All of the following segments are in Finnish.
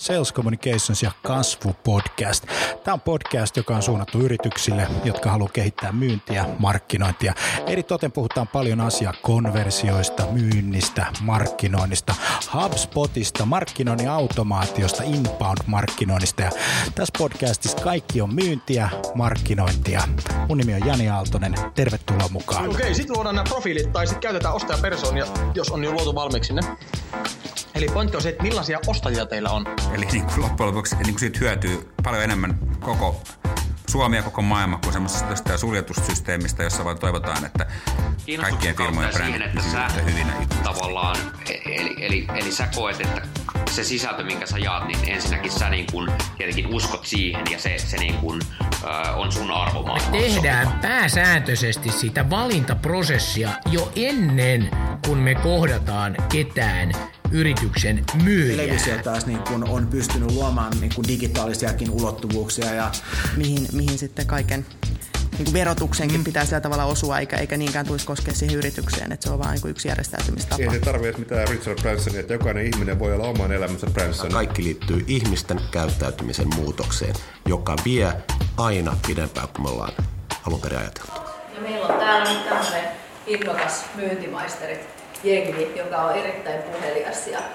Sales Communications ja kasvupodcast. Tämä on podcast, joka on suunnattu yrityksille, jotka haluaa kehittää myyntiä, markkinointia. Eritoten puhutaan paljon konversioista, myynnistä, markkinoinnista, HubSpotista, markkinoinnin automaatiosta, inbound-markkinoinnista. Ja tässä podcastissa kaikki on myyntiä, markkinointia. Mun nimi on Jani Aaltonen. Tervetuloa mukaan. Okei, sitten luodaan nämä profiilit tai sitten käytetään ostajapersoonia, jos on jo luotu valmiiksi ne. Eli pointti on se, että millaisia ostajia teillä on. Eli niin kuin loppujen lopuksi niin kuin siitä hyötyy paljon enemmän koko Suomi ja koko maailma kuin semmoisesta suljetussysteemistä, jossa vaan toivotaan, että kaikkien firmojen brändit pysyvät hyvinä. Tavallaan, eli sä koet, että se sisältö, minkä sä jaat, niin ensinnäkin sä niin kun tietenkin uskot siihen ja se niin kun, on sun arvomaailma. Me tehdään pääsääntöisesti sitä valintaprosessia jo ennen kuin me kohdataan ketään yrityksen myyjää. Televisio taas niin kun on pystynyt luomaan niin kun digitaalisiakin ulottuvuuksia. Ja mihin sitten kaiken niin verotuksenkin pitää sillä tavalla osua, eikä niinkään tulisi koskea siihen yritykseen, että se on vain niin yksi järjestäytymistapa. Ei se tarvitse mitään Richard Bransonia, että jokainen ihminen voi olla oman elämänsä Branson. Kaikki liittyy ihmisten käyttäytymisen muutokseen, joka vie aina pidempään kuin me ollaan alun perin ajateltu. Ja meillä on täällä nyt tämmöinen innokas myyntimaisteri jengi, joka on erittäin puhelias ja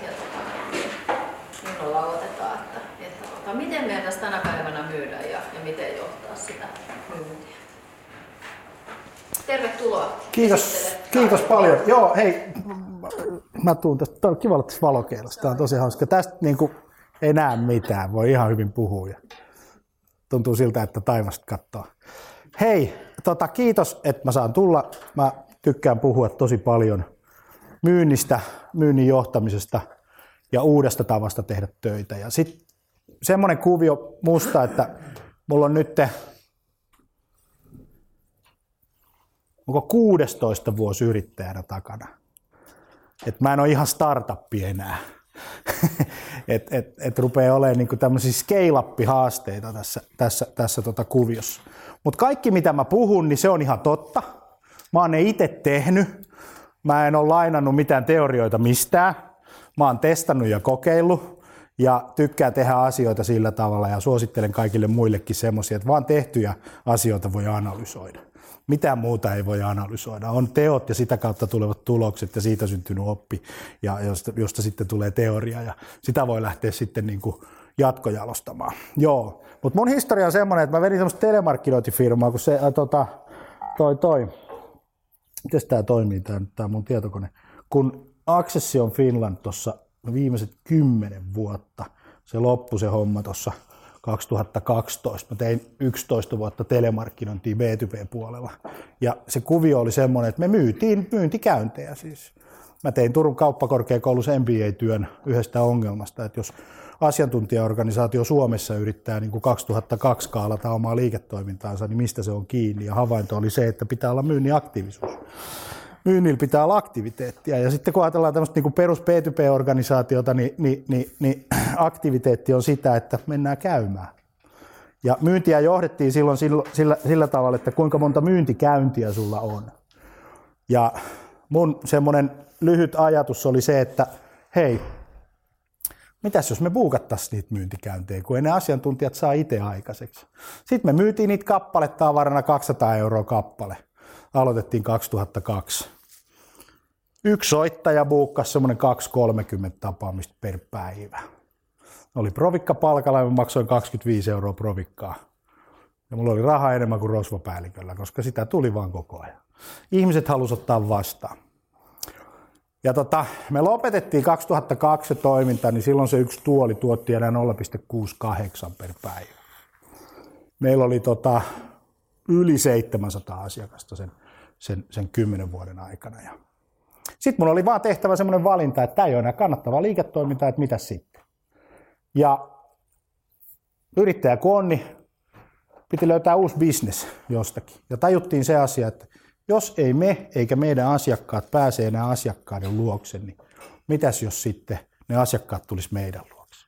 innolla aloitetaan, että miten meidän tässä tänä päivänä myydään ja miten johtaa sitä myyntiä. Tervetuloa. Kiitos paljon. Joo, hei, mä tuun tästä. Tämä on kiva olla tässä valokeilassa. Tämä on tosi hauska. Tästä niin kuin, ei näe mitään, voi ihan hyvin puhua. Ja tuntuu siltä, että taivasta katsoo. Hei, kiitos, että mä saan tulla. Mä tykkään puhua tosi paljon myynnistä, myynnin johtamisesta ja uudesta tavasta tehdä töitä. Ja sitten semmoinen kuvio musta, että mulla on nyt onko 16 vuosi yrittäjänä takana. Et mä en ole ihan startuppi enää. et rupeaa olemaan niinku tämmöisiä scale-up-haasteita tässä kuviossa. Mutta kaikki mitä mä puhun, niin se on ihan totta. Mä oon ne itse tehnyt. Mä en ole lainannut mitään teorioita mistään. Mä oon testannut ja kokeillut ja tykkään tehdä asioita sillä tavalla ja suosittelen kaikille muillekin semmoisia, että vaan tehtyjä asioita voi analysoida. Mitään muuta ei voi analysoida. On teot ja sitä kautta tulevat tulokset ja siitä syntynyt oppi, ja josta sitten tulee teoria ja sitä voi lähteä sitten niin kuin jatkojalostamaan. Joo, mutta mun historia on semmoinen, että mä vedin semmoista telemarkkinointifirmaa, kun se miten tämä toimii, tämä mun tietokone, kun Accession Finland tuossa viimeiset 10 vuotta, se loppui se homma tuossa 2012. Mä tein 11 vuotta telemarkkinointia B2B-puolella. Ja se kuvio oli semmoinen, että me myytiin myyntikäyntejä siis. Mä tein Turun kauppakorkeakoulussa MBA-työn yhdestä ongelmasta, että jos asiantuntijaorganisaatio Suomessa yrittää niin kuin 2002 skaalata omaa liiketoimintaansa, niin mistä se on kiinni? Ja havainto oli se, että pitää olla myynnin aktiivisuus. Myynnillä pitää olla aktiviteettia. Ja sitten kun ajatellaan tämmöistä niin kuin perus B2B-organisaatiota, niin aktiviteetti on sitä, että mennään käymään. Ja myyntiä johdettiin silloin sillä tavalla, että kuinka monta myyntikäyntiä sulla on. Ja mun semmoinen lyhyt ajatus oli se, että hei, mitäs jos me buukattaisiin niitä myyntikäyntejä, kun ei ne asiantuntijat saa itse aikaiseksi. Sitten me myytiin niitä kappaletavarana 200 € kappale. Aloitettiin 2002. Yksi soittaja buukkasi semmoinen 2-30 tapaamista per päivä. Oli provikka palkalla ja mä maksoin 25 € provikkaa. Ja mulla oli rahaa enemmän kuin rosvopäälliköllä, koska sitä tuli vaan koko ajan. Ihmiset halusivat ottaa vastaan. Ja me lopetettiin 2002 se toiminta, niin silloin se yksi tuoli tuotti enää 0,68 per päivä. Meillä oli yli 700 asiakasta sen 10 vuoden aikana. Sitten mun oli vaan tehtävä semmoinen valinta, että tämä ei ole enää kannattavaa liiketoimintaa, että mitä sitten. Ja yrittäjä kun on, niin piti löytää uusi business jostakin. Ja tajuttiin se asia, että jos ei me eikä meidän asiakkaat pääse enää asiakkaiden luokse, niin mitäs jos sitten ne asiakkaat tulisi meidän luokse.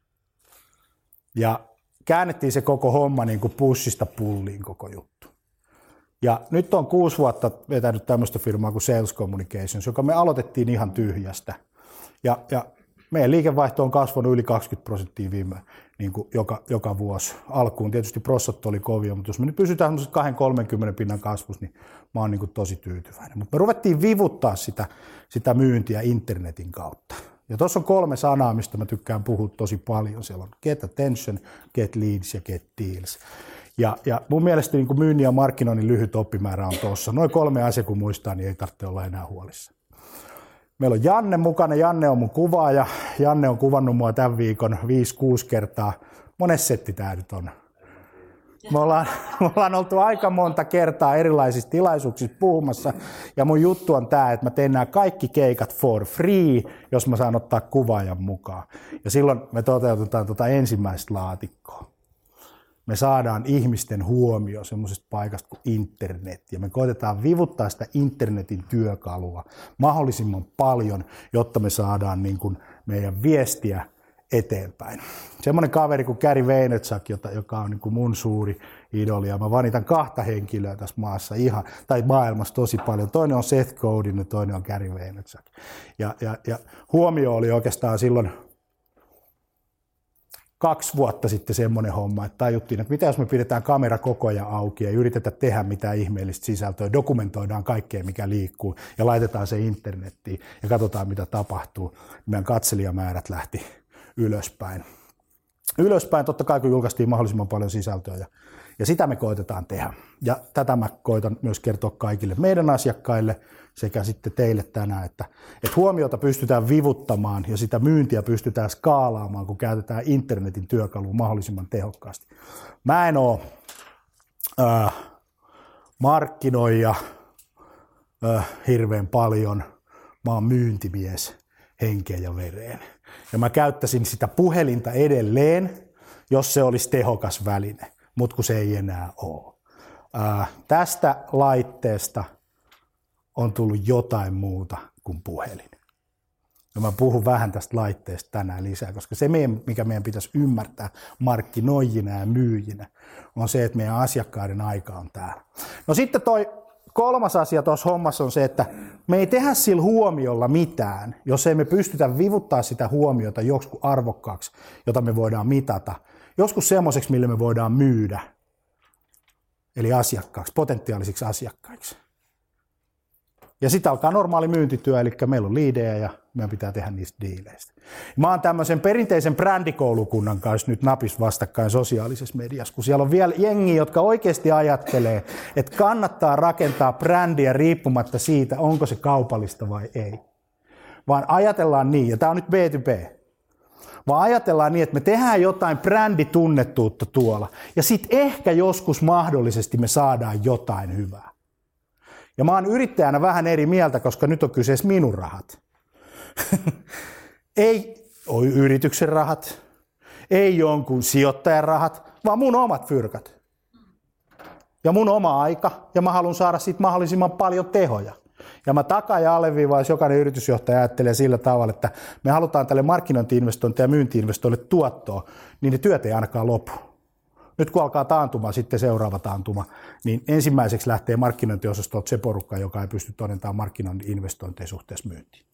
Ja käännettiin se koko homma niin kuin pussista pulliin koko juttu. Ja nyt on 6 vuotta vetänyt tämmöistä firmaa kuin Sales Communications, joka me aloitettiin ihan tyhjästä. Ja meidän liikevaihto on kasvanut yli 20% viime niin kuin joka vuosi. Alkuun tietysti prossat oli kovia, mutta jos me nyt pysytään 20-30% kasvussa, niin mä oon niin kuin tosi tyytyväinen. Mutta me ruvettiin vivuttaa sitä myyntiä internetin kautta. Ja tuossa on 3 sanaa, mistä mä tykkään puhua tosi paljon. Siellä on get attention, get leads ja get deals. Ja mun mielestä niin kuin myynnin ja markkinoinnin lyhyt oppimäärä on tuossa. Noin 3 asiaa kun muistaa, niin ei tarvitse olla enää huolissa. Meillä on Janne mukana. Janne on mun kuvaaja. Janne on kuvannut mua tämän viikon 5-6 kertaa. Mones setti tää nyt on? Me ollaan oltu aika monta kertaa erilaisissa tilaisuuksissa puhumassa. Ja mun juttu on tää, että mä teen nämä kaikki keikat for free, jos mä saan ottaa kuvaajan mukaan. Ja silloin me toteutetaan ensimmäistä laatikkoa. Me saadaan ihmisten huomio semmoisesta paikasta kuin internet, ja me koitetaan vivuttaa sitä internetin työkalua mahdollisimman paljon, jotta me saadaan niin kuin meidän viestiä eteenpäin. Semmoinen kaveri kuin Gary Vaynerchuk, joka on niin kuin mun suuri idoli, ja mä vanitan 2 henkilöä tässä maassa tai maailmassa tosi paljon. Toinen on Seth Godin ja toinen on Gary Vaynerchuk. Ja huomio oli oikeastaan silloin 2 vuotta sitten semmoinen homma, että tajuttiin, että mitä jos me pidetään kamera koko ajan auki ja yritetään tehdä mitään ihmeellistä sisältöä, dokumentoidaan kaikkea, mikä liikkuu ja laitetaan se internettiin ja katsotaan, mitä tapahtuu. Meidän katselijamäärät lähti ylöspäin. Ylöspäin totta kai, kun julkaistiin mahdollisimman paljon sisältöä ja sitä me koitetaan tehdä. Ja tätä mä koitan myös kertoa kaikille meidän asiakkaille sekä sitten teille tänään, että huomiota pystytään vivuttamaan ja sitä myyntiä pystytään skaalaamaan, kun käytetään internetin työkalua mahdollisimman tehokkaasti. Mä en ole markkinoija hirveän paljon, mä oon myyntimies henkeen ja vereen. Ja mä käyttäisin sitä puhelinta edelleen, jos se olisi tehokas väline, mutta kun se ei enää ole. Tästä laitteesta on tullut jotain muuta kuin puhelin. Ja mä puhun vähän tästä laitteesta tänään lisää, koska se, mikä meidän pitäisi ymmärtää markkinoijina ja myyjinä, on se, että meidän asiakkaiden aika on täällä. No sitten toi 3. asia tuossa hommassa on se, että me ei tehdä sillä huomiolla mitään, jos ei me pystytä vivuttaa sitä huomiota joskus arvokkaaksi, jota me voidaan mitata, joskus semmoiseksi, millä me voidaan myydä, eli asiakkaaksi, potentiaalisiksi asiakkaiksi. Ja sitten alkaa normaali myyntityö, eli meillä on liidejä ja meidän pitää tehdä niistä diileistä. Mä oon tämmöisen perinteisen brändikoulukunnan kanssa nyt napis vastakkain sosiaalisessa mediassa, kun siellä on vielä jengiä, jotka oikeasti ajattelee, että kannattaa rakentaa brändiä riippumatta siitä, onko se kaupallista vai ei. Vaan ajatellaan niin, ja tää on nyt B2B, vaan ajatellaan niin, että me tehdään jotain bränditunnettuutta tuolla, ja sitten ehkä joskus mahdollisesti me saadaan jotain hyvää. Ja mä oon yrittäjänä vähän eri mieltä, koska nyt on kyseessä minun rahat. Ei ole yrityksen rahat, ei jonkun sijoittajan rahat, vaan mun omat fyrkat. Ja mun oma aika, ja mä haluan saada siitä mahdollisimman paljon tehoja. Ja mä takaa ja alleviivaan, jos jokainen yritysjohtaja ajattelee sillä tavalla, että me halutaan tälle markkinointi-investointi- ja myynti-investoinnille tuottoa, niin ne työt ei ainakaan lopu. Nyt kun alkaa taantuma, sitten seuraava taantuma, niin ensimmäiseksi lähtee markkinointiosastolta se porukka, joka ei pysty todentamaan markkinoinnin investointeja suhteessa myyntiin.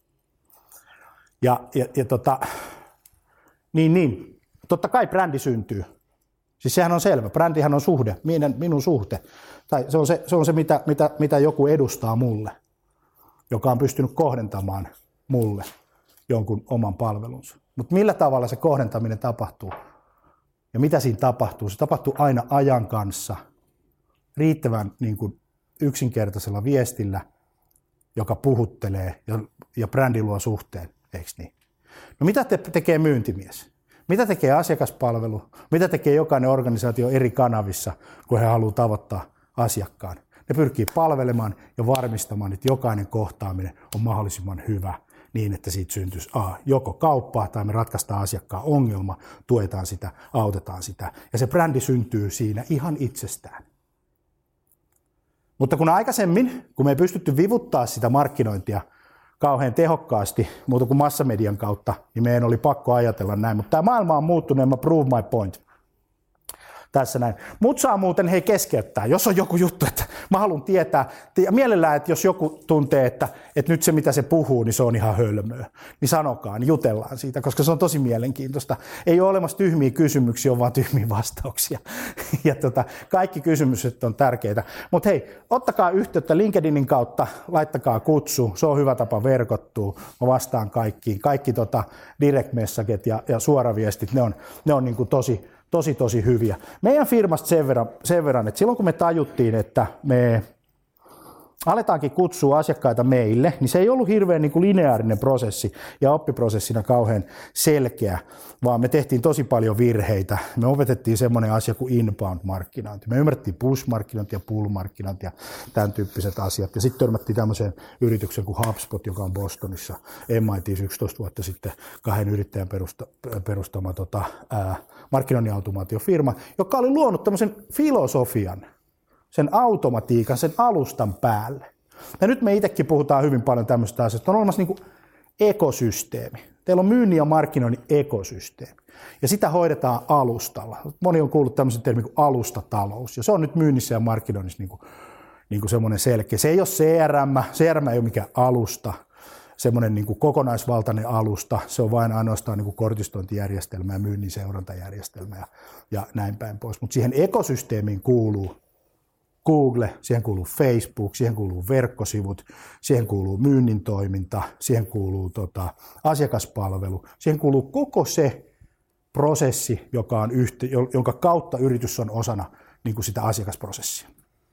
Totta kai brändi syntyy. Siis sehän on selvä. Brändihän on suhde, minun suhte. Tai se on se mitä joku edustaa mulle, joka on pystynyt kohdentamaan mulle jonkun oman palvelunsa. Mutta millä tavalla se kohdentaminen tapahtuu? Ja mitä siinä tapahtuu? Se tapahtuu aina ajan kanssa, riittävän niin kuin yksinkertaisella viestillä, joka puhuttelee ja brändi luo suhteen, eikö niin? No mitä tekee myyntimies? Mitä tekee asiakaspalvelu? Mitä tekee jokainen organisaatio eri kanavissa, kun he haluaa tavoittaa asiakkaan? Ne pyrkii palvelemaan ja varmistamaan, että jokainen kohtaaminen on mahdollisimman hyvä niin, että siitä syntyisi joko kauppaa tai me ratkaistaan asiakkaan ongelma, tuetaan sitä, autetaan sitä. Ja se brändi syntyy siinä ihan itsestään. Mutta kun aikaisemmin, kun me ei pystytty vivuttaa sitä markkinointia kauhean tehokkaasti, muuta kuin massamedian kautta, niin meidän oli pakko ajatella näin. Mutta tämä maailma on muuttunut ja mä prove my point. tässä näin. Mut saa muuten hei keskeyttää, jos on joku juttu, että mä haluan tietää, ja mielellään, että jos joku tuntee, että nyt se mitä se puhuu, niin se on ihan hölmöä, niin sanokaa, niin jutellaan siitä, koska se on tosi mielenkiintoista. Ei ole olemassa tyhmiä kysymyksiä, on vaan tyhmiä vastauksia. Ja kaikki kysymykset on tärkeitä. Mutta hei, ottakaa yhteyttä LinkedInin kautta, laittakaa kutsu, se on hyvä tapa verkottua. Mä vastaan kaikkiin. Kaikki direct messaget ja suoraviestit, ne on niin kuin tosi hyviä. Meidän firmasta sen verran, että silloin kun me tajuttiin, että me aletaankin kutsua asiakkaita meille, niin se ei ollut hirveän niin kuin lineaarinen prosessi ja oppiprosessina kauhean selkeä, vaan me tehtiin tosi paljon virheitä. Me opetettiin semmoinen asia kuin inbound-markkinointi. Me ymmärrettiin push-markkinointi ja pull-markkinointi ja tämän tyyppiset asiat. Ja sitten törmättiin tämmöiseen yrityksen kuin HubSpot, joka on Bostonissa, MIT:ssä 11 vuotta sitten 2 yrittäjän perustama markkinoinnin automaatiofirma, joka oli luonut tämmöisen filosofian, sen automatiikan, sen alustan päälle. Ja nyt me itsekin puhutaan hyvin paljon tämmöistä asioista. On olemassa niin kuin ekosysteemi. Teillä on myynnin ja markkinoinnin ekosysteemi. Ja sitä hoidetaan alustalla. Moni on kuullut tämmöisen termin kuin alustatalous. Ja se on nyt myynnissä ja markkinoinnissa niin kuin semmoinen selkeä. Se ei ole CRM. CRM ei ole mikään alusta. Semmoinen niin kuin kokonaisvaltainen alusta. Se on vain ainoastaan niin kuin kortistointijärjestelmä ja myynnin seurantajärjestelmä ja näin päin pois. Mutta siihen ekosysteemiin kuuluu Google, siihen kuuluu Facebook, siihen kuuluu verkkosivut, siihen kuuluu myynnin toiminta, siihen kuuluu asiakaspalvelu, siihen kuuluu koko se prosessi, jonka kautta yritys on osana niin kuin sitä asiakasprosessia.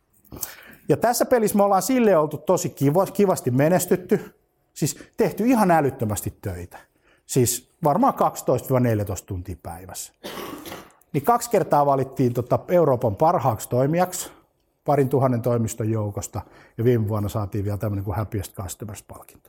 Ja tässä pelissä me ollaan silleen oltu tosi kivasti menestytty, siis tehty ihan älyttömästi töitä, siis varmaan 12-14 tuntia päivässä. Niin 2 kertaa valittiin Euroopan parhaaksi toimijaksi, 2,000 toimiston joukosta, ja viime vuonna saatiin vielä tämmöinen kuin Happiest Customers-palkinto.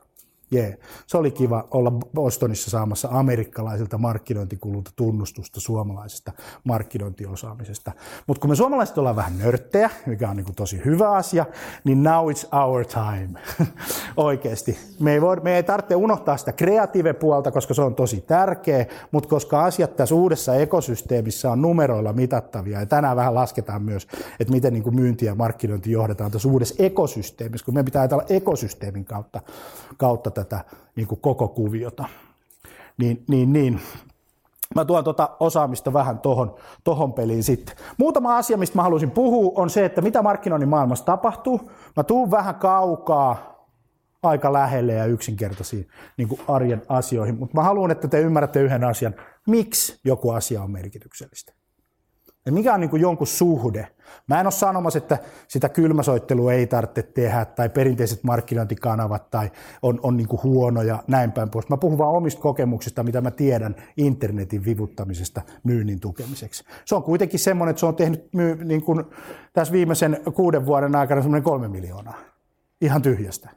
Se oli kiva olla Bostonissa saamassa amerikkalaisilta markkinointikululta tunnustusta suomalaisesta markkinointiosaamisesta. Mutta kun me suomalaiset ollaan vähän nörttejä, mikä on niin kuin tosi hyvä asia, niin now it's our time. Oikeasti. Me ei tarvitse unohtaa sitä kreatiive-puolta, koska se on tosi tärkeä, mutta koska asiat tässä uudessa ekosysteemissä on numeroilla mitattavia, ja tänään vähän lasketaan myös, että miten niin kuin myynti ja markkinointi johdetaan tässä uudessa ekosysteemissä, kun me pitää ajatella ekosysteemin kautta tätä niin kuin koko kuviota. Niin. Mä tuon osaamista vähän tohon peliin sitten. Muutama asia, mistä mä haluaisin puhua, on se, että mitä markkinoinnin maailmassa tapahtuu. Mä tuun vähän kaukaa aika lähelle ja yksinkertaisiin niin kuin arjen asioihin, mutta mä haluan, että te ymmärrätte yhden asian, miksi joku asia on merkityksellistä. Ja mikä on niin kuin jonkun suhde. Mä en ole sanomassa, että sitä kylmäsoittelua ei tarvitse tehdä tai perinteiset markkinointikanavat tai on niin kuin huonoja näin päin pois. Mä puhun vaan omista kokemuksista, mitä mä tiedän internetin vivuttamisesta myynnin tukemiseksi. Se on kuitenkin semmoinen, että se on tehnyt niin kuin tässä viimeisen 6 vuoden aikana semmoinen 3 miljoonaa. Ihan tyhjästä.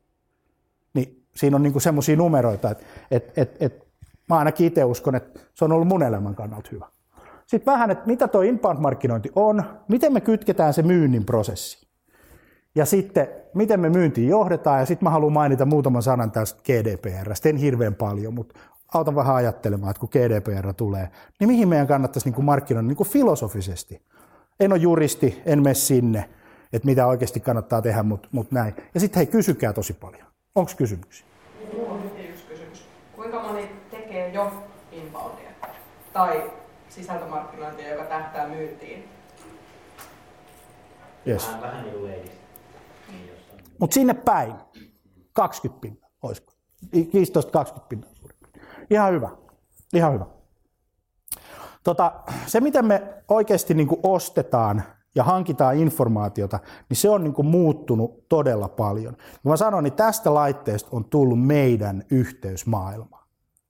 Niin siinä on niin kuin semmoisia numeroita, että mä ainakin itse uskon, että se on ollut mun elämän kannalta hyvä. Sitten vähän, että mitä tuo inbound-markkinointi on, miten me kytketään se myynnin prosessi. Ja sitten, miten me myyntiin johdetaan, ja sitten mä haluan mainita muutaman sanan tästä GDPR:stä, en hirveän paljon, mutta autan vähän ajattelemaan, että kun GDPR tulee, niin mihin meidän kannattaisi niin kuin markkinoida niin kuin filosofisesti. En ole juristi, en mene sinne, että mitä oikeasti kannattaa tehdä, mutta näin. Ja sitten hei, kysykää tosi paljon. Onko kysymyksiä? Minulla on yksi kysymys. Kuinka moni tekee jo inboundia? Tai sisältömarkkinointia, joka tähtää myyntiin? Yes. Vähän niin kuin mutta sinne päin 20 pinnaa, olisiko? 15-20 pinnaa. Ihan hyvä. Se, miten me oikeasti niin kuin ostetaan ja hankitaan informaatiota, niin se on niin kuin muuttunut todella paljon. Kun mä sanon, niin tästä laitteesta on tullut meidän yhteysmaailma.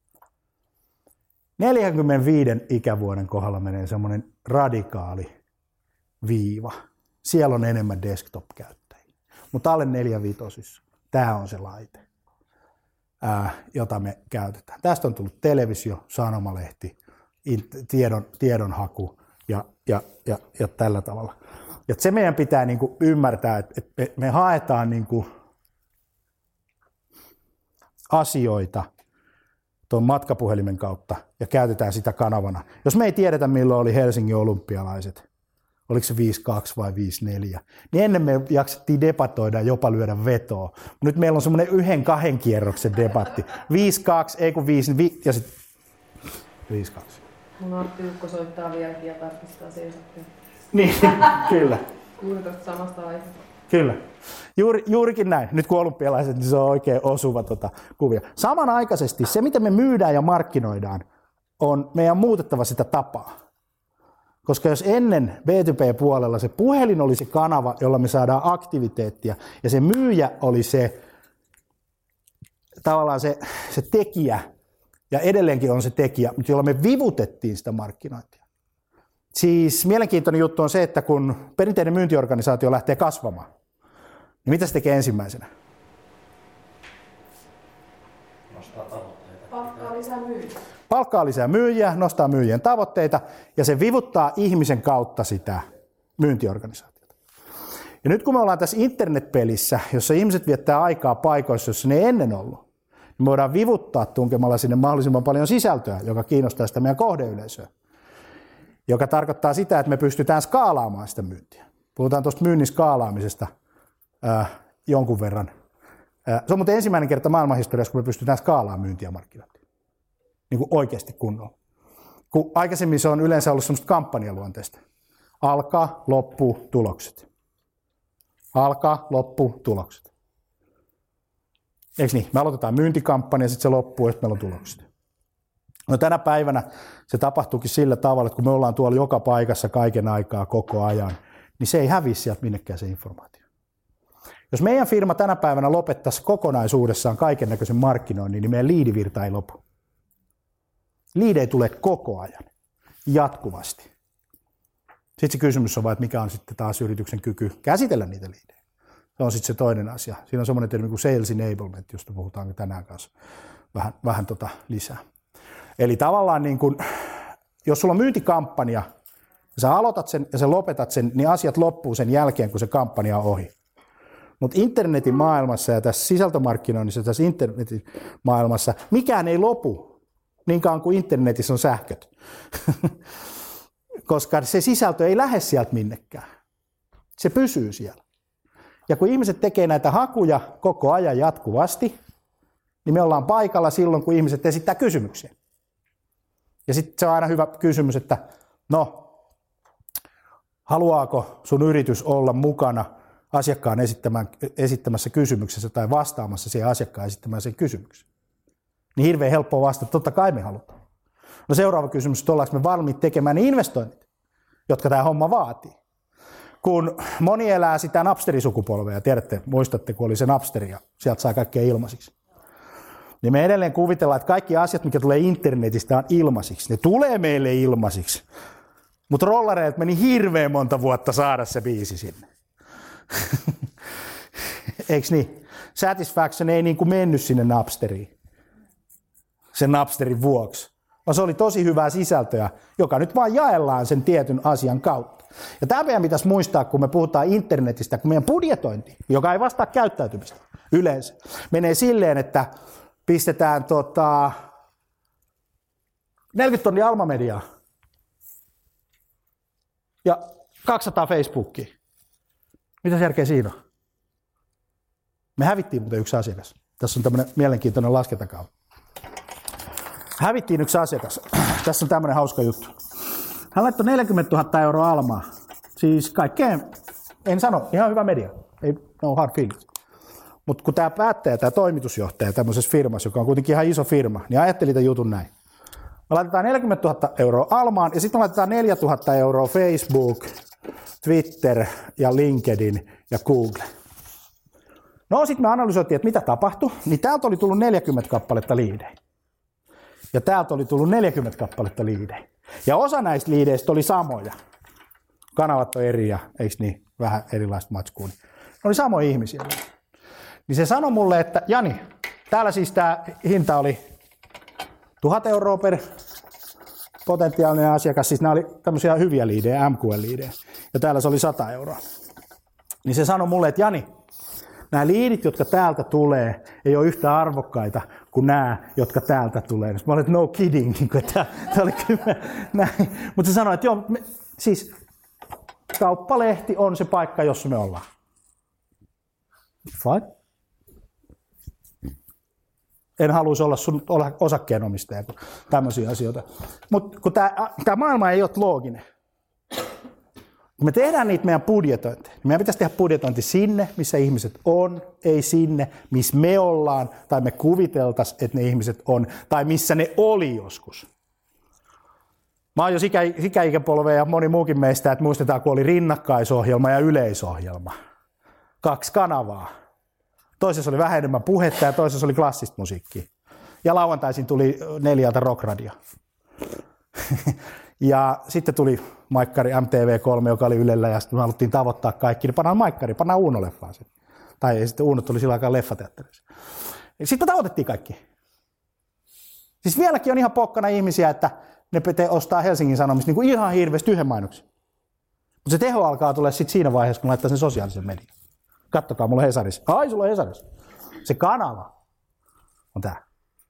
45 ikävuoden kohdalla menee semmoinen radikaali viiva. Siellä on enemmän desktop-käyttäjiä. Mutta alle 4-5 tämä on se laite, jota me käytetään. Tästä on tullut televisio, sanomalehti, tiedonhaku ja tällä tavalla. Ja se meidän pitää niinku ymmärtää, että me haetaan niinku asioita tuon matkapuhelimen kautta ja käytetään sitä kanavana. Jos me ei tiedetä, milloin oli Helsingin olympialaiset, oliko se 5-2 vai 5-4, niin ennen me jaksettiin debatoida ja jopa lyödä vetoa. Nyt meillä on semmoinen 1-2 kierroksen debatti. 5-2, ei kun 5 ja sitten 5-2. Mun Artti Ukko soittaa vieläkin ja tarkistaa siihen. Niin, kyllä. 16 samasta aiheesta. Kyllä. Juurikin näin. Nyt kun olympialaiset, niin se on oikein osuva kuvia. Samanaikaisesti se, mitä me myydään ja markkinoidaan, on meidän muutettava sitä tapaa. Koska jos ennen B2B-puolella se puhelin oli se kanava, jolla me saadaan aktiviteettia, ja se myyjä oli se tavallaan se tekijä, ja edelleenkin on se tekijä, mutta jolla me vivutettiin sitä markkinointia. Siis mielenkiintoinen juttu on se, että kun perinteinen myyntiorganisaatio lähtee kasvamaan, niin mitä se tekee ensimmäisenä? Nostaa tavoitteita. Palkkaa lisää myyjiä. Palkkaa lisää myyjiä, nostaa myyjien tavoitteita ja se vivuttaa ihmisen kautta sitä myyntiorganisaatiota. Ja nyt kun me ollaan tässä internetpelissä, jossa ihmiset viettää aikaa paikoissa, jossa ne ei ennen ollut, niin me voidaan vivuttaa tunkemalla sinne mahdollisimman paljon sisältöä, joka kiinnostaa sitä meidän kohdeyleisöä. Joka tarkoittaa sitä, että me pystytään skaalaamaan sitä myyntiä. Puhutaan tuosta myynnin skaalaamisesta jonkun verran. Se on muuten ensimmäinen kerta maailmanhistoriassa, kun me pystytään skaalaamaan myyntiä markkinointia. Niin kuin oikeasti kunnolla. Kun aikaisemmin se on yleensä ollut semmoista kampanjaluonteista. Alkaa, loppuu, tulokset. Alkaa, loppuu, tulokset. Eikö niin? Me aloitetaan myyntikampanja, sitten se loppuu ja sitten meillä on tulokset. No tänä päivänä se tapahtuukin sillä tavalla, että kun me ollaan tuolla joka paikassa kaiken aikaa koko ajan, niin se ei häviä sieltä minnekään se informaatio. Jos meidän firma tänä päivänä lopettaisi kokonaisuudessaan kaiken näköisen markkinoinnin, niin meidän liidivirta ei lopu. Liidejä tulee koko ajan, jatkuvasti. Sitten se kysymys on vaan, että mikä on sitten taas yrityksen kyky käsitellä niitä liidejä. Se on sitten se toinen asia. Siinä on semmoinen termi kuin sales enablement, josta puhutaan tänään kanssa vähän lisää. Eli tavallaan niin kun, jos sulla on myyntikampanja, sä aloitat sen ja sä lopetat sen, niin asiat loppuu sen jälkeen, kun se kampanja on ohi. Mutta internetin maailmassa ja tässä sisältömarkkinoinnissa ja tässä internetin maailmassa mikään ei lopu niin kauan kuin internetissä on sähköt. Koska se sisältö ei lähde sieltä minnekään. Se pysyy siellä. Ja kun ihmiset tekee näitä hakuja koko ajan jatkuvasti, niin me ollaan paikalla silloin, kun ihmiset esittää kysymyksiä. Ja sitten se on aina hyvä kysymys, että no, haluaako sun yritys olla mukana asiakkaan esittämässä kysymyksessä tai vastaamassa siihen asiakkaan esittämään sen kysymyksen? Niin hirveän helppoa vastata, että totta kai me halutaan. No seuraava kysymys, että ollaanko me valmiit tekemään ne investoinnit, jotka tämä homma vaatii. Kun moni elää sitä Napsterisukupolvea, tiedätte, muistatte, kun oli se Napsteri ja sieltä saa kaikkea ilmaisiksi. Niin me edelleen kuvitellaan, että kaikki asiat, mikä tulee internetistä, on ilmaisiksi. Ne tulee meille ilmaisiksi. Mutta rollareilta meni hirveän monta vuotta saada se biisi sinne. Eiks niin? Satisfaction ei niin kuin mennyt sinne Napsteriin. Sen Napsterin vuoksi. Vaan se oli tosi hyvää sisältöä, joka nyt vaan jaellaan sen tietyn asian kautta. Ja tämä meidän pitäisi muistaa, kun me puhutaan internetistä, kun meidän budjetointi, joka ei vastaa käyttäytymistä yleensä, menee silleen, että pistetään 40 tonnia Alma-mediaa ja 200 Facebookia. Mitä järkeä siinä on? Me hävittiin muuten yksi asiakas. Tässä on tämmöinen mielenkiintoinen laskentakaava. Hävittiin yksi asiakas. Tässä on tämmöinen hauska juttu. Hän laittoi 40 000 euroa Almaa. Siis kaikkeen, en sano, ihan hyvä media. Ei, no hard feelings. Mutta kun tämä päättäjä, tämä toimitusjohtaja tämmöisessä firmassa, joka on kuitenkin ihan iso firma, niin ajatteli tämän jutun näin. Me laitetaan 40 000 euroa Almaan ja sitten me laitetaan 4 000 euroa Facebook, Twitter ja LinkedIn ja Google. No sitten me analysoitiin, että mitä tapahtui, niin täältä oli tullut 40 kappaletta liidejä. Ja täältä oli tullut 40 kappaletta liidejä. Ja osa näistä liideistä oli samoja. Kanavat on eri ja eikö niin, vähän erilaista matskua. Ne oli samoja ihmisiä. Niin se sanoi mulle, että Jani, täällä siis tämä hinta oli 1000 euroa per potentiaalinen asiakas. Siis nämä oli tämmöisiä hyviä liidejä, MQL-liidejä. Ja täällä se oli 100 euroa. Niin se sanoi mulle, että Jani, nämä liidit, jotka täältä tulee, ei ole yhtä arvokkaita kuin nämä, jotka täältä tulee. Mä olin, no kidding, tämä oli kyllä näin. Mutta se sanoi, että joo, siis kauppalehti on se paikka, jossa me ollaan. Fine. En haluaisi olla sun osakkeenomistaja, kun tämmöisiä asioita. Mutta kun tämä maailma ei ole looginen. Kun me tehdään niitä meidän budjetointeja, niin meidän pitäisi tehdä budjetointi sinne, missä ihmiset on, ei sinne, missä me ollaan, tai me kuviteltaisiin, että ne ihmiset on, tai missä ne oli joskus. Mä oon jo ikäpolvea ja moni muukin meistä, että muistetaan, kun oli rinnakkaisohjelma ja yleisohjelma. 2 kanavaa. Toisessa oli vähän enemmän puhetta ja toisessa oli klassista musiikkia. Ja lauantaisin tuli 4 rockradio. Ja sitten tuli maikkari MTV3, joka oli Ylellä, ja sitten me haluttiin tavoittaa kaikki, niin pannaan maikkari, pannaan Uuno-leffaan sen. Tai sitten Uuno tuli sillä aikaa leffateatterissa. Sitten me tavoitettiin kaikki. Siis vieläkin on ihan pokkana ihmisiä, että ne ostaa Helsingin Sanomista niin kuin ihan hirveästi yhden mainoksen. Mutta se teho alkaa tulla sitten siinä vaiheessa, kun laittaa sen sosiaalisen median. Kattokaa, mulla on Hesarissa. Ai, sulla on Hesarissa. Se kanava on tää.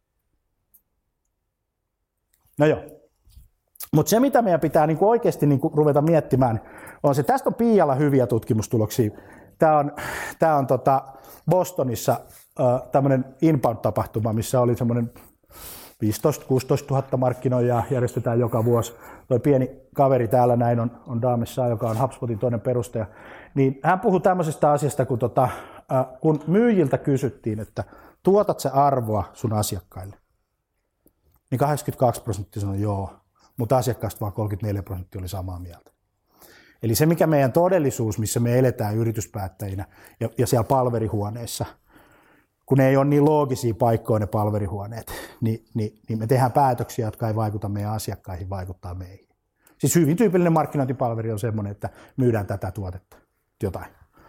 No joo. Mutta se, mitä meidän pitää niinku oikeasti niinku ruveta miettimään, on se, tästä on Piialla hyviä tutkimustuloksia. Tämä on Bostonissa tämmöinen inbound-tapahtuma, missä oli semmoinen 15-16 000 markkinoijaa, järjestetään joka vuosi. Toi pieni kaveri täällä näin on Daamessa, joka on HubSpotin toinen perustaja. Niin hän puhui tämmöisestä asiasta, kun myyjiltä kysyttiin, että tuotat sä arvoa sun asiakkaille, niin 82% sanoi joo, mutta asiakkaista vaan 34% oli samaa mieltä. Eli se, mikä meidän todellisuus, missä me eletään yrityspäättäjinä ja siellä palverihuoneissa, kun ne ei ole niin loogisia paikkoja ne palverihuoneet, niin me tehdään päätöksiä, jotka ei vaikuta meidän asiakkaihin, vaikuttaa meihin. Siis hyvin tyypillinen markkinointipalveri on semmoinen, että myydään tätä tuotetta, jotain.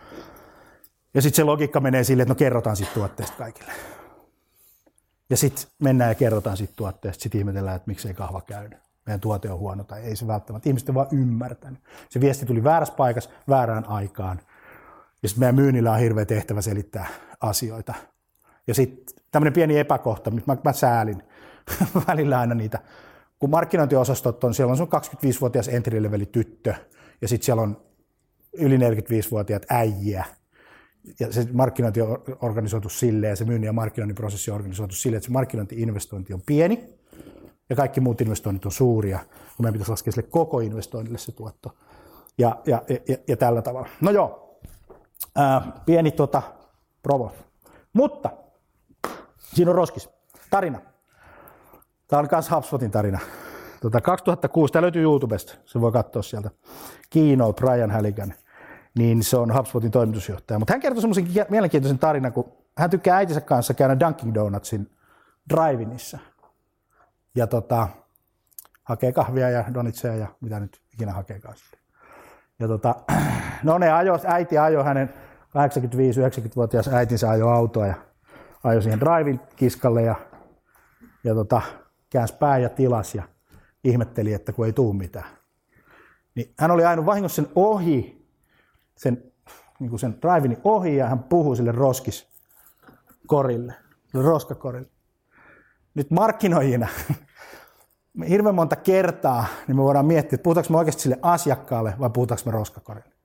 Ja sitten se logiikka menee sille, että no kerrotaan siitä tuotteesta kaikille. Ja sitten mennään ja kerrotaan siitä tuotteesta, sitten ihmetellään, että miksei kahva käynyt. Meidän tuote on huono tai ei se välttämättä. Ihmiset on vaan ymmärtänyt. Se viesti tuli väärässä paikassa, väärään aikaan. Ja sitten meidän myynnillä on hirveä tehtävä selittää asioita. Ja sitten tämmöinen pieni epäkohta, mitä mä säälin välillä aina niitä. Kun markkinointiosastot on, siellä on sun 25-vuotias entry-leveli tyttö ja sitten siellä on yli 45-vuotiaat äijiä. Ja se markkinointi on organisoitu silleen ja se myynnin ja markkinoinnin prosessi on organisoitu silleen, että se markkinointi-investointi on pieni ja kaikki muut investoinnit on suuria, kun meidän pitäisi laskea sille koko investoinnille se tuotto. Ja tällä tavalla. No joo, pieni provo. Mutta siinä on roskis. Tarina. Tämä on myös HubSpotin tarina. 2006, tämä löytyy YouTubesta, se voi katsoa sieltä. Keynote Brian Halligan, niin se on HubSpotin toimitusjohtaja. Mutta hän kertoi semmoisen mielenkiintoisen tarinan, kun hän tykkää äitinsä kanssa käydä Dunkin Donutsin drive-inissa. Ja hakee kahvia ja donitseja ja mitä nyt ikinä hakeekaan sitten. Ja no äiti ajoi hänen 85-90-vuotias äitinsä ajoi autoa ja ajoi siihen drive-in kiskalle ja käänsi pää ja tilasi ja ihmetteli, että kun ei tule mitään. Niin hän oli ajanut vahingossa sen ohi, sen drive-inin ohi ja hän puhui sille roskiskorille, sille roskakorille. Nyt markkinoijina hirveän monta kertaa niin me voidaan miettiä, että puhutaanko me oikeasti sille asiakkaalle vai puhutaanko me roskakorille.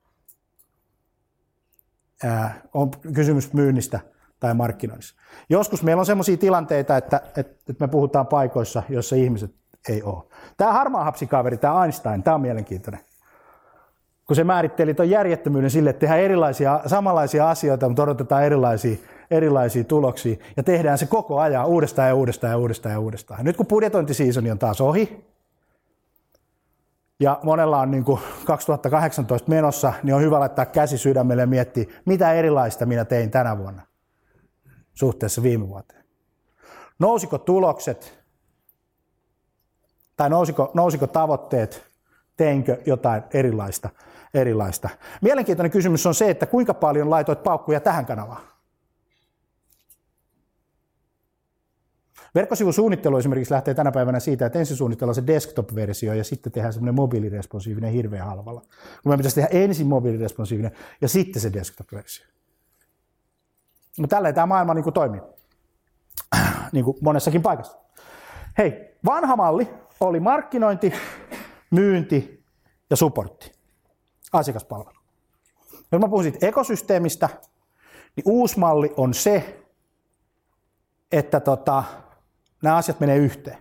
On kysymys myynnistä tai markkinoinnissa. Joskus meillä on sellaisia tilanteita, että me puhutaan paikoissa, joissa ihmiset ei ole. Tämä harmaa hapsikaveri, tämä Einstein, tämä on mielenkiintoinen. Kun se määritteli tuon järjettömyyden sille, että tehdään samanlaisia asioita, mutta odotetaan erilaisia tuloksia ja tehdään se koko ajan uudestaan ja uudestaan ja uudestaan ja uudestaan. Nyt kun budjetointisiisoni on taas ohi ja monella on niin kuin 2018 menossa, niin on hyvä laittaa käsi sydämelle ja miettiä, mitä erilaista minä tein tänä vuonna suhteessa viime vuoteen. Nousiko tulokset tai nousiko tavoitteet, teinkö jotain erilaista. Mielenkiintoinen kysymys on se, että kuinka paljon laitoit paukkuja tähän kanavaan. Verkkosivusuunnittelu esimerkiksi lähtee tänä päivänä siitä, että ensin suunnitellaan se desktop-versio ja sitten tehdään semmoinen mobiiliresponsiivinen hirveän halvalla. Kun meidän pitäisi tehdä ensin mobiiliresponsiivinen ja sitten se desktop-versio. No tälleen tämä maailma niin kuin toimii. niin kuin monessakin paikassa. Hei, vanha malli oli markkinointi, myynti ja supportti, asiakaspalvelu. Jos mä puhun siitä ekosysteemistä, niin uusi malli on se, että nämä asiat menee yhteen.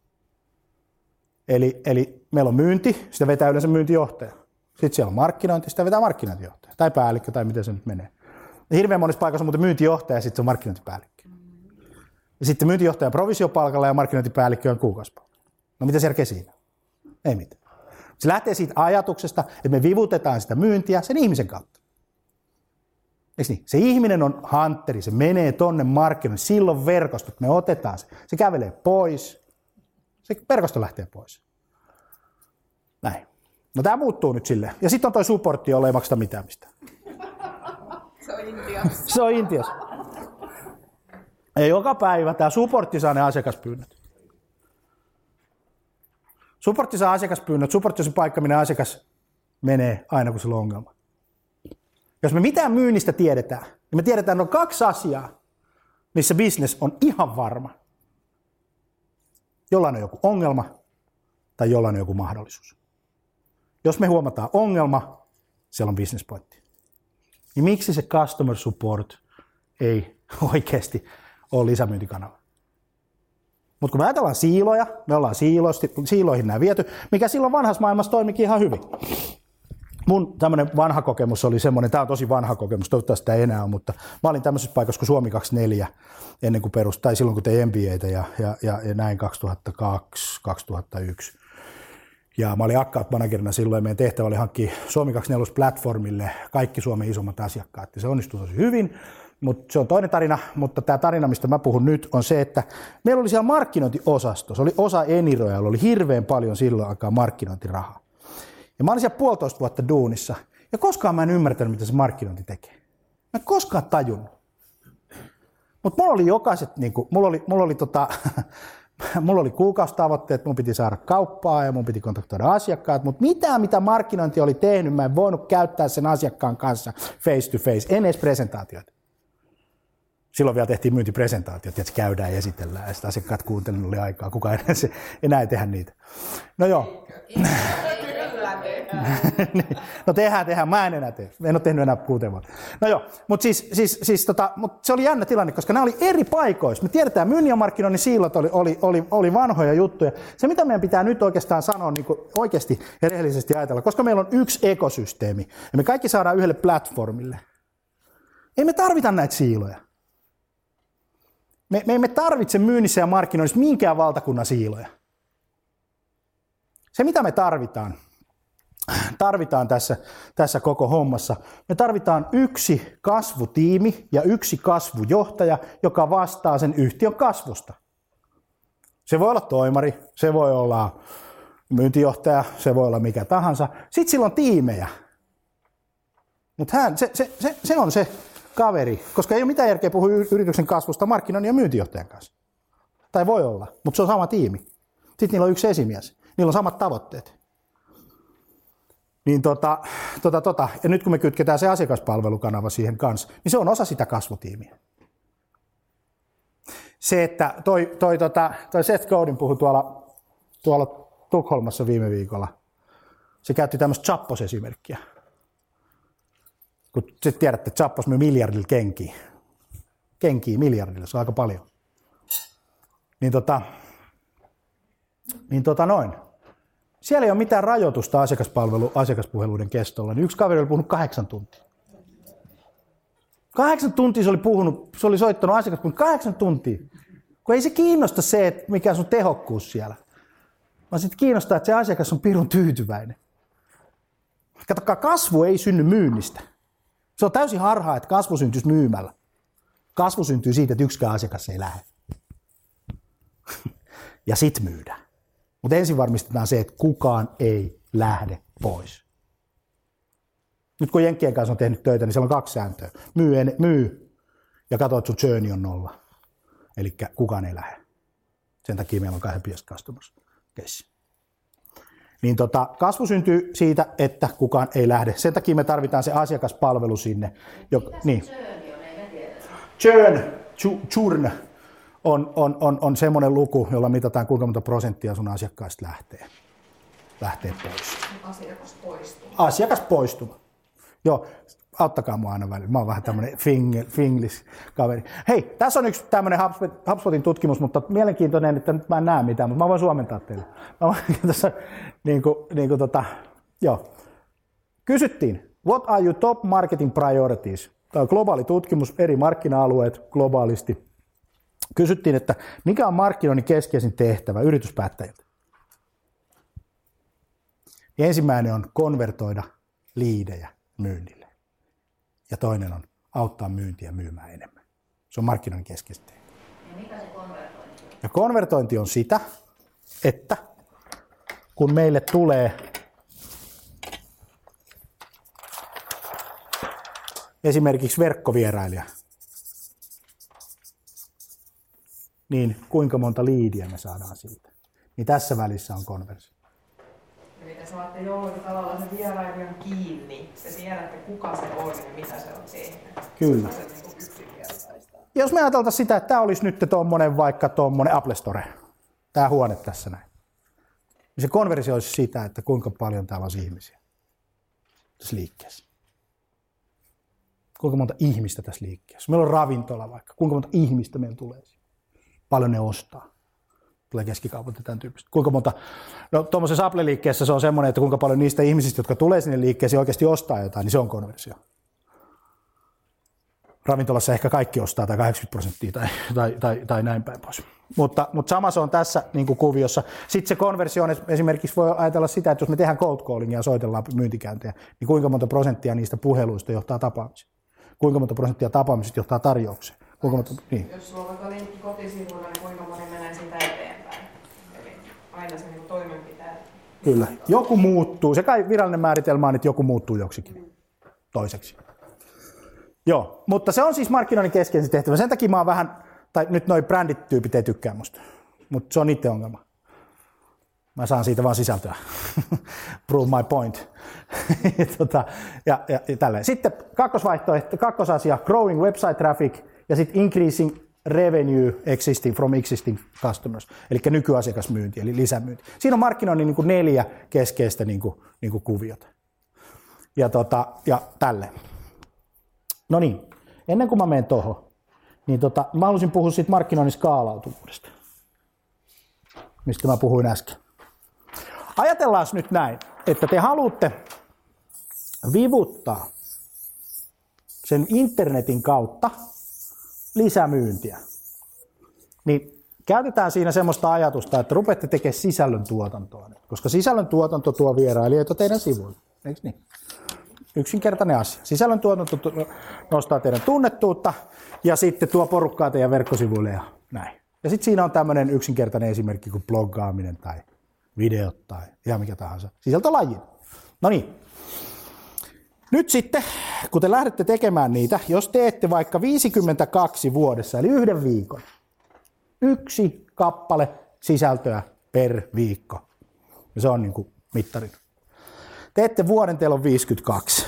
Eli meillä on myynti, sitä vetää yleensä myyntijohtaja. Sitten siellä on markkinointi, sitä vetää markkinointijohtaja. Tai päällikkö, tai miten se nyt menee. Ja hirveän monessa paikassa on muuten myyntijohtaja ja sitten se on markkinointipäällikkö. Ja sitten myyntijohtaja on provisiopalkalla ja markkinointipäällikkö on kuukausipalkalla. No mitä järkeä siinä? Ei mitään. Se lähtee siitä ajatuksesta, että me vivutetaan sitä myyntiä sen ihmisen kautta. Eikö niin? Se ihminen on hunteri, se menee tonne markkinoille, silloin verkostot, me otetaan se. Se kävelee pois, se verkosto lähtee pois. Näin. No tää muuttuu nyt silleen. Ja sitten on toi supportti, jolla ei makseta mitään mistään. Se on Intiassa. Se on Intiassa. Ja joka päivä tää supportti saa ne asiakaspyynnöt. Supportti saa asiakaspyynnöt. Supportti on se paikka, minne asiakas menee aina, kun sillä on ongelma. Jos me mitään myynnistä tiedetään, niin me tiedetään, että on 2 asiaa, missä business on ihan varma. Jollain on joku ongelma tai jollain on joku mahdollisuus. Jos me huomataan ongelma, siellä on business pointti. Niin miksi se customer support ei oikeasti ole lisämyyntikanava? Mutta kun me ajatellaan siiloja, me ollaan siiloihin nämä viety, mikä silloin vanhassa maailmassa toimikin ihan hyvin. Mun tämmöinen vanha kokemus oli semmoinen, tämä on tosi vanha kokemus, toivottavasti sitä ei enää ole, mutta mä olin tämmöisessä paikassa kuin Suomi 24 ennen kuin tai silloin kun tein MBAtä ja näin 2002-2001. Ja mä olin account managerina silloin ja meidän tehtävä oli hankkia Suomi 24-platformille kaikki Suomen isommat asiakkaat. Ja se onnistui tosi hyvin, mutta se on toinen tarina. Mutta tämä tarina, mistä mä puhun nyt, on se, että meillä oli siellä markkinointiosasto. Se oli osa Eniroja, jolla oli hirveän paljon silloin aikaa markkinointirahaa. Ja mä olin siellä 1,5 vuotta duunissa. Ja koskaan mä en ymmärtänyt, mitä se markkinointi tekee. Mä en koskaan tajunnut. Mutta mulla oli jokaiset, niinku, mulla oli kuukausitavoitteet, mun piti saada kauppaa ja mun piti kontaktoida asiakkaat, mutta mitä markkinointi oli tehnyt, mä en voinut käyttää sen asiakkaan kanssa face to face, en edes presentaatioita. Silloin vielä tehtiin myyntipresentaatiot, että käydään ja esitellään ja sitten asiakkaat kuuntelivat, oli aikaa, kukaan enää ei tehdä niitä. No joo. No tehdään, mä en enää tee. En ole tehnyt enää 6 vuotta. No joo, mutta mut se oli jännä tilanne, koska nämä oli eri paikoissa. Me tiedetään, myynnin ja markkinoinnin siilot oli vanhoja juttuja. Se, mitä meidän pitää nyt oikeastaan sanoa niin oikeasti ja rehellisesti ajatella, koska meillä on yksi ekosysteemi ja me kaikki saadaan yhdelle platformille. Ei me tarvita näitä siiloja. Me emme tarvitse myynnissä ja markkinoinnissa minkään valtakunnan siiloja. Se, mitä me tarvitaan tässä koko hommassa. Me tarvitaan yksi kasvutiimi ja yksi kasvujohtaja, joka vastaa sen yhtiön kasvusta. Se voi olla toimari, se voi olla myyntijohtaja, se voi olla mikä tahansa. Sitten sillä on tiimejä. Mutta se on se kaveri, koska ei ole mitään järkeä puhua yrityksen kasvusta markkinoinnin ja myyntijohtajan kanssa. Tai voi olla, mutta se on sama tiimi. Sitten niillä on yksi esimies. Niillä on samat tavoitteet. Niin ja nyt kun me kytketään se asiakaspalvelukanava siihen kanssa, niin se on osa sitä kasvutiimiä. Se, että toi Seth Godin puhui tuolla Tukholmassa viime viikolla, se käytti tämmöistä Zappos-esimerkkiä. Kun sitten tiedätte, että Zappos myy miljardilla kenkiä. Kenkiä miljardilla, se on aika paljon. Noin. Siellä ei ole mitään rajoitusta asiakaspuheluiden kestolla, niin yksi kaveri oli puhunut 8 tuntia. 8 tuntia se oli soittanut asiakaspuhelun 8 tuntia. Kun ei se kiinnosta se, että mikä on sun tehokkuus siellä, vaan sitten kiinnostaa, että se asiakas on pirun tyytyväinen. Katsokaa, kasvu ei synny myynnistä. Se on täysin harhaa, että kasvu syntyisi myymällä. Kasvu syntyy siitä, että yksikään asiakas ei lähde. Ja sit myydään. Mutta ensin varmistetaan se, että kukaan ei lähde pois. Nyt kun Jenkkien kanssa on tehnyt töitä, niin siellä on 2 sääntöä. Myy ja katso, että sun churn on 0. Eli kukaan ei lähde. Sen takia meillä on 2 biggest customers case. Niin kasvu syntyy siitä, että kukaan ei lähde. Sen takia me tarvitaan se asiakaspalvelu sinne. Mitä se churn on? Ei me tiedetä. Churn on semmoinen luku, jolla mitataan kuinka monta prosenttia sun asiakkaista lähtee pois. Asiakas poistuma. Joo, auttakaa mua aina välillä. Mä oon vähän tämmönen finglish-kaveri. Hei, tässä on yksi tämmönen HubSpotin tutkimus, mutta mielenkiintoinen, että nyt mä en näe mitään, mutta mä voin suomentaa teille. Tässä, joo. Kysyttiin, what are your top marketing priorities? Tämä on globaali tutkimus, eri markkina-alueet globaalisti. Kysyttiin, että mikä on markkinoinnin keskeisin tehtävä yrityspäättäjiltä? Ja ensimmäinen on konvertoida liidejä myynnille. Ja toinen on auttaa myyntiä myymään enemmän. Se on markkinoinnin keskeistä. Ja mikä se konvertointi on? Ja konvertointi on sitä, että kun meille tulee esimerkiksi verkkovierailija, niin kuinka monta liidiä me saadaan siitä. Niin tässä välissä on konversio. Eli te saatte jollakin tavalla sen vierailijan kiinni. Te tiedätte, kuka se on ja mitä se on tehnyt. Kyllä. Se niin yksinkertaistaa. Jos me ajateltaisiin sitä, että tämä olisi nyt vaikka tuommoinen Apple Store, tämä huone tässä näin, niin se konversio olisi sitä, että kuinka paljon täällä olisi ihmisiä tässä liikkeessä. Kuinka monta ihmistä tässä liikkeessä. Meillä on ravintola vaikka, kuinka monta ihmistä meillä tulee. Paljon ne ostaa. Tulee keskikaupat ja tämän tyyppistä. Kuinka monta, no tuommoisessa Apple-liikkeessä se on semmoinen, että kuinka paljon niistä ihmisistä, jotka tulee sinne liikkeeseen oikeasti ostaa jotain, niin se on konversio. Ravintolassa ehkä kaikki ostaa tai 80% tai näin päin pois. Mutta sama se on tässä niin kuin kuviossa. Sitten se konversio on esimerkiksi voi ajatella sitä, että jos me tehdään cold callingia ja soitellaan myyntikäyntejä, niin kuinka monta prosenttia niistä puheluista johtaa tapaamiseen? Kuinka monta prosenttia tapaamisista johtaa tarjoukseen? Niin. Jos sulla on vaikka linkki kotisivuilla, niin kuinka moni menee sitä eteenpäin? Eli aina se niin toimenpiteet. Kyllä. Joku muuttuu. Se kai virallinen määritelmä on, että joku muuttuu joksikin toiseksi. Joo, mutta se on siis markkinoinnin keskeisin tehtävä. Sen takia mä oon vähän, tai nyt noi brändityypit ei tykkää musta, mutta se on niiden ongelma. Mä saan siitä vaan sisältöä. Prove my point. ja tälleen. Sitten kakkosasia, growing website traffic ja sitten increasing revenue from existing customers, eli nykyasiakasmyynti, eli lisämyynti. Siinä on markkinoinnin niin kuin 4 keskeistä niin kuin kuviota. Ja tälleen. No niin, ennen kuin mä menen tuohon, niin mä haluaisin puhua siitä markkinoinnin skaalautuvuudesta, mistä mä puhuin äsken. Ajatellaan nyt näin, että te haluatte vivuttaa sen internetin kautta lisämyyntiä. Niin käytetään siinä semmoista ajatusta, että rupeatte tekemään sisällöntuotantoa, koska sisällöntuotanto tuo vierailijoita teidän sivuille. Eikö niin? Yksinkertainen asia. Sisällöntuotanto nostaa teidän tunnettuutta ja sitten tuo porukkaa teidän verkkosivuille ja näin. Ja sitten siinä on tämmöinen yksinkertainen esimerkki kuin bloggaaminen tai videot tai ihan mikä tahansa sisältölaji. No niin. Nyt sitten, kun te lähdette tekemään niitä, jos teette vaikka 52 vuodessa, eli 1 viikon, 1 kappale sisältöä per viikko. Ja se on niin kuin mittarin. Teette vuoden, teillä on 52.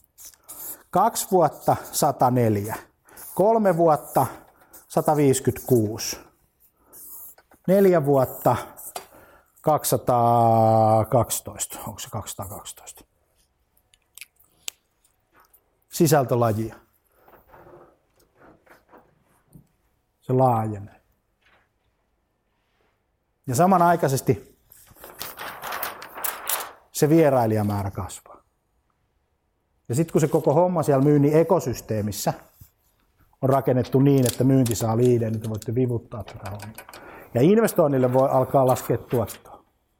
2 vuotta 104. 3 vuotta 156. 4 vuotta 212. Onko se 212? Sisältölajia. Se laajenee. Ja samanaikaisesti se vierailijamäärä kasvaa. Ja sitten kun se koko homma siellä myynnin ekosysteemissä on rakennettu niin, että myynti saa liidejä, niin te voitte vivuttaa tätä hommaa. Ja investoinnille voi alkaa laskea tuottoa.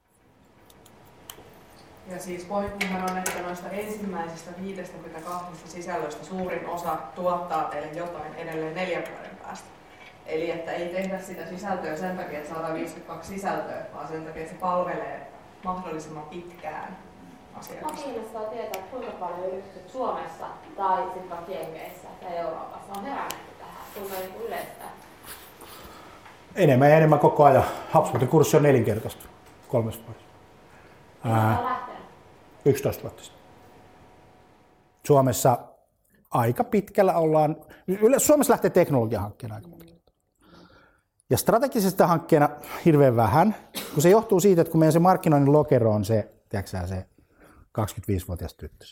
Ja siis pointtihan on, että noista ensimmäisistä 52 sisällöstä suurin osa tuottaa teille jotain edelleen 4 vuoden päästä. Eli että ei tehdä sitä sisältöä sen takia, että saadaan 52 sisältöä, vaan sen takia, että se palvelee mahdollisimman pitkään asiakasta. Kiinnostaa tietää, kuinka paljon yritykset Suomessa tai sitten vaikka Jenkeissä tai Euroopassa on herännyt tähän, kuinka yleistä. Enemmän ja enemmän koko ajan. HubSpotin kurssi on 4-kertaistunut 3 vuodessa. 11 vuotta sitten. Suomessa aika pitkällä ollaan. Suomessa lähtee teknologiahankkeen aika pitkällä. Ja strategisesta hankkeena hirveän vähän, kun se johtuu siitä, että kun meidän se markkinoinnin lokero on se, tiedätkö se 25-vuotias tyttö.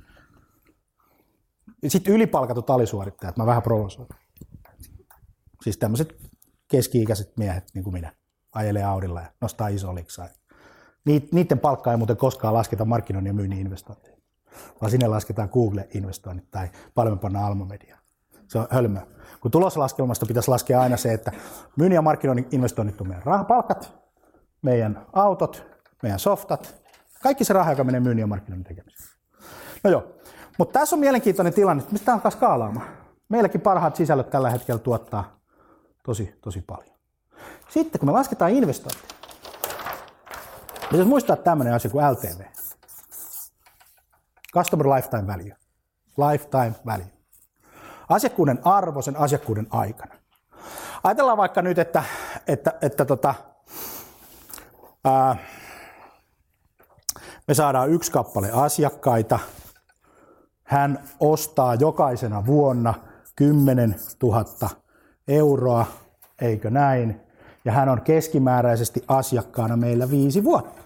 Sitten ylipalkatut alisuorittajat, mä vähän provosoin. Siis tämmöiset keski-ikäiset miehet, niin kuin minä, ajelee Audilla ja nostaa iso liksaa. Niiden palkkaa ei muuten koskaan lasketa markkinoinnin ja myynnin investointiin, vaan sinne lasketaan Google-investoinnit tai paljon pannaan Alma-mediaa. Se on hölmöä. Kun tuloslaskelmasta pitäisi laskea aina se, että myynnin ja markkinoinnin investoinnit on meidän rahapalkat, meidän autot, meidän softat, kaikki se raha, joka menee myynnin ja markkinoinnin tekemiseen. No joo, mutta tässä on mielenkiintoinen tilanne, että mistä alkaa skaalaamaan. Meilläkin parhaat sisällöt tällä hetkellä tuottaa tosi paljon. Sitten kun me lasketaan investointeja, pitäisi muistaa tämmöinen asia kuin LTV. Customer Lifetime Value. Lifetime Value. Asiakkuuden arvo sen asiakkuuden aikana. Ajatellaan vaikka nyt, että me saadaan 1 kappale asiakkaita. Hän ostaa jokaisena vuonna 10 000 euroa, eikö näin? Ja hän on keskimääräisesti asiakkaana meillä 5 vuotta.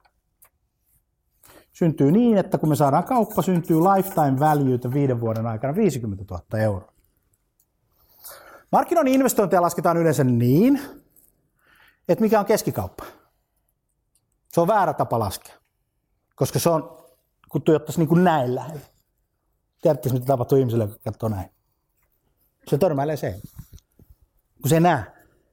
Syntyy niin, että kun me saadaan kauppa, syntyy lifetime valueta 5 vuoden aikana 50 000 euroa. Markkinoinnin investointeja lasketaan yleensä niin, että mikä on keskikauppa. Se on väärä tapa laskea, koska se on, kun tuijottaisi niin kuin näin lähellä. Tiedätkö, mitä tapahtuu ihmiselle, joka katsoo näin? Se törmäilee se, kun se ei näe.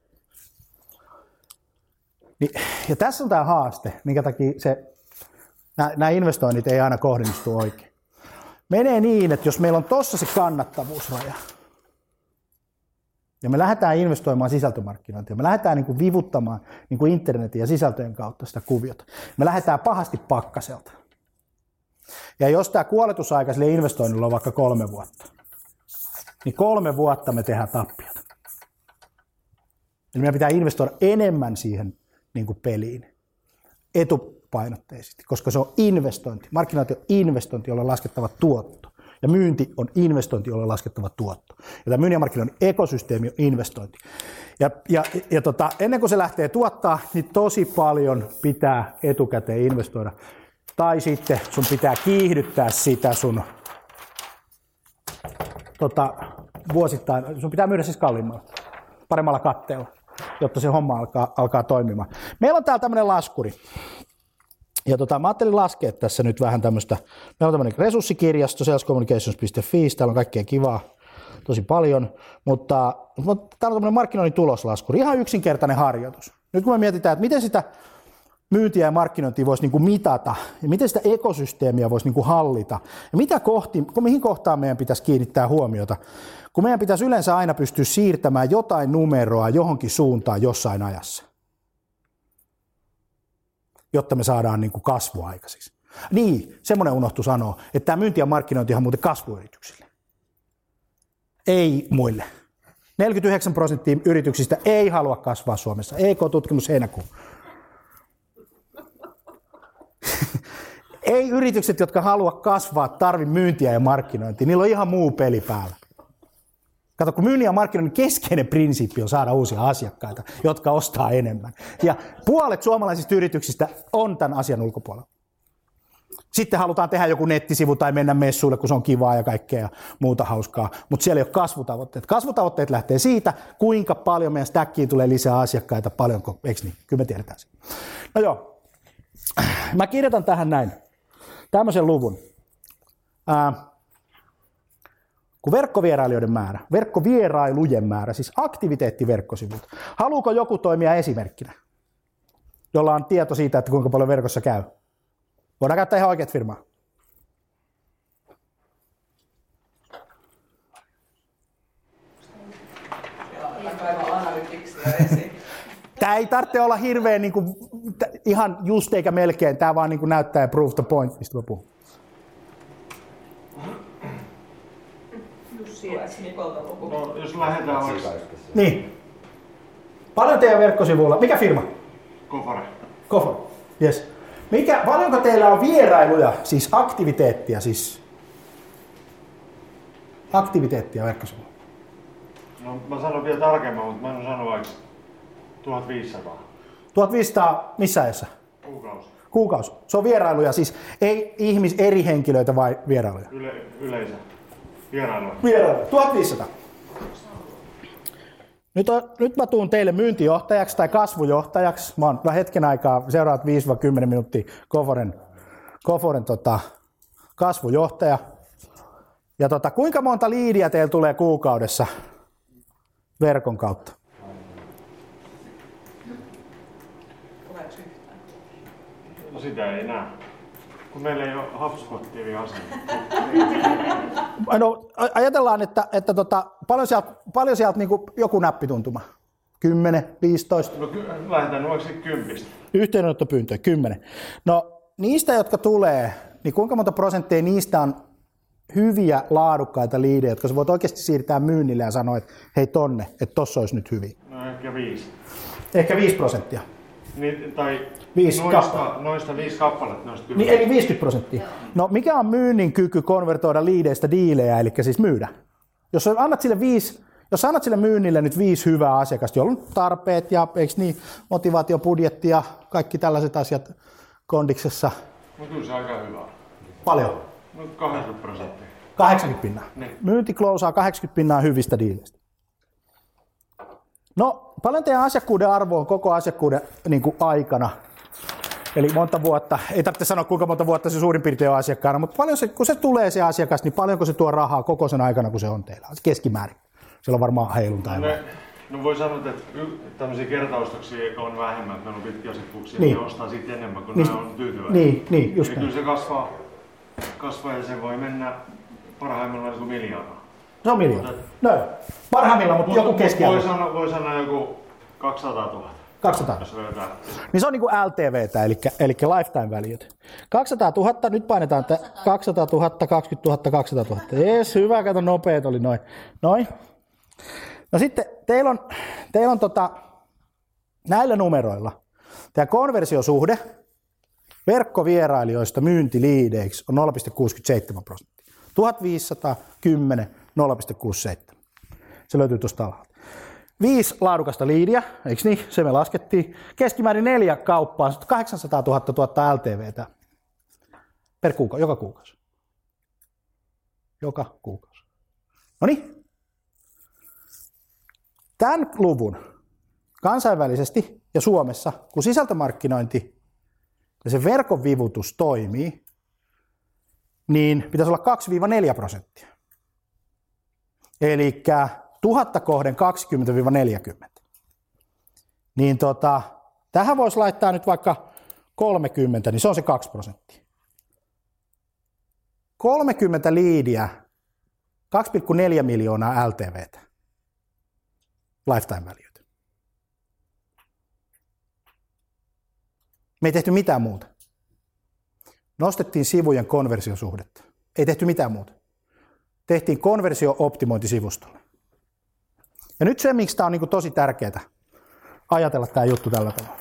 Ja tässä on tämä haaste, minkä takia nämä investoinnit ei aina kohdennistu oikein. Menee niin, että jos meillä on tuossa se kannattavuusraja, ja me lähdetään investoimaan sisältömarkkinointia, me lähdetään niin kuin vivuttamaan niin kuin internetin ja sisältöjen kautta sitä kuviota, me lähdetään pahasti pakkaselta. Ja jos tämä kuoletusaika sille investoinnilla on vaikka 3 vuotta, niin 3 vuotta me tehdään tappiota. Eli meidän pitää investoida enemmän siihen niin kuin peliin etupainotteisesti, koska se on investointi. Markkinointi on investointi, jolla on laskettava tuotto. Ja myynti on investointi, jolla on laskettava tuotto. Ja tämä myynnin ja markkinoinnin ekosysteemi on investointi. Ja ennen kuin se lähtee tuottaa, niin tosi paljon pitää etukäteen investoida. Tai sitten sun pitää kiihdyttää sitä sun vuosittain. Sun pitää myydä siis kalliimmalla, paremmalla katteella, jotta se homma alkaa toimimaan. Meillä on täällä tämmöinen laskuri. Ja mä ajattelin laskea tässä nyt vähän tämmöistä. Meillä on tämmöinen resurssikirjasto, salescommunications.fi, täällä on kaikkea kivaa, tosi paljon. Mutta täällä on tämmöinen markkinoinnin tuloslaskuri, ihan yksinkertainen harjoitus. Nyt kun me mietitään, että miten sitä myyntiä ja markkinointia voisi niin kuin mitata, ja miten sitä ekosysteemiä voisi niin kuin hallita, ja mihin kohtaan meidän pitäisi kiinnittää huomiota, kun meidän pitäisi yleensä aina pystyä siirtämään jotain numeroa johonkin suuntaan jossain ajassa, jotta me saadaan niin kuin kasvua aikaiseksi. Niin, semmoinen unohtui sanoa, että tämä myynti ja markkinointi on muuten kasvuyrityksille. Ei muille. 49% yrityksistä ei halua kasvaa Suomessa. EK-tutkimus heinäkuun. Ei yritykset, jotka haluaa kasvaa, tarvi myyntiä ja markkinointia. Niillä on ihan muu peli päällä. Kato, kun myynnin ja markkinoinnin keskeinen prinsiippi on saada uusia asiakkaita, jotka ostaa enemmän. Ja puolet suomalaisista yrityksistä on tämän asian ulkopuolella. Sitten halutaan tehdä joku nettisivu tai mennä messuille, kun se on kivaa ja kaikkea muuta hauskaa. Mutta siellä ei ole kasvutavoitteet. Kasvutavoitteet lähtee siitä, kuinka paljon meidän stackiin tulee lisää asiakkaita, paljonko, eikö niin? Kyllä me tiedetään se. No joo, mä kirjoitan tähän näin. Tämmöisen luvun. Kun verkkovierailujen määrä, siis aktiviteettiverkkosivut, haluuko joku toimia esimerkkinä, jolla on tieto siitä, että kuinka paljon verkossa käy? Voidaan käyttää ihan oikeat firmaa. Tämä ei tarvitse olla hirveän niin kuin, ihan just eikä melkein, tämä vaan niin kuin näyttää ja prove the point, mistä mä puhun. No, jos lähdetään niin. Paljon teidän verkkosivuilla. Mikä firma? Kofare. Yes. Paljonko teillä on vierailuja, siis aktiviteettia verkkosivuilla? No, mä sanon vielä tarkemmin, mutta mä en sano vaikka 1500. 1500 missä ajassa? Kuukausi. Se on vierailuja, siis ei eri henkilöitä vai vierailuja? Yleisö. Vierailuja. 1500. Nyt mä tuun teille myyntijohtajaksi tai kasvujohtajaksi. Mä oon hetken aikaa, seuraavat 5-10 minuuttia Koforen kasvujohtaja. Ja kuinka monta liidiä teillä tulee kuukaudessa verkon kautta? No sitä ei näe. Kun meillä ei ole HubSpot-tili asemia. No, ajatellaan, että paljon sieltä niin joku näppituntuma. 10, 15. No lähdetään vaikka 10. Yhteydenottopyyntöjä, 10. No niistä, jotka tulee, niin kuinka monta prosenttia niistä on hyviä, laadukkaita liidejä, jotka sä voit oikeasti siirtää myynnille ja sanoa, että hei tonne, että tossa olisi nyt hyviä? No ehkä 5. Ehkä 5%. Niin, tai 5 noista 5 kappaletta. Niin, eli 50%. No mikä on myynnin kyky konvertoida liideistä diilejä, eli siis myydä? Jos annat sille myynnille nyt 5 hyvää asiakasta, jolla on tarpeet ja eikö niin, motivaatio, budjetti ja kaikki tällaiset asiat kondiksessa. No kyllä se on aika hyvä. Paljon? No 80%. 80%. Niin. Myynti closaa 80% hyvistä diileistä. No, paljon teidän asiakkuuden arvo on koko asiakkuuden niin kuin aikana? Eli monta vuotta, ei tarvitse sanoa kuinka monta vuotta se suurin piirtein on asiakkaana, mutta paljon kun se tulee se asiakas, niin paljonko se tuo rahaa koko sen aikana, kun se on teillä? Keskimäärin. Siellä on varmaan heiluntaa. No voi sanoa, että tämmöisiä kertaostoksia on vähemmän, että ne on pitkiä asiakkuuksia, niin. Ne ostaa siitä enemmän, kun ne on tyytyväisiä. Niin, just kyllä se kasvaa ja se voi mennä parhaimmillaan kuin miljoonaa. Se on miljoona. No, parhaimmillaan, mutta joku keskiarvo. Voi sanoa joku 200 000. 200 000. Niin se on niin kuin LTVtä, eli lifetime value. 200 000, nyt painetaan 200 000, 20 000, 200 000. Jees, hyvä, kato, nopeet oli noin. No sitten teillä on näillä numeroilla tämä konversiosuhde verkkovierailijoista myyntiliideiksi on 0,67%. 1500, 10, 0,67. Se löytyy tuosta alhaalta. 5 laadukasta liidiä, eikö niin? Se me laskettiin. Keskimäärin 4 kauppaa, 800 000 tuottaa LTVtä per kuukausi, joka kuukausi. Joka kuukausi. Noniin. Tämän luvun kansainvälisesti ja Suomessa, kun sisältömarkkinointi ja se verkon vivutus toimii, niin pitäisi olla 2-4%. Eli 1000 kohden 20-40. Niin tähän voisi laittaa nyt vaikka 30, niin se on se 2%. 30 liidiä, 2,4 miljoonaa LTVtä. Lifetime value. Me ei tehty mitään muuta. Nostettiin sivujen konversiosuhdetta. Ei tehty mitään muuta. Tehtiin konversio-optimointi sivustolle. Ja nyt se, miksi tämä on niin kuin tosi tärkeää ajatella tämä juttu tällä tavalla.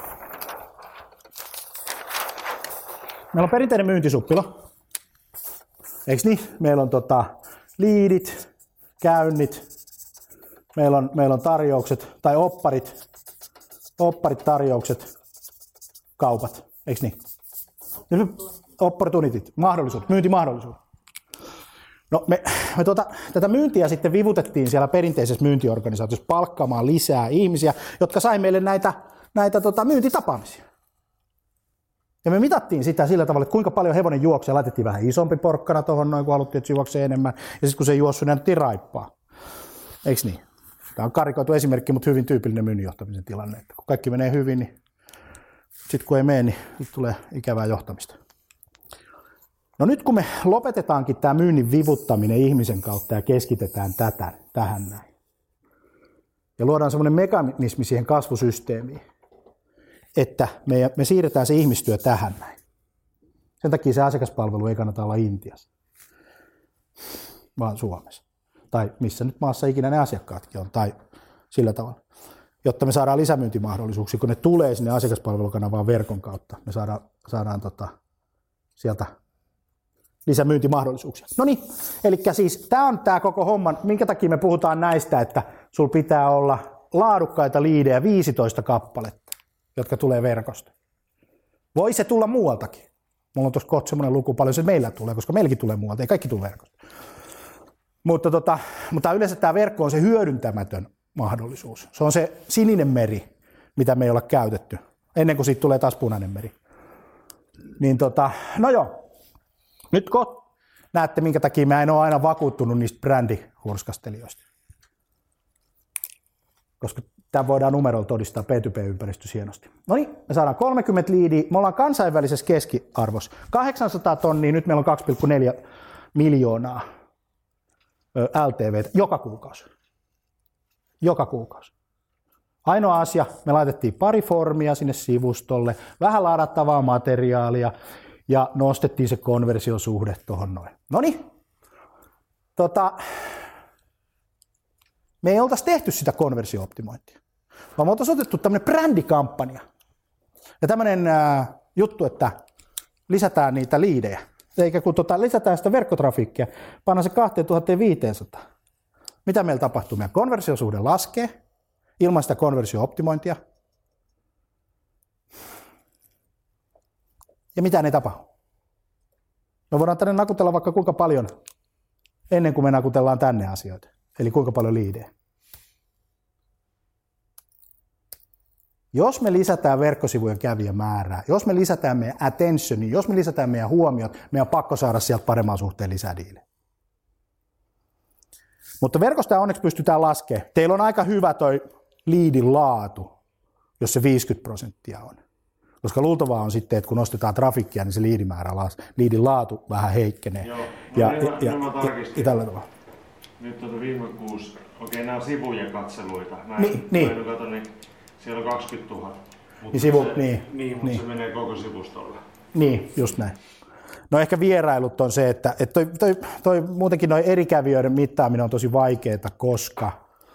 Meillä on perinteinen myyntisuppilo. Eikö niin? Meillä on liidit, käynnit, meillä on tarjoukset tai opparit, tarjoukset, kaupat. Eikö niin? Opportunitit, mahdollisuudet, myyntimahdollisuudet. No me tätä myyntiä sitten vivutettiin siellä perinteisessä myyntiorganisaatiossa palkkaamaan lisää ihmisiä, jotka sai meille näitä myyntitapaamisia. Ja me mitattiin sitä sillä tavalla, että kuinka paljon hevonen juoksee, laitettiin vähän isompi porkkana tuohon noin, kun haluttiin, että se juoksee enemmän. Ja sitten kun se ei juossut, niin annettiin raippaa. Eikö niin? Tämä on karikoitu esimerkki, mutta hyvin tyypillinen myynnin johtamisen tilanne. Että kun kaikki menee hyvin, niin sitten kun ei mene, niin tulee ikävää johtamista. No nyt kun me lopetetaankin tämä myynnin vivuttaminen ihmisen kautta ja keskitetään tähän näin. Ja luodaan semmoinen mekanismi siihen kasvusysteemiin, että me siirretään se ihmistyö tähän näin. Sen takia se asiakaspalvelu ei kannata olla Intiassa, vaan Suomessa. Tai missä nyt maassa ikinä ne asiakkaatkin on, tai sillä tavalla. Jotta me saadaan lisämyyntimahdollisuuksia, kun ne tulee sinne asiakaspalvelukanavaan verkon kautta. Me saadaan sieltä lisämyyntimahdollisuuksia. No niin, eli siis tämä on tämä koko homma, minkä takia me puhutaan näistä, että sulla pitää olla laadukkaita liidejä 15 kappaletta, jotka tulee verkosta. Voi se tulla muualtakin. Mulla on tuossa kohta semmoinen luku paljon se meillä tulee, koska meilläkin tulee muualta, ei kaikki tule verkosta. Mutta yleensä tämä verkko on se hyödyntämätön mahdollisuus. Se on se sininen meri, mitä me ei olla käytetty, ennen kuin siitä tulee taas punainen meri. Niin no joo, nyt näette, minkä takia mä en ole aina vakuuttunut niistä brändihurskastelijoista. Koska tämä voidaan numerolla todistaa P2P-ympäristössä hienosti. No niin, me saadaan 30 liidiä. Me ollaan kansainvälisessä keskiarvossa. 800 tonnia, nyt meillä on 2,4 miljoonaa LTVtä joka kuukausi. Joka kuukausi. Ainoa asia, me laitettiin pari formia sinne sivustolle, vähän ladattavaa materiaalia ja nostettiin se konversiosuhde tuohon noin. Noniin. Me ei oltaisi tehty sitä konversio-optimointia, vaan me oltaisiin otettu tämmöinen brändikampanja ja tämmöinen juttu, että lisätään niitä liidejä. Eikä kun lisätään sitä verkkotrafiikkia, pannaan se 2500. Mitä meillä tapahtuu? Meidän konversiosuhde laskee ilman sitä konversio-optimointia. Ja mitään ei tapahdu. Me voidaan tänne nakutella vaikka kuinka paljon ennen kuin me nakutellaan tänne asioita. Eli kuinka paljon liidejä. Jos me lisätään verkkosivujen kävijämäärää, jos me lisätään meidän attentionia, jos me lisätään meidän huomiot, meidän on pakko saada sieltä paremman suhteen lisää diilejä. Mutta verkosta onneksi pystytään laskemaan. Teillä on aika hyvä toi liidin laatu, jos se 50% on. Koska luultavaa on sitten, että kun nostetaan trafikkia, niin se liidin laatu vähän heikkenee. Joo, no ja tällä tavalla. Nyt viime kuussa, nämä on sivujen katseluita. Niin. Niin siellä on 20 000. Mutta se menee koko sivustolle. Niin, just näin. No ehkä vierailut on se, että toi muutenkin noin eri kävijöiden mittaaminen on tosi vaikeaa, koska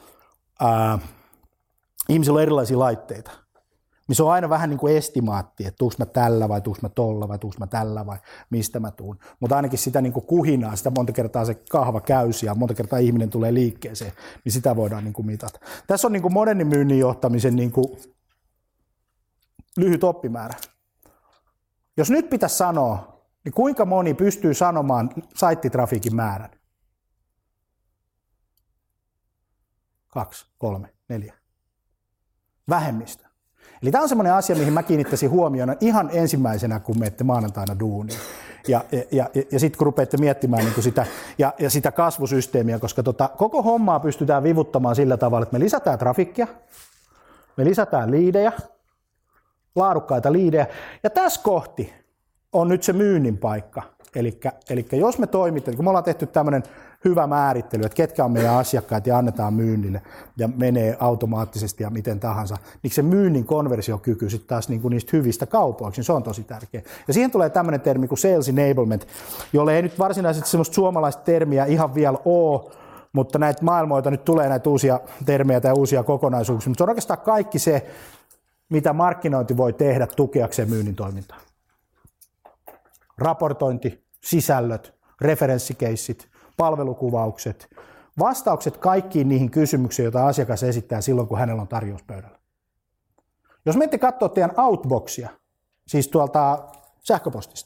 ihmisillä on erilaisia laitteita. Niin se on aina vähän niin kuin estimaatti, että tuuks mä tällä vai tuuks mä tolla vai tuuks mä tällä vai mistä mä tuun. Mutta ainakin sitä niin kuin kuhinaa, sitä monta kertaa se kahva käysi ja monta kertaa ihminen tulee liikkeeseen, niin sitä voidaan niin kuin mitata. Tässä on niin kuin modernin myynnin johtamisen niin kuin lyhyt oppimäärä. Jos nyt pitäisi sanoa, niin kuinka moni pystyy sanomaan saittitrafiikin määrän? 2, 3, 4. Vähemmistö. Eli tämä on semmoinen asia, mihin mä kiinnittäisin huomioon ihan ensimmäisenä, kun menette maanantaina duuniin. Ja sitten kun rupeatte miettimään niin kuin sitä, ja sitä kasvusysteemiä, koska koko hommaa pystytään vivuttamaan sillä tavalla, että me lisätään trafikkia, me lisätään liidejä, laadukkaita liidejä, ja tässä kohti on nyt se myynnin paikka. Eli jos me toimitaan, kun me ollaan tehty tämmöinen hyvä määrittely, että ketkä on meidän asiakkaat ja annetaan myynnille ja menee automaattisesti ja miten tahansa, niin se myynnin konversiokyky sitten taas niin kuin niistä hyvistä kaupoiksi, niin se on tosi tärkeä. Ja siihen tulee tämmöinen termi kuin sales enablement, jolle ei nyt varsinaisesti semmoista suomalaista termiä ihan vielä ole, mutta näitä maailmoita nyt tulee näitä uusia termejä tai uusia kokonaisuuksia, mutta se on oikeastaan kaikki se, mitä markkinointi voi tehdä tukeakseen myynnin toimintaa. Raportointi, sisällöt, referenssikeissit, palvelukuvaukset, vastaukset kaikkiin niihin kysymyksiin, joita asiakas esittää silloin, kun hänellä on tarjous pöydällä. Jos menette katsoa teidän outboxia, siis tuolta sähköpostista,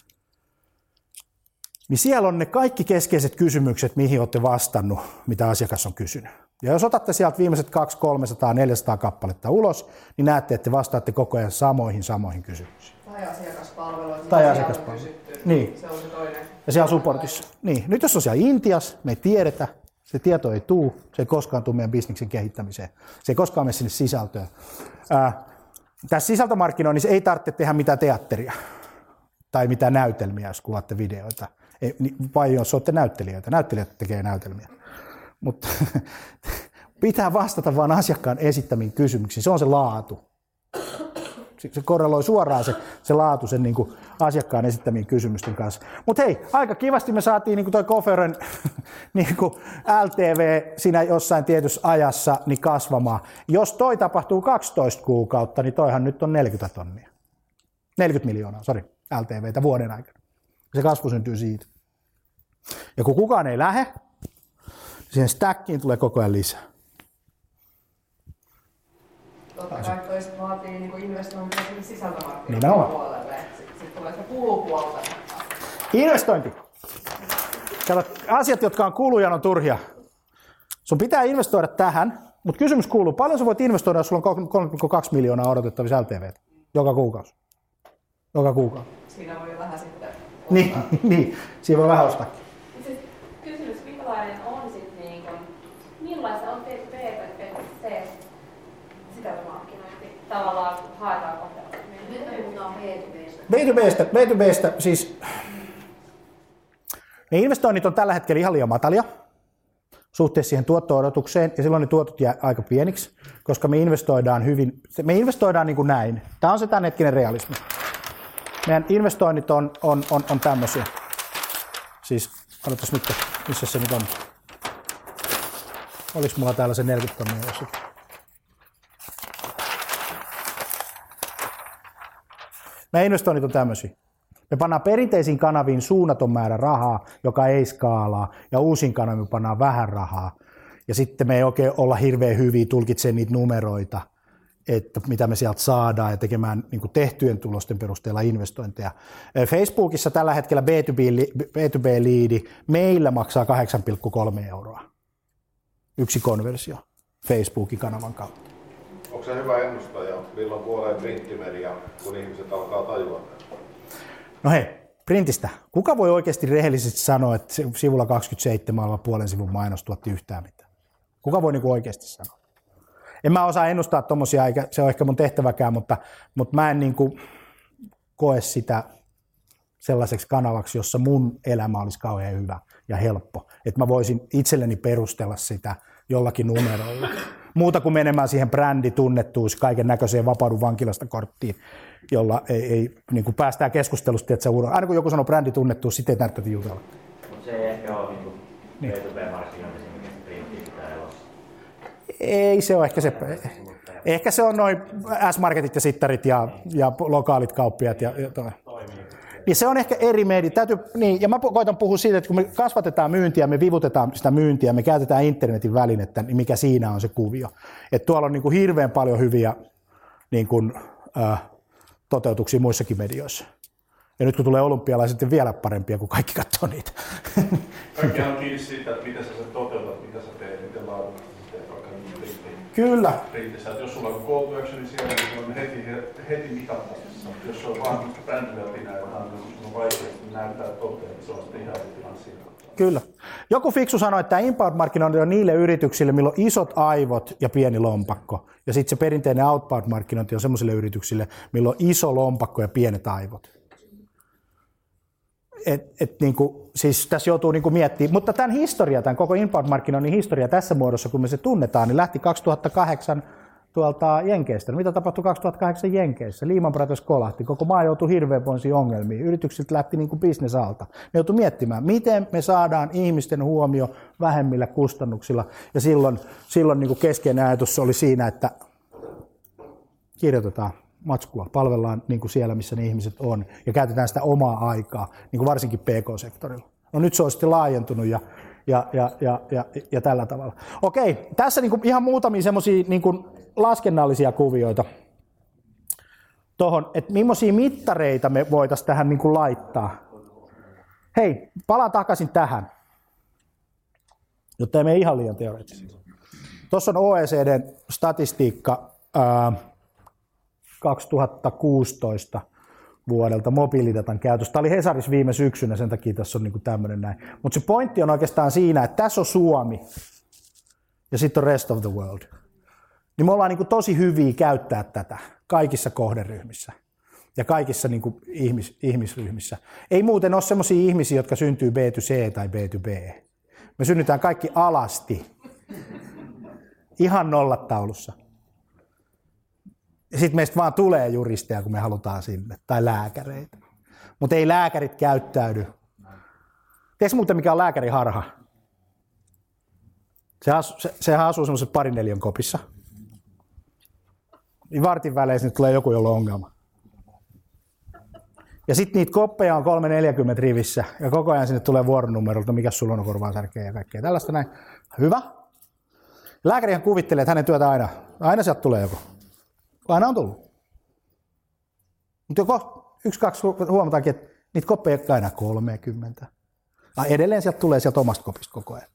niin siellä on ne kaikki keskeiset kysymykset, mihin olette vastannut, mitä asiakas on kysynyt. Ja jos otatte sieltä viimeiset 200, 300, 400 kappaletta ulos, niin näette, että te vastaatte koko ajan samoihin kysymyksiin. Tai asiakaspalveluita. Tai asiakaspalveluita. Niin. Se on se toinen. Ja siellä supportissa. Niin. Nyt jos on siellä Intiassa, me ei tiedetä, se tieto ei tule, se ei koskaan tule meidän bisneksen kehittämiseen. Se ei koskaan mene sinne sisältöön. Tässä sisältömarkkinoinnissa ei tarvitse tehdä mitään teatteria tai mitään näytelmiä, jos kuvaatte videoita. Vai jos olette näyttelijöitä. Näyttelijät tekee näytelmiä. Mutta pitää vastata vain asiakkaan esittämiin kysymyksiin. Se on se laatu. Se korreloi suoraan se laatu sen niin kuin asiakkaan esittämiin kysymysten kanssa. Mutta hei, aika kivasti me saatiin niin kuin toi Goferen niin kuin LTV siinä jossain tietyssä ajassa niin kasvamaan. Jos toi tapahtuu 12 kuukautta, niin toihan nyt on 40 tonnia. 40 miljoonaa, LTVtä vuoden aikana. Se kasvu syntyy siitä. Ja kun kukaan ei lähde, siihen stackiin tulee koko ajan lisää. vaatii niin investointia sinne sisältömarkkinoiden puolelle. Sitten tulee se kulupuolta. Investointi. Kato, asiat, jotka on kuluja, on turhia. Sun pitää investoida tähän, mutta kysymys kuuluu, paljon sä voit investoida, jos sulla on 3,2 miljoonaa odotettavissa LTV:tä joka kuukausi? Joka kuukausi. Siinä voi vähän sitten... Niin, siinä voi vähän ostaakin. Kysymys, minkälainen on sitten, niin millaista on B2C sisältömarkkinointi? Tavallaan haetaan kohtaa. Nyt puhutaan B2B:stä. B2B:stä siis ne investoinnit on tällä hetkellä ihan liian matalia suhteessa siihen tuotto-odotukseen, ja silloin ne tuotot jää aika pieniksi, koska me investoidaan niin kuin näin. Tämä on se tämänhetkinen realismi. Meidän investoinnit on tämmöisiä. Siis, katsotaan nyt, missä se nyt on. Oliko mulla täällä se 40 tonnia jossakin? Meidän investoinnit on tämmöisiä. Me pannaan perinteisiin kanaviin suunnaton määrä rahaa, joka ei skaalaa, ja uusiin kanaviin pannaan vähän rahaa. Ja sitten me ei oikein olla hirveän hyviä tulkitsemaan niitä numeroita, että mitä me sieltä saadaan, ja tekemään niin kuin tehtyjen tulosten perusteella investointeja. Facebookissa tällä hetkellä B2B-liidi meillä maksaa 8,3 euroa. Yksi konversio Facebookin kanavan kautta. Onko se hyvä ennustaja, milloin kuolee printtimedia, kun ihmiset alkaa tajua? No hei, printistä. Kuka voi oikeasti rehellisesti sanoa, että sivulla 27 oleva puolen sivun mainos tuotti yhtään mitään? Kuka voi niinku oikeasti sanoa? En mä osaa ennustaa tommosia, eikä se ole ehkä mun tehtäväkään, mutta mä en niinku koe sitä sellaiseksi kanavaksi, jossa mun elämä olisi kauhean hyvä ja helppo. Että mä voisin itselleni perustella sitä jollakin numerolla. Muuta kuin menemään siihen bränditunnettuus, kaiken näköiseen vapaudu vankilasta korttiin, jolla ei niin kuin päästään keskustelusta, että aina kun joku sanoo bränditunnettuus, sitten ei tarvitse jutella. Mutta se ei ehkä ole niin B2B-markkinointi, mikä printtiin pitää elossa. Ei se ole ehkä se. Ehkä se on noin S-marketit ja sittarit ja lokaalit kauppiat ja niin se on ehkä eri media. Niin, ja mä koitan puhua siitä, että kun me kasvatetaan myyntiä, me vivutetaan sitä myyntiä, me käytetään internetin välinettä, niin mikä siinä on se kuvio. Että tuolla on niin kuin hirveän paljon hyviä niin kuin, toteutuksia muissakin medioissa. Ja nyt kun tulee olympialaiset, niin vielä parempia, kun kaikki katsoo niitä. Kaikki on kiinni siitä, että miten sä sen toteutat, mitä sä teet, miten laadukkaasti teet vaikka printtiin. Kyllä. Printissä, että jos sulla on call to action, niin siellä niin on heti mitattavissa. Jos se on vaan brändilöpinä ja vähän on vaikeasti näyttää toteen, niin se on sitten ihan eri tilanne. Kyllä. Joku fiksu sanoi, että inbound-markkinointi on niille yrityksille, millä on isot aivot ja pieni lompakko. Ja sitten se perinteinen outbound-markkinointi on sellaisille yrityksille, millä on iso lompakko ja pienet aivot. Niinku, siis tässä joutuu niinku miettimään, mutta tämän koko inbound-markkinoinnin historia tässä muodossa, kun me se tunnetaan, niin lähti 2008 tuolta Jenkeistä. Mitä tapahtui 2008 Jenkeissä? Lehman Brothers kolahti. Koko maa joutui hirveänmoisiin ongelmiin. Yrityksiltä lähti niin kuin business alta. Ne joutui miettimään, miten me saadaan ihmisten huomio vähemmillä kustannuksilla. Ja silloin niin kuin keskeinen ajatus oli siinä, että kirjoitetaan matskua, palvellaan niin kuin siellä, missä ne ihmiset on. Ja käytetään sitä omaa aikaa, niin kuin varsinkin PK-sektorilla. No nyt se on sitten laajentunut ja tällä tavalla. Okei, tässä niin kuin ihan muutamia semmoisia niin kuin laskennallisia kuvioita tuohon, että millaisia mittareita me voitaisiin tähän niin kuin laittaa. Hei, palaan takaisin tähän, jotta ei mene ihan liian teoreettisesti. Tuossa on OECDn statistiikka 2016 vuodelta mobiilidatan käytöstä. Tämä oli Hesarissa viime syksynä, sen takia tässä on niin tämmöinen näin. Mutta se pointti on oikeastaan siinä, että tässä on Suomi ja sitten on rest of the world. Niin me ollaan niin tosi hyviä käyttää tätä kaikissa kohderyhmissä ja kaikissa niin ihmisryhmissä. Ei muuten ole semmoisia ihmisiä, jotka syntyy B2C tai B2B. Me synnytään kaikki alasti, ihan nollataulussa. Ja sitten meistä vaan tulee juristeja, kun me halutaan sinne, tai lääkäreitä. Mutta ei lääkärit käyttäydy. Tiedätkö muuten, mikä on lääkärin harha? Sehän asuu semmoisessa 2 neliön kopissa. Niin vartin välein sinne tulee joku, jolla on ongelma. Ja sitten niitä koppeja on 340 rivissä, ja koko ajan sinne tulee vuoronumerolta, mikä sulla on korvaan särkeä ja kaikkea tällaista näin. Hyvä. Lääkärihän kuvittelee, että hänen työtä aina sieltä tulee joku. Aina on tullut. Mutta joko 1-2 huomataankin, että niitä koppeja ei ole enää 30. Edelleen sieltä tulee sieltä omasta kopista koko ajan.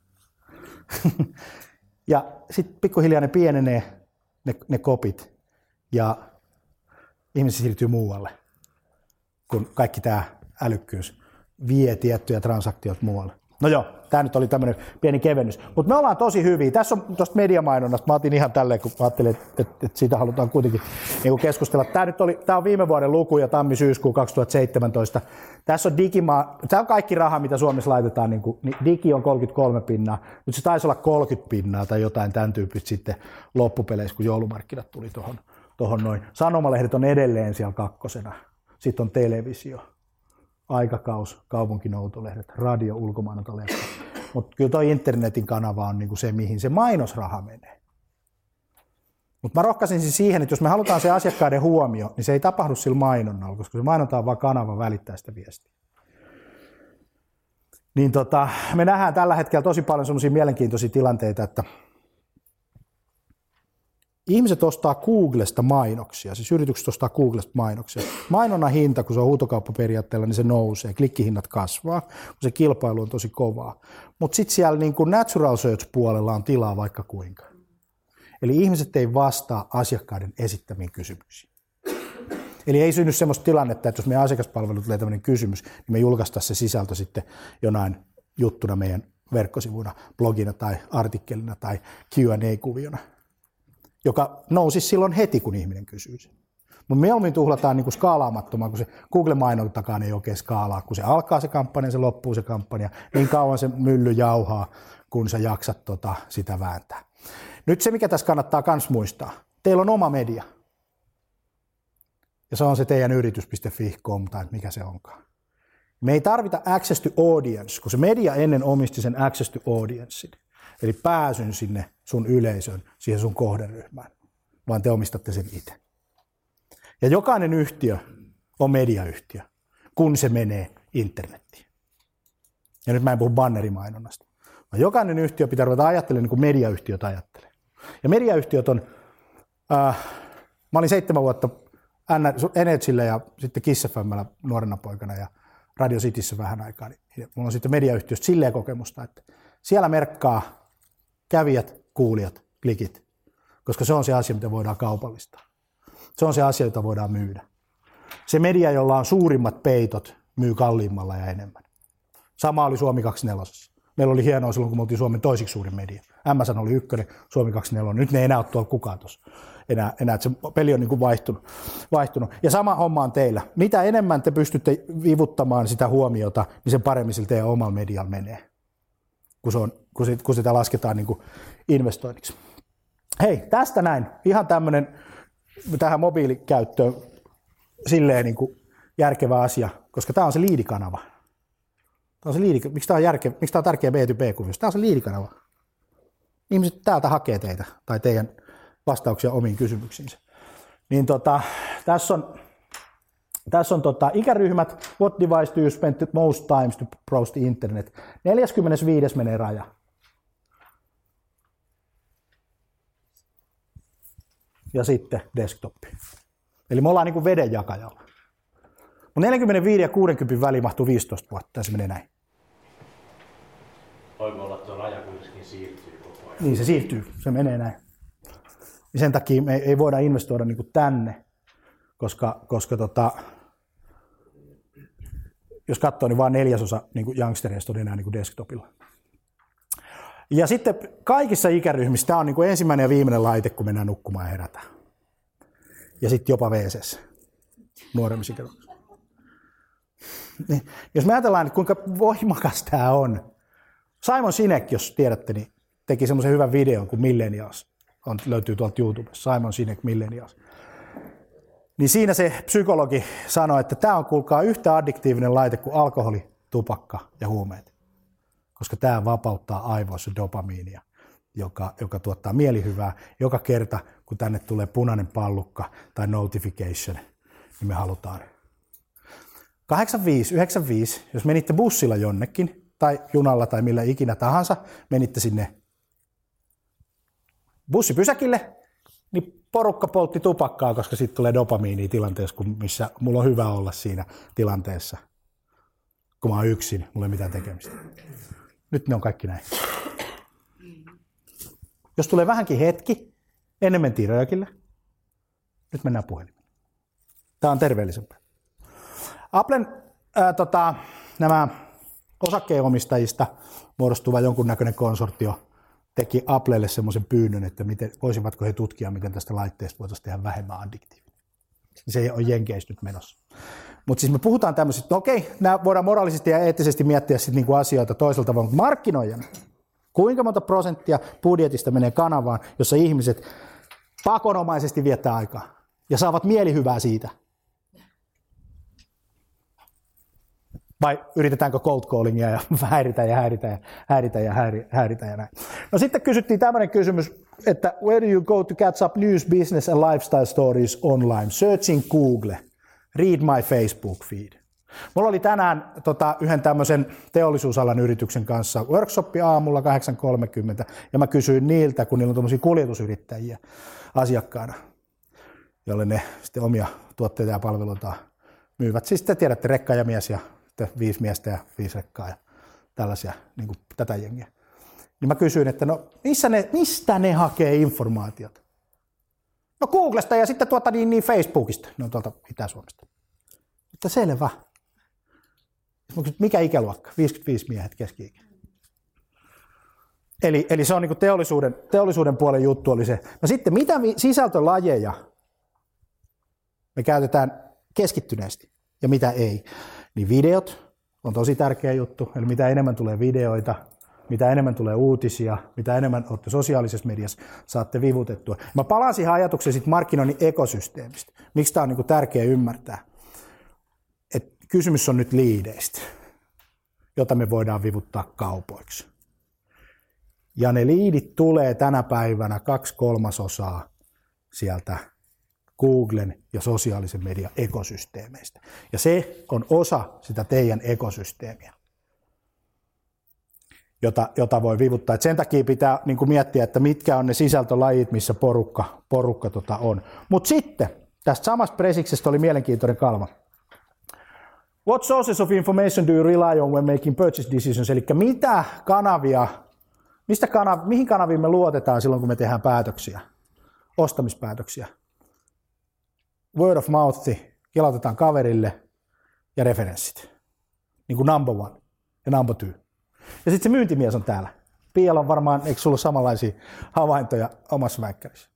Ja sitten pikkuhiljaa ne pienenee, ne kopit, ja ihmiset siirtyy muualle, kun kaikki tämä älykkyys vie tiettyjä transaktioita muualle. No joo, tämä nyt oli tämmöinen pieni kevennys. Mutta me ollaan tosi hyviä. Tässä on tuosta mediamainonnasta. Mä otin ihan tälleen, kun ajattelin, että siitä halutaan kuitenkin niin keskustella. Tämä on viime vuoden luku ja tammi-syyskuu 2017. Tässä on tämä on kaikki raha, mitä Suomessa laitetaan. Niin digi on 33 pinnaa. Nyt se taisi olla 30 pinnaa tai jotain tämän tyyppistä sitten loppupeleissä, kun joulumarkkinat tuli tuohon noin. Sanomalehdet on edelleen siellä kakkosena. Sitten on televisio. Aikakaus, kaupunkinoutalehdet, radio, ulkomainontalehdet. Mutta kyllä tuo internetin kanava on niinku se, mihin se mainosraha menee. Mutta mä rohkaisin siis siihen, että jos me halutaan se asiakkaiden huomio, niin se ei tapahdu sillä mainonnalla, koska se mainonta on vaan kanava välittää sitä viestiä. Niin me nähdään tällä hetkellä tosi paljon sellaisia mielenkiintoisia tilanteita, että ihmiset ostaa Googlesta mainoksia, siis yritykset ostaa Googlesta mainoksia. Mainonnan hinta, kun se on huutokauppaperiaatteella, niin se nousee, klikkihinnat kasvaa, kun se kilpailu on tosi kovaa. Mutta sitten siellä niin kuin natural search-puolella on tilaa vaikka kuinka. Eli ihmiset ei vastaa asiakkaiden esittämiin kysymyksiin. Eli ei synny sellaista tilannetta, että jos meidän asiakaspalvelu tulee tämmöinen kysymys, niin me julkaistaan se sisältö sitten jonain juttuna meidän verkkosivuina, blogina tai artikkelina tai Q&A-kuviona, joka nousisi silloin heti, kun ihminen kysyy sen. Mutta mieluummin tuhlataan niin kuin skaalaamattomaan, kun se Google-mainontakaan ei oikein skaalaa. Kun se alkaa se kampanja, se loppuu se kampanja, niin kauan se mylly jauhaa, kun sä jaksat sitä vääntää. Nyt se, mikä tässä kannattaa myös muistaa. Teillä on oma media. Ja se on se teidän yritys.fi.com tai mikä se onkaan. Me ei tarvita access to audience, kun se media ennen omisti sen access to audiencein. Eli pääsyn sinne sun yleisöön, siihen sun kohderyhmään, vaan te omistatte sen itse. Ja jokainen yhtiö on mediayhtiö, kun se menee internettiin. Ja nyt mä en puhu bannerimainonnasta. Vaan jokainen yhtiö pitää ruveta ajattelemaan niin kuin mediayhtiöt ajattelee. Ja mediayhtiöt on, mä olin 7 vuotta Energyllä ja sitten Kiss FM:llä nuorena poikana ja Radio Cityssä vähän aikaa. Niin mulla on sitten mediayhtiöstä silleen kokemusta, että siellä merkkaa kävijät, kuulijat, klikit, koska se on se asia, mitä voidaan kaupallistaa. Se on se asia, jota voidaan myydä. Se media, jolla on suurimmat peitot, myy kalliimmalla ja enemmän. Sama oli Suomi 24. Meillä oli hienoa silloin, kun me oltiin Suomen toisiksi suurin media. MSN oli 1, Suomi 24. Nyt ne ei enää ole tuolla kukaan tuossa. Enää, että se peli on niin kuin vaihtunut. Ja sama homma on teillä. Mitä enemmän te pystytte vivuttamaan sitä huomiota, niin sen paremmin sillä teidän omalla medialla menee, kun sitä lasketaan niin kuin investoinniksi. Hei, tästä näin. Ihan tämmöinen tähän mobiilikäyttöön silleen niin kuin järkevä asia, koska tämä on se liidikanava. Miksi tämä on tärkeä B2B-kuviossa? Tämä on se liidikanava. Ihmiset täältä hakee teitä tai teidän vastauksia omiin kysymyksiinsä. Niin tässä on ikäryhmät, what device do you spend the most times to browse the internet? 45. menee raja. Ja sitten desktopi. Eli me ollaan niin kuin vedenjakajalla. Mun 45 ja 60 väliin mahtuu 15 vuotta ja se menee näin. Voimme olla, että tuo raja kuitenkin siirtyy koko ajan. Niin se siirtyy, se menee näin. Ja sen takia me ei voida investoida niin kuin tänne, koska jos katsoo, niin vain 4% niin kuin youngstereista on enää niin kuin desktopilla. Ja sitten kaikissa ikäryhmissä tämä on niin kuin ensimmäinen ja viimeinen laite, kun mennään nukkumaan ja herätään. Ja sitten jopa WC:ssä nuoremmissa ikäryhmissä. Niin, jos me ajatellaan, että kuinka voimakas tämä on. Simon Sinek, jos tiedätte, niin teki semmoisen hyvän videon kuin Millennials. Löytyy tuolta YouTubesta, Simon Sinek Millennials. Niin siinä se psykologi sanoi, että tämä on kuulkaa yhtä addiktiivinen laite kuin alkoholi, tupakka ja huumeet. Koska tämä vapauttaa aivoissa dopamiinia, joka tuottaa mielihyvää. Joka kerta, kun tänne tulee punainen pallukka tai notification, niin me halutaan. 85, 95, jos menitte bussilla jonnekin, tai junalla tai millä ikinä tahansa, menitte sinne bussipysäkille, niin porukka poltti tupakkaa, koska sitten tulee dopamiinia tilanteessa, missä mulla on hyvä olla siinä tilanteessa. Kun mä oon yksin, mulla ei mitään tekemistä. Nyt ne on kaikki näin. Jos tulee vähänkin hetki, ennen mentiin röökille, nyt mennään puhelimeen. Tämä on terveellisempää. Applen nämä osakkeenomistajista muodostuva jonkunnäköinen konsortio teki Applelle semmoisen pyynnön, että voisivatko he tutkia, miten tästä laitteesta voitaisiin tehdä vähemmän addiktiivinen. Se on Jenkeissä nyt menossa. Mutta siis me puhutaan tämmöisistä, no okei, nämä voidaan moraalisesti ja eettisesti miettiä sitten niinku asioita toisella tavalla, mutta markkinoijana, kuinka monta prosenttia budjetista menee kanavaan, jossa ihmiset pakonomaisesti viettää aikaa ja saavat mielihyvää siitä? Vai yritetäänkö cold callingia ja häiritä ja näin. No sitten kysyttiin tämmöinen kysymys, että where do you go to catch up news, business and lifestyle stories online? Searching Google, read my Facebook feed. Mulla oli tänään yhden tämmöisen teollisuusalan yrityksen kanssa workshoppi aamulla 8.30 ja mä kysyin niiltä, kun niillä on tämmöisiä kuljetusyrittäjiä asiakkaana, joille ne sitten omia tuotteita ja palveluita myyvät. Siis te tiedätte, rekka ja mies ja 5 miestä ja 5 rekkaa ja tällaisia, niin kuin tätä jengiä. Niin mä kysyin, että no mistä ne hakee informaatiota? No Googlesta ja sitten Facebookista. Ne on tuolta Itä-Suomesta. Että selvä. Mikä ikäluokka? 55 miehet keski-ikä. Eli se on niin kuin teollisuuden puolen juttu oli se. No sitten mitä sisältölajeja me käytetään keskittyneesti ja mitä ei? Niin videot on tosi tärkeä juttu, eli mitä enemmän tulee videoita, mitä enemmän tulee uutisia, mitä enemmän olette sosiaalisessa mediassa, saatte vivutettua. Mä palaan siihen ajatukseen siitä markkinoinnin ekosysteemistä. Miksi tämä on niin kuin tärkeä ymmärtää? Et kysymys on nyt liideistä, jota me voidaan vivuttaa kaupoiksi. Ja ne liidit tulee tänä päivänä 2/3 sieltä Googlen ja sosiaalisen median ekosysteemeistä. Ja se on osa sitä teidän ekosysteemiä, jota voi vivuttaa. Et sen takia pitää niin kuin miettiä, että mitkä on ne sisältölajit, missä porukka on. Mutta sitten tästä samasta presiksestä oli mielenkiintoinen kalva. What sources of information do you rely on when making purchase decisions? Eli mihin kanaviin me luotetaan silloin, kun me tehdään päätöksiä, ostamispäätöksiä? Word of mouth, kilautetaan kaverille ja referenssit. Niin kuin number 1 ja number 2. Ja sitten se myyntimies on täällä. Pialla on varmaan, eikö sulla samanlaisia havaintoja omassa väikkärissä?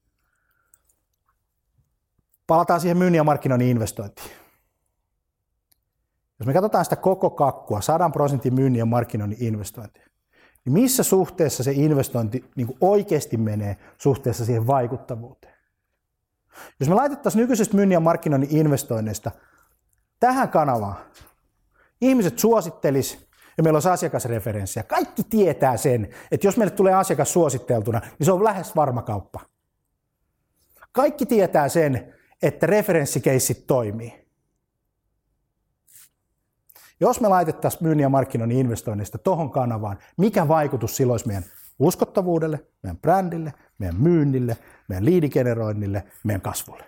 Palataan siihen myynnin ja markkinoinnin investointiin. Jos me katsotaan sitä koko kakkua, 100% myynnin ja markkinoinnin investointia, niin missä suhteessa se investointi niin kuin oikeasti menee suhteessa siihen vaikuttavuuteen? Jos me laitettaisiin nykyisestä myynnin ja markkinoinnin investoinneista tähän kanavaan, ihmiset suosittelis ja meillä olisi asiakasreferenssiä. Kaikki tietää sen, että jos meille tulee asiakas suositteltuna, niin se on lähes varma kauppa. Kaikki tietää sen, että referenssikeissit toimii. Jos me laitettaisiin myynnin ja markkinoinnin investoinnista tohon kanavaan, mikä vaikutus sillä olisi meidän uskottavuudelle, meidän brändille, meidän myynnille, meidän liidigeneroinnille, meidän kasvulle.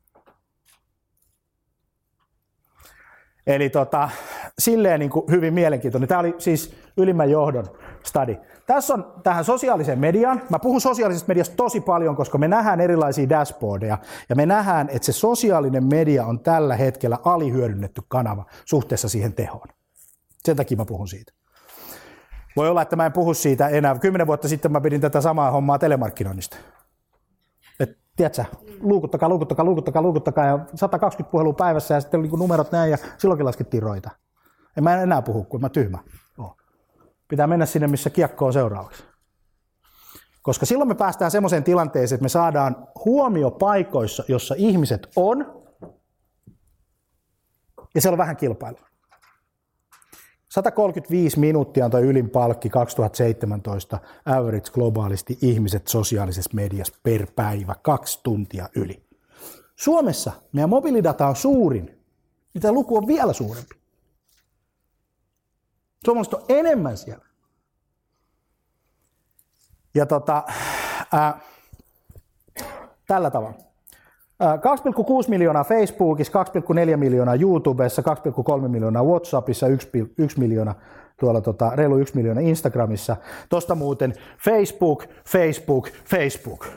Eli silleen niin kuin hyvin mielenkiintoinen. Tämä oli siis ylimmän johdon study. Tässä on tähän sosiaaliseen mediaan. Mä puhun sosiaalisesta mediasta tosi paljon, koska me nähdään erilaisia dashboardeja ja me nähdään, että se sosiaalinen media on tällä hetkellä alihyödynnetty kanava suhteessa siihen tehoon. Sen takia mä puhun siitä. Voi olla, että mä en puhu siitä enää. 10 vuotta sitten mä pidin tätä samaa hommaa telemarkkinoinnista. Tiedätkö, luukuttakaa ja 120 puhelua päivässä ja sitten oli numerot näin ja silloinkin laskettiin roita. En mä enää puhu, kun mä tyhmä. Pitää mennä sinne, missä kiekko on seuraavaksi. Koska silloin me päästään semmoiseen tilanteeseen, että me saadaan huomio paikoissa, jossa ihmiset on ja siellä on vähän kilpailua. 135 minuuttia on tuo ylin palkki 2017 average globaalisti ihmiset sosiaalisessa mediassa per päivä, 2 tuntia yli. Suomessa meidän mobiilidata on suurin, niin tämä luku on vielä suurempi. Suomalaiset on enemmän siellä. Ja tällä tavalla. 2,6 miljoonaa Facebookissa, 2,4 miljoonaa YouTubessa, 2,3 miljoonaa WhatsAppissa, 1 miljoona tuolla reilu 1 miljoona Instagramissa. Tosta muuten Facebook.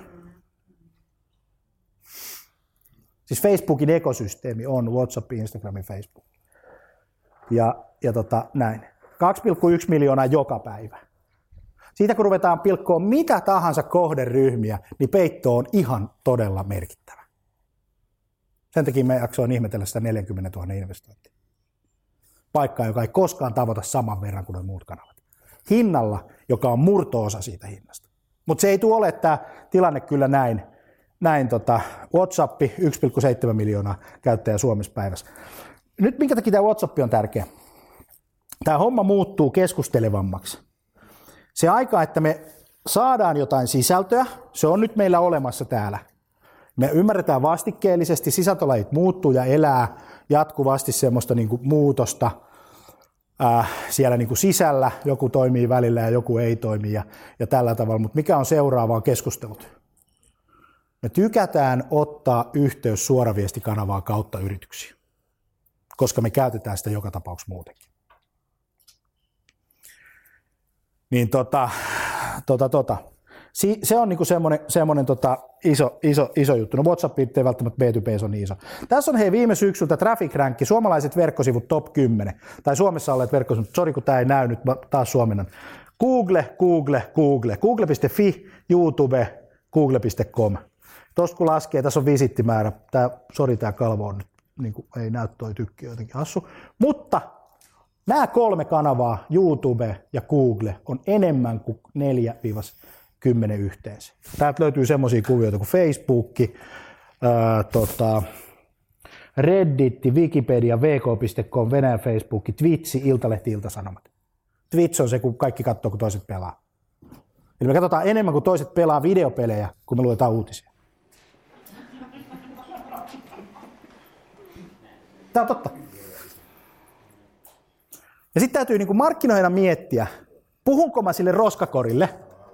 Siis Facebookin ekosysteemi on WhatsApp, Instagram, Facebook. Ja näin. 2,1 miljoonaa joka päivä. Siitä kun ruvetaan pilkkoon mitä tahansa kohderyhmiä, niin peitto on ihan todella merkittävä. Sen takia mä jaksoin ihmetellä sitä 40 000 investointia. Paikkaa, joka ei koskaan tavoita saman verran kuin ne muut kanavat. Hinnalla, joka on murto-osa siitä hinnasta. Mutta se ei tule ole tämä tilanne kyllä näin WhatsApp 1,7 miljoonaa käyttäjää Suomessa päivässä. Nyt minkä takia tämä WhatsApp on tärkeä? Tämä homma muuttuu keskustelevammaksi. Se aika, että me saadaan jotain sisältöä, se on nyt meillä olemassa täällä. Me ymmärretään vastikkeellisesti, sisältölajit muuttuu ja elää jatkuvasti semmoista niin kuin muutosta siellä niin kuin sisällä. Joku toimii välillä ja joku ei toimi ja tällä tavalla. Mutta mikä on seuraavaa keskustelut? Me tykätään ottaa yhteys suoraviestikanavaa kautta yrityksiin, koska me käytetään sitä joka tapauksessa muutenkin. Niin se on niinku semmoinen iso juttu. No WhatsApp ei välttämättä B2B on niin iso. Tässä on viime syksyltä Traffic Rank, suomalaiset verkkosivut top 10, tai Suomessa olleet verkkosivut, sori kun tämä ei näy nyt, taas suomennan. Google.fi, YouTube, google.com. Tuosta kun laskee, tässä on visittimäärä, tämä kalvo on nyt, niin kuin, ei näy toi tykki jotenkin hassu, mutta nämä 3 kanavaa, YouTube ja Google, on enemmän kuin 4-10 yhteensä. Täältä löytyy semmoisia kuvioita kuin Facebook, Reddit, Wikipedia, vk.com, Venäjän Facebook, Twitch, Iltalehti, Iltasanomat. Twitch on se, kun kaikki katsoo, kun toiset pelaa. Eli me katsotaan enemmän kuin toiset pelaa videopelejä, kun me luetaan uutisia. Tämä on totta. Ja sitten täytyy niin markkinoina miettiä, puhunko mä sille roskakorille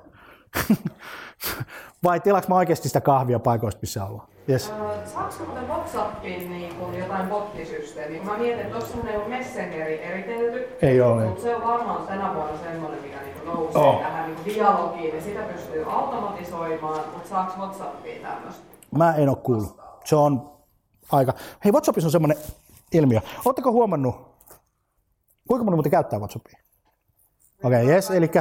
vai tilaanko mä oikeasti sitä kahvia paikoista, missä ollaan. Yes. Saatko muuten WhatsAppiin niin jotain bottisysteemiä? Kun mä mietin, että tuossa on Messengeri eritelty, ei ole. Mutta se on varmaan tänä vuonna semmoinen, mikä niin nousee tähän niin dialogiin, ja sitä pystyy automatisoimaan, mutta saako WhatsAppiin tämmöistä? Mä en ole kuullut. Se on aika... Hei, WhatsAppissa on semmoinen ilmiö. Oletteko huomannut, kuinka moni muuten käyttää WhatsAppia? Okei, jes, elikkä...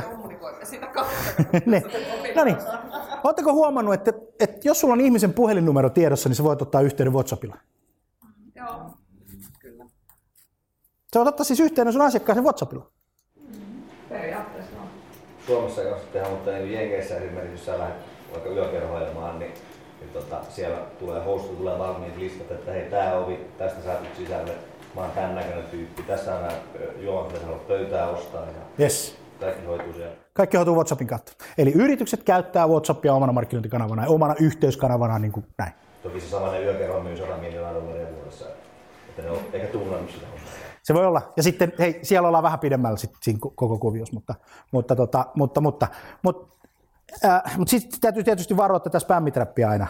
No niin. Oletteko huomannut, että jos sulla on ihmisen puhelinnumero tiedossa, niin sä voit ottaa yhteyden WhatsAppilla? Joo, kyllä. Sä voit ottaa siis yhteyden sun asiakkaaseen WhatsAppilla? Periaatteessa on. Suomessa ei ole tehdä, mutta Jenkeissä esimerkiksi, jos sä lähdet vaikka yökerhoilemaan, niin siellä tulee valmiit listat, että hei, tää ovi, tästä sä tulet sisälle, mä oon tän näköinen tyyppi, tässä on nämä juomat, mitä sä haluat pöytää ostaa. Ja yes. Kaikki hoituu siellä. Kaikki hoituu WhatsAppin kautta. Eli yritykset käyttää WhatsAppia omana markkinointikanavana ja omana yhteyskanavana niin kuin näin. Toki se samainen yökerho myy $100 miljoonaa vuodessa, että ne on ehkä tunnannut sitä. Se voi olla. Ja sitten hei, siellä ollaan vähän pidemmällä siinä koko kuviossa, mutta sitten täytyy tietysti varoa tätä spämmitrappia aina.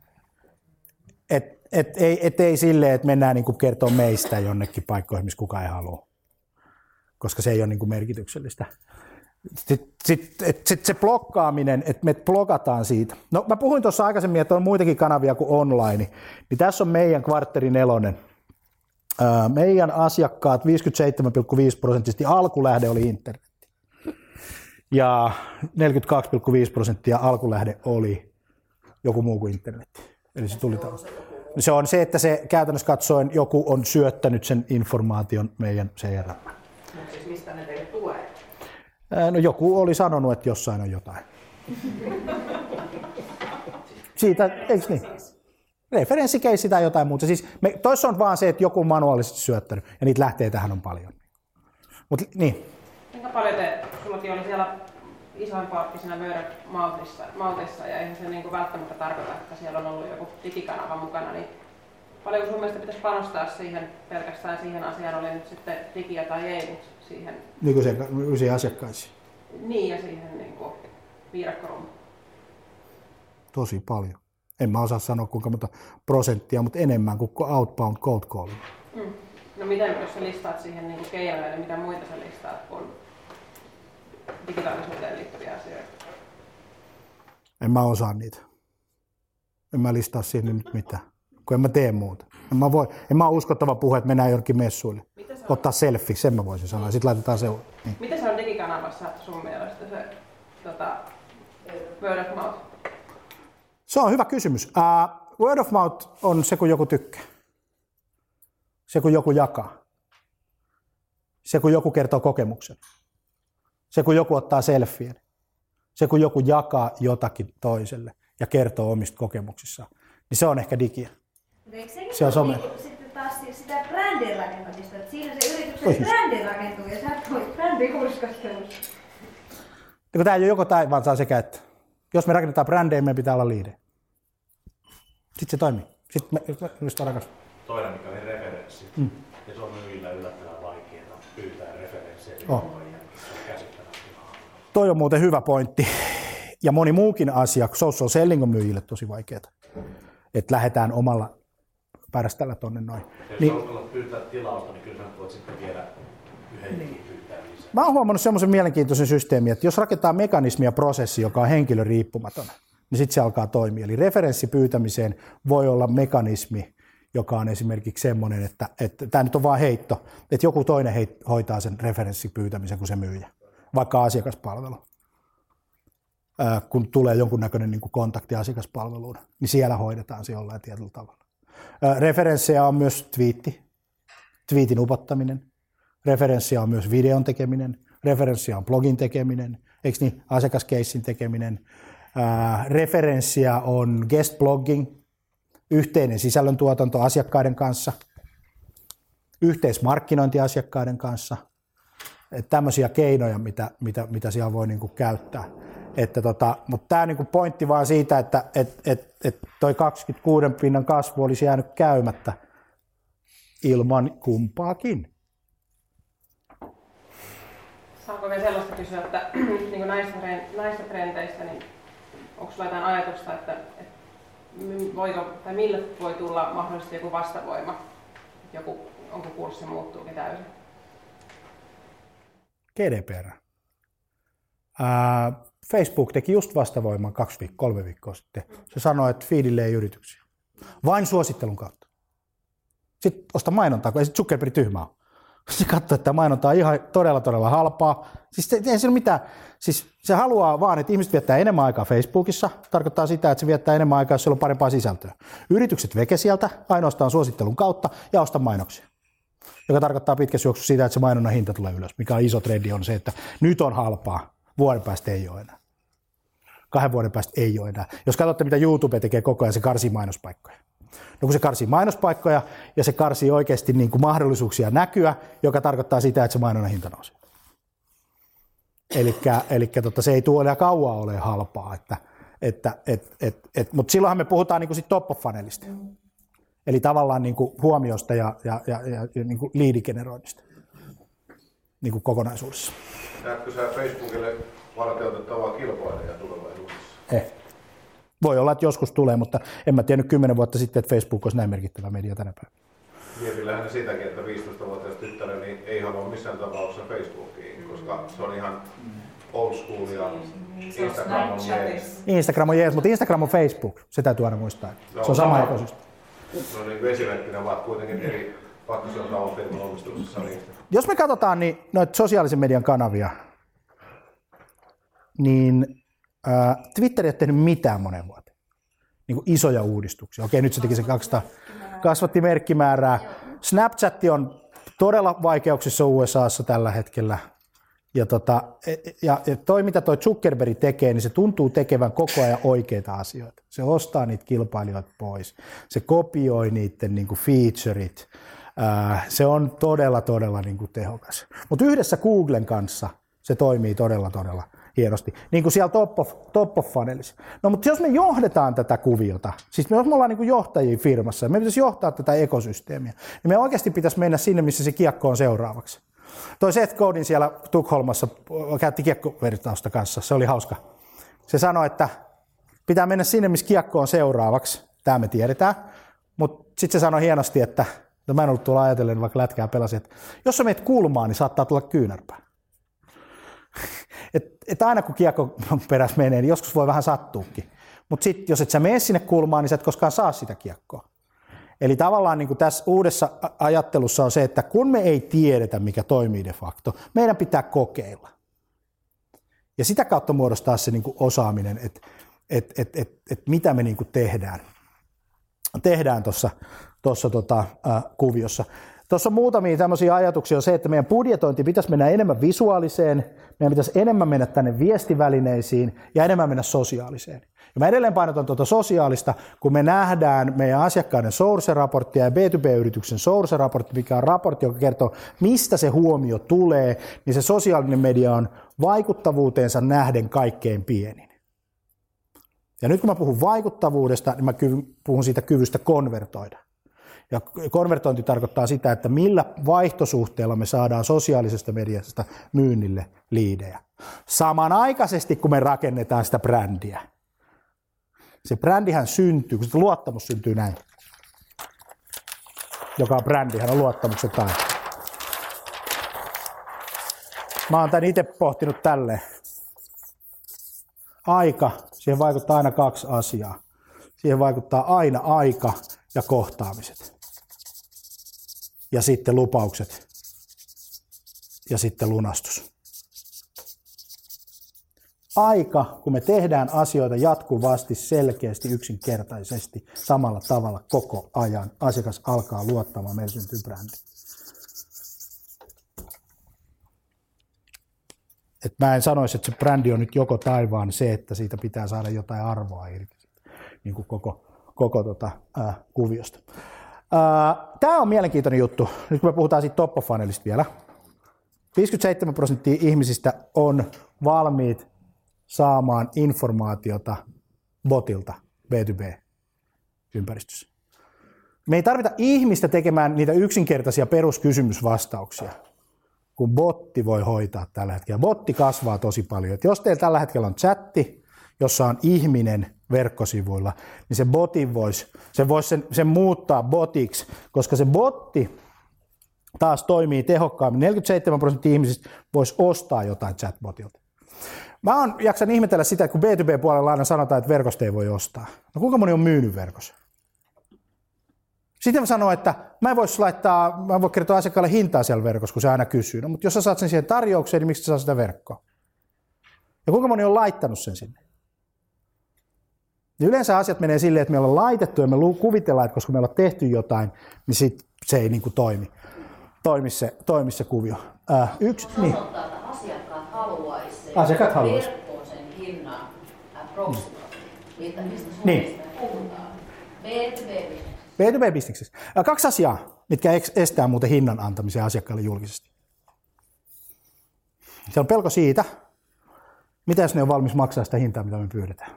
Ei silleen, että mennään niin kuin kertoa meistä jonnekin paikkoihin, missä kukaan ei halua, koska se ei ole niin kuin merkityksellistä. Sitten se blokkaaminen, että me blokataan siitä. No mä puhuin tuossa aikaisemmin, että on muitakin kanavia kuin online, niin tässä on meidän kvartteri 4. Meidän asiakkaat 57,5% alkulähde oli internetti. Ja 42,5% alkulähde oli joku muu kuin internetti. Eli se tuli se on se, että se käytännössä katsoen joku on syöttänyt sen informaation meidän CRM. Mutta siis mistä ne teille tulee? No joku oli sanonut, että jossain on jotain. Siitä, eikö niin? Referenssikeissi tai jotain muuta. Siis toissa on vaan se, että joku on manuaalisesti syöttänyt ja niitä lähtee tähän on paljon. Niin. Kuinka paljon sullakin oli siellä isoimpaa siinä Word-maltissa ja eihän se niin välttämättä tarkoita, että siellä on ollut joku digikanava mukana, niin paljonko sun mielestä pitäisi panostaa siihen, pelkästään siihen asiaan, oli nyt sitten digiä tai ei, mutta siihen... Nykyisiin asiakkaisiin. Niin, ja siihen niin viidakkorummaan. Tosi paljon. En mä osaa sanoa kuinka monta prosenttia, mutta enemmän kuin outbound cold calling. No miten, jos sä listaat siihen niin keinoja, niin mitä muita sä listaat kuin digitaalisuuteen liittyviä asioita? En mä osaa niitä. En mä listaa siihen nyt mitään, kun en mä tee muuta. En mä ole uskottava puhe, että mennään jonnekin messuille. Ottaa selfie, sen mä voisin sanoa, ja sitten laitetaan se. Niin. Mitä se on digikanavassa sun mielestä se word of mouth? Se on hyvä kysymys. Word of mouth on se, kun joku tykkää. Se, kun joku jakaa. Se, kun joku kertoo kokemuksen. Se, kun joku ottaa selfien. Se, kun joku jakaa jotakin toiselle ja kertoo omista kokemuksissaan. Niin se on ehkä digiä. Se on some. Sitten taas sitä brändin rakentamista. Siinä se yrityksen brändi rakentuu ja sä voit brändin hurskastelusta. Tämä ei ole joko tai, vaan saa sekä että. Jos me rakennetaan brändejä, meidän pitää olla liide. Sitten se toimii. Sitten me rakas. Toinen, mikä oli referenssi. Ja se on myyjillä yllättävän vaikeaa pyytää referenssiä. Toi on muuten hyvä pointti. Ja moni muukin asia, social selling on myyjille tosi vaikeaa. Että lähdetään omalla pärställä tonne noin. Jos haluat pyytää tilausta, niin kyllä voit sitten viedä yhdenkin pyytää lisää. Mä oon huomannut semmoisen mielenkiintoisen systeemin, että jos rakentaa mekanismi ja prosessi, joka on henkilöriippumaton, niin sitten se alkaa toimia. Eli referenssipyytämiseen voi olla mekanismi, joka on esimerkiksi semmoinen, että tämä nyt on vaan heitto, että joku toinen hoitaa sen referenssipyytämisen kuin se myyjä, vaikka asiakaspalvelu. Kun tulee jonkunnäköinen niin kuin kontakti asiakaspalveluun, niin siellä hoidetaan se jollain tietyllä tavalla. Referenssejä on myös tweetin upottaminen, referenssiä on myös videon tekeminen, referenssiä on blogin tekeminen, eikö niin, asiakaskeissin tekeminen, referenssiä on guest blogging, yhteinen sisällöntuotanto asiakkaiden kanssa, yhteismarkkinointi asiakkaiden kanssa, että tämmöisiä keinoja, mitä siellä voi niin kuin käyttää. Mutta tämä niin kuin pointti vaan siitä, että toi 26% kasvu olisi jäänyt käymättä ilman kumpaakin. Saanko vielä sellaista kysyä, että niin näistä trendeistä, niin onko sinulla jotain ajatusta, että millä voi tulla mahdollisesti joku vastavoima, onko kurssi muuttuukin täysin? GDPR. Facebook teki just vastavoiman 2-3 viikkoa sitten. Se sanoi, että feedille ei yrityksiä. Vain suosittelun kautta. Sitten osta mainontaa, kun ei Zuckerberg tyhmä ole. Se katsoo, että mainonta on ihan todella halpaa. Siis ei siinä mitään. Siis se haluaa vaan, että ihmiset viettää enemmän aikaa Facebookissa. Tarkoittaa sitä, että se viettää enemmän aikaa, jos siellä on parempaa sisältöä. Yritykset veke sieltä ainoastaan suosittelun kautta ja osta mainoksia. Joka tarkoittaa pitkässä juoksussa sitä, että se mainonnan hinta tulee ylös. Mikä on iso trendi on se, että nyt on halpaa. Vuoden päästä ei ole enää. 2 vuoden päästä ei ole enää. Jos katsotte, mitä YouTube tekee koko ajan, se karsii mainospaikkoja. No kun se karsii mainospaikkoja ja se karsii oikeasti niin kuin mahdollisuuksia näkyä, joka tarkoittaa sitä, että se mainonnan hinta nousee. Elikkä se ei tule kauan ole halpaa. Mutta silloinhan me puhutaan niin kuin sit top of funnelista. Eli tavallaan niin kuin huomiosta ja niin kuin liidigeneroinnista niin kuin kokonaisuudessa. Näetkö sä Facebookille varteutettavaa kilpailijaa tulevaisuudessa? Voi olla, että joskus tulee, mutta en mä tiennyt 10 vuotta sitten, että Facebook olisi näin merkittävä media tänä päivänä. Mietin lähinnä sitäkin, että 15-vuotias tyttäreni ei halua missään tapauksessa Facebookiin, koska se on ihan old school ja Instagram on jees. Instagram on jees, mutta Instagram on Facebook, se täytyy aina muistaa. Se on sama ekosysteemi. No niin, esimerkkinä ovat kuitenkin eri pakkasilta firman omistuksessa. Jos me katsotaan niin noita sosiaalisen median kanavia, niin Twitter ei ole tehnyt mitään moneen vuoteen. Niin kuin isoja uudistuksia. Okei, nyt se teki se 200, kasvatti merkkimäärää. Snapchat on todella vaikeuksissa USAssa tällä hetkellä. Ja toi, mitä toi Zuckerberg tekee, niin se tuntuu tekevän koko ajan oikeita asioita. Se ostaa niitä kilpailijoita pois. Se kopioi niiden niin kuin featureit. Se on todella niin kuin tehokas. Mutta yhdessä Googlen kanssa se toimii todella hienosti. Niin kuin siellä top of funnelissa. No mutta jos me johdetaan tätä kuviota, siis jos me ollaan niin kuin johtajia firmassa ja me pitäisi johtaa tätä ekosysteemiä, niin me oikeasti pitäisi mennä sinne, missä se kiekko on seuraavaksi. Toi Seth Godin siellä Tukholmassa käytti kiekkovertausta kanssa, se oli hauska. Se sanoi, että Pitää mennä sinne, missä kiekko on seuraavaksi. Tämä me tiedetään. Mutta sitten se sanoi hienosti, että mä en ollut tuolla ajatellen, vaikka lätkää pelasin, että jos sä meet kulmaan, niin saattaa tulla kyynärpää. Että aina kun kiekko perässä menee, niin joskus voi vähän sattuukin. Mutta sitten jos et sä mene sinne kulmaan, niin sä et koskaan saa sitä kiekkoa. Eli tavallaan niin kuin tässä uudessa ajattelussa on se, että kun me ei tiedetä, mikä toimii de facto, meidän pitää kokeilla. Ja sitä kautta muodostaa se niin kuin osaaminen, että mitä me niin kuin tehdään tuossa kuviossa. Tuossa on muutamia tämmöisiä ajatuksia on se, että meidän budjetointi pitäisi mennä enemmän visuaaliseen, meidän pitäisi enemmän mennä tänne viestivälineisiin ja enemmän mennä sosiaaliseen. Ja mä edelleen painotan tuota sosiaalista, kun me nähdään meidän asiakkaiden source-raporttia ja B2B-yrityksen source-raportti, mikä on raportti, joka kertoo, mistä se huomio tulee, niin se sosiaalinen media on vaikuttavuuteensa nähden kaikkein pienin. Ja nyt kun mä puhun vaikuttavuudesta, niin mä puhun siitä kyvystä konvertoida. Ja konvertointi tarkoittaa sitä, että millä vaihtosuhteella me saadaan sosiaalisesta mediasta myynnille liidejä. Samanaikaisesti, kun me rakennetaan sitä brändiä. Se brändihän syntyy, kun se luottamus syntyy näin. Joka on brändihän on luottamuksen taito. Mä oon tän itse pohtinut tälleen. Aika, siihen vaikuttaa aina kaksi asiaa. Siihen vaikuttaa aina aika ja kohtaamiset. Ja sitten lupaukset. Ja sitten lunastus. Aika, kun me tehdään asioita jatkuvasti, selkeästi, yksinkertaisesti, samalla tavalla koko ajan, asiakas alkaa luottamaan, meillä syntyy brändi. Et mä en sanoisi, että se brändi on nyt joko tai, vaan se, että siitä pitää saada jotain arvoa irti niin kuin koko kuviosta. Tämä on mielenkiintoinen juttu. Nyt kun me puhutaan siitä top of funnelista vielä. 57% ihmisistä on valmiit saamaan informaatiota botilta B2B-ympäristössä. Me ei tarvita ihmistä tekemään niitä yksinkertaisia peruskysymysvastauksia, kun botti voi hoitaa tällä hetkellä. Botti kasvaa tosi paljon. Et jos teillä tällä hetkellä on chatti, jossa on ihminen verkkosivuilla, niin se botin voisi sen muuttaa botiksi, koska se botti taas toimii tehokkaammin. 47% ihmisistä voisi ostaa jotain chatbotilta. Mä jaksan ihmetellä sitä, että kun B2B-puolella aina sanotaan, että verkosta ei voi ostaa. No kuinka moni on myynyt verkossa? Sitten mä sanon, että mä en voi kertoa asiakkaalle hintaa siellä verkossa, kun se aina kysyy. No, mutta jos sä saat sen siihen tarjoukseen, niin miksi sä saa sitä verkkoa? Ja kuinka moni on laittanut sen sinne? Ja yleensä asiat menee silleen, että me ollaan laitettu ja me kuvitellaan, että koska me ollaan tehty jotain, niin sit se ei niin kuin toimi se kuvio. Niin. Asiakkaat haluaisi verkkoon sen hinnan approximately. Mistä Suomesta puhutaan? B2B-bisneksessä. Kaksi asiaa, mitkä estää muuten hinnan antamisen asiakkaalle julkisesti. Se on pelko siitä, mitä jos ne on valmis maksaa sitä hintaa, mitä me pyydetään.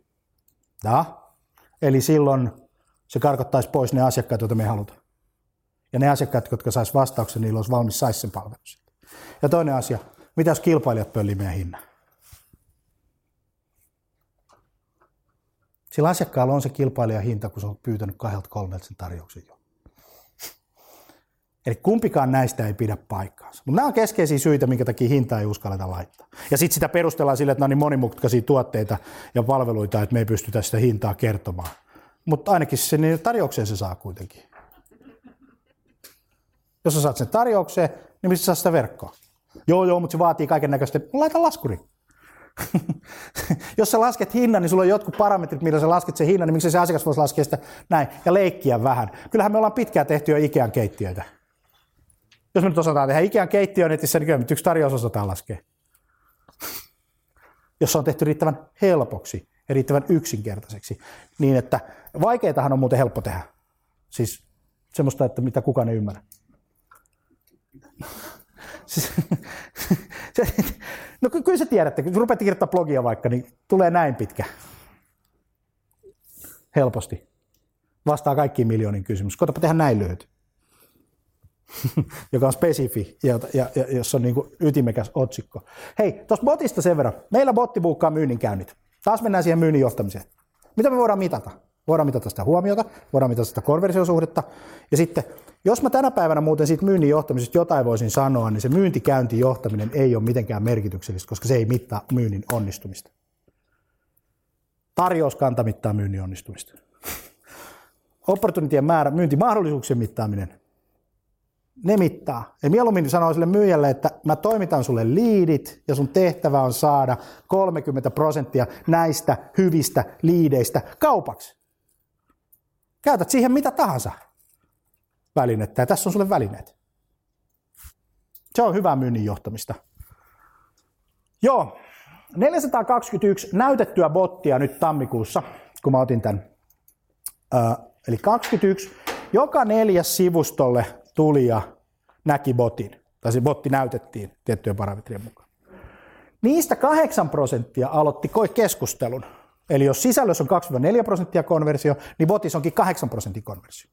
Eli silloin se karkottaisi pois ne asiakkaat, joita me ei haluta. Ja ne asiakkaat, jotka sais vastauksen, niillä olisi valmis saisi sen palvelun. Ja toinen asia, mitä jos kilpailijat pöllii meidän hinnan? Sillä asiakkaalla on se kilpailijahinta, kun se on pyytänyt 2-3 sen tarjouksen jo. Eli kumpikaan näistä ei pidä paikkaansa. Mutta nämä on keskeisiä syitä, minkä takia hintaa ei uskalleta laittaa. Ja sitten sitä perustellaan sille, että nämä on niin monimutkaisia tuotteita ja palveluita, että me ei pystytä sitä hintaa kertomaan. Mutta ainakin sen tarjoukseen se saa kuitenkin. Jos sä saat sen tarjoukseen, niin mistä saa sitä verkkoa? Joo, mutta se vaatii kaiken näköistä. Laita laskuri. Jos sä lasket hinnan, niin sulla on jotkut parametrit, millä sä lasket sen hinnan, niin miksi se asiakas voisi laskea sitä näin ja leikkiä vähän. Kyllähän me ollaan pitkään tehty jo Ikean keittiöitä. Jos me nyt osataan tehdä Ikean keittiö netissä, niin kyllä me yksi tarjous osataan laskea. Jos se on tehty riittävän helpoksi ja riittävän yksinkertaiseksi, niin että vaikeitahan on muuten helppo tehdä. Siis semmoista, että mitä kukaan ei ymmärrä. No kyllä sä tiedätte, kun rupeat kirjoittaa blogia vaikka, niin tulee näin pitkä. Helposti. Vastaa kaikkiin miljoonin kysymys. Koetapa tehdä näin lyhyt. Joka on spesifi ja jossa on niin kuin ytimekäs otsikko. Hei, tuossa botista sen verran. Meillä botti buukkaa myynnin käynnit. Taas mennään siihen myynnin johtamiseen. Mitä me voidaan mitata? Voidaan mitata sitä huomiota, voidaan mitata sitä konversiosuhdetta. Ja sitten, jos mä tänä päivänä muuten siitä myynnin johtamisesta jotain voisin sanoa, niin se myyntikäyntijohtaminen ei ole mitenkään merkityksellistä, koska se ei mittaa myynnin onnistumista. Tarjouskanta mittaa myynnin onnistumista. Opportunitien määrä, myyntimahdollisuuksien mittaaminen, ne mittaa. Ja mieluummin sanoo sille myyjälle, että mä toimitan sulle liidit ja sun tehtävä on saada 30% näistä hyvistä liideistä kaupaksi. Käytät siihen mitä tahansa välinettä ja tässä on sulle välineet. Se on hyvää myynnin johtamista. Joo, 421 näytettyä bottia nyt tammikuussa, kun mä otin tämän. Eli 21, joka 4 sivustolle tuli ja näki botin, tai se botti näytettiin tiettyjen parametrien mukaan. Niistä 8% aloitti keskustelun. Eli jos sisällössä on 2-4% konversio, niin botissa onkin 8% konversio.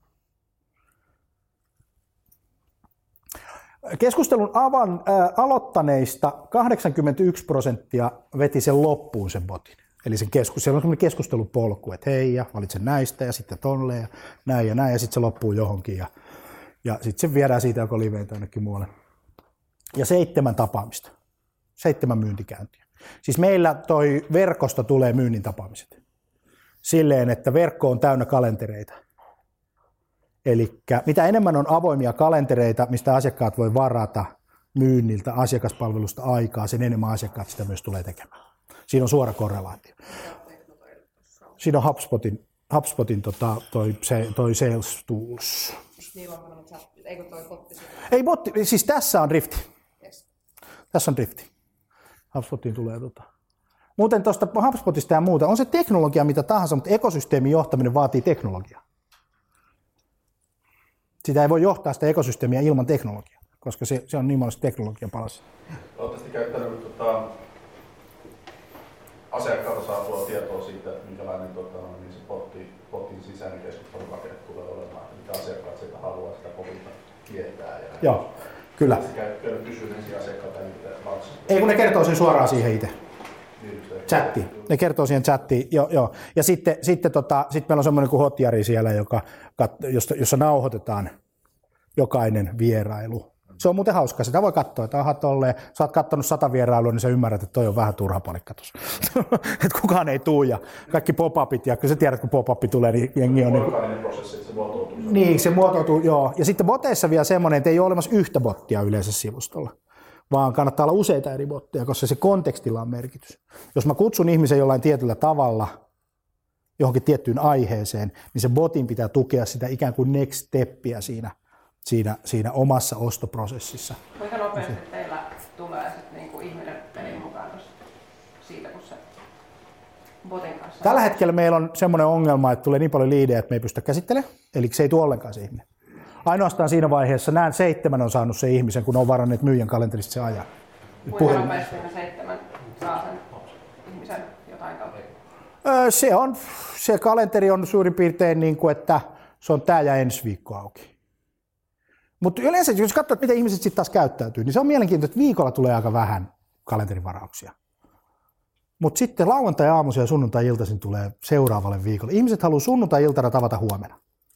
Keskustelun aloittaneista 81% veti sen loppuun sen botin. Eli siellä on sellainen keskustelupolku, että hei ja valitse näistä ja sitten tolle ja näin ja sitten se loppuu johonkin ja sitten se viedään siitä joko liveitä jonnekin muualle. Ja 7 tapaamista, 7 myyntikäyntiä. Siis meillä toi verkosto tulee myynnin tapaamiset silleen, että verkko on täynnä kalentereita. Eli mitä enemmän on avoimia kalentereita, mistä asiakkaat voi varata myynniltä asiakaspalvelusta aikaa, sen enemmän asiakkaat sitä myös tulee tekemään. Siinä on suora korrelaatio. Siinä on HubSpotin toi Sales Tools. Eikö toi botti? Ei botti, siis tässä on Drifti. Yes. Tässä on Drifti. HubSpotiin tulee Muuten tuosta HubSpotista ja muuta, on se teknologia mitä tahansa, mutta ekosysteemin johtaminen vaatii teknologiaa. Sitä ei voi johtaa sitä ekosysteemiä ilman teknologiaa, koska se on niin monesti teknologian palassa. Oletteko käyttänyt asiakkaalta saatua tietoa siitä, minkälainen niin se botin sisäinen keskusteluvake tulee olemaan, mitä asiakkaat sieltä haluaa sitä botilta tietää. Joo, kyllä. Käynyt kysyä ensin asiakkaalta, mitä maksaa. Ei kun ne kertoo sen suoraan siihen itse. Chatti. Ne kertoo siihen chattiin, joo. Ja sitten meillä on semmoinen kuin Hotjari siellä, jossa nauhoitetaan jokainen vierailu. Se on muuten hauskaa, sitä voi katsoa, että aha tolleen, sä oot kattonut 100 vierailua, niin sä ymmärrät, että toi on vähän turha palikka tuossa. Että kukaan ei tuu ja kaikki pop-upit, ja kyllä sä tiedät, kun pop-up tulee, niin jengi on organinen prosessi, että se muotoutuu. Niin, se muotoutuu, joo. Ja sitten boteissa vielä semmoinen, että ei ole olemassa yhtä bottia yleensä sivustolla, vaan kannattaa olla useita eri botteja, koska se kontekstilla on merkitys. Jos mä kutsun ihmisen jollain tietyllä tavalla johonkin tiettyyn aiheeseen, niin se botin pitää tukea sitä ikään kuin next steppiä siinä omassa ostoprosessissa. Kuinka nopeasti teillä tulee niinku ihminen pelin mukaan siitä, kun se botin kanssa? Tällä hetkellä meillä on semmoinen ongelma, että tulee niin paljon liidejä, että me ei pystytä käsittelemään, eli se ei tule ollenkaan se ihminen. Ainoastaan siinä vaiheessa 7 on saanut se ihmisen, kun on varanneet myyjän kalenterista se ajan. Kuinka nopeasti 7 saa sen ihmisen jotain kautta? Se kalenteri on suurin piirtein niin kuin, että se on tää ja ensi viikko auki. Mutta yleensä, jos katsoo, miten ihmiset sitten taas käyttäytyy, niin se on mielenkiintoista, että viikolla tulee aika vähän kalenterivarauksia. Mutta sitten lauantai-aamuisin ja sunnuntai-iltaisin tulee seuraavalle viikolle. Ihmiset haluaa sunnuntai-iltana tavata huomenna.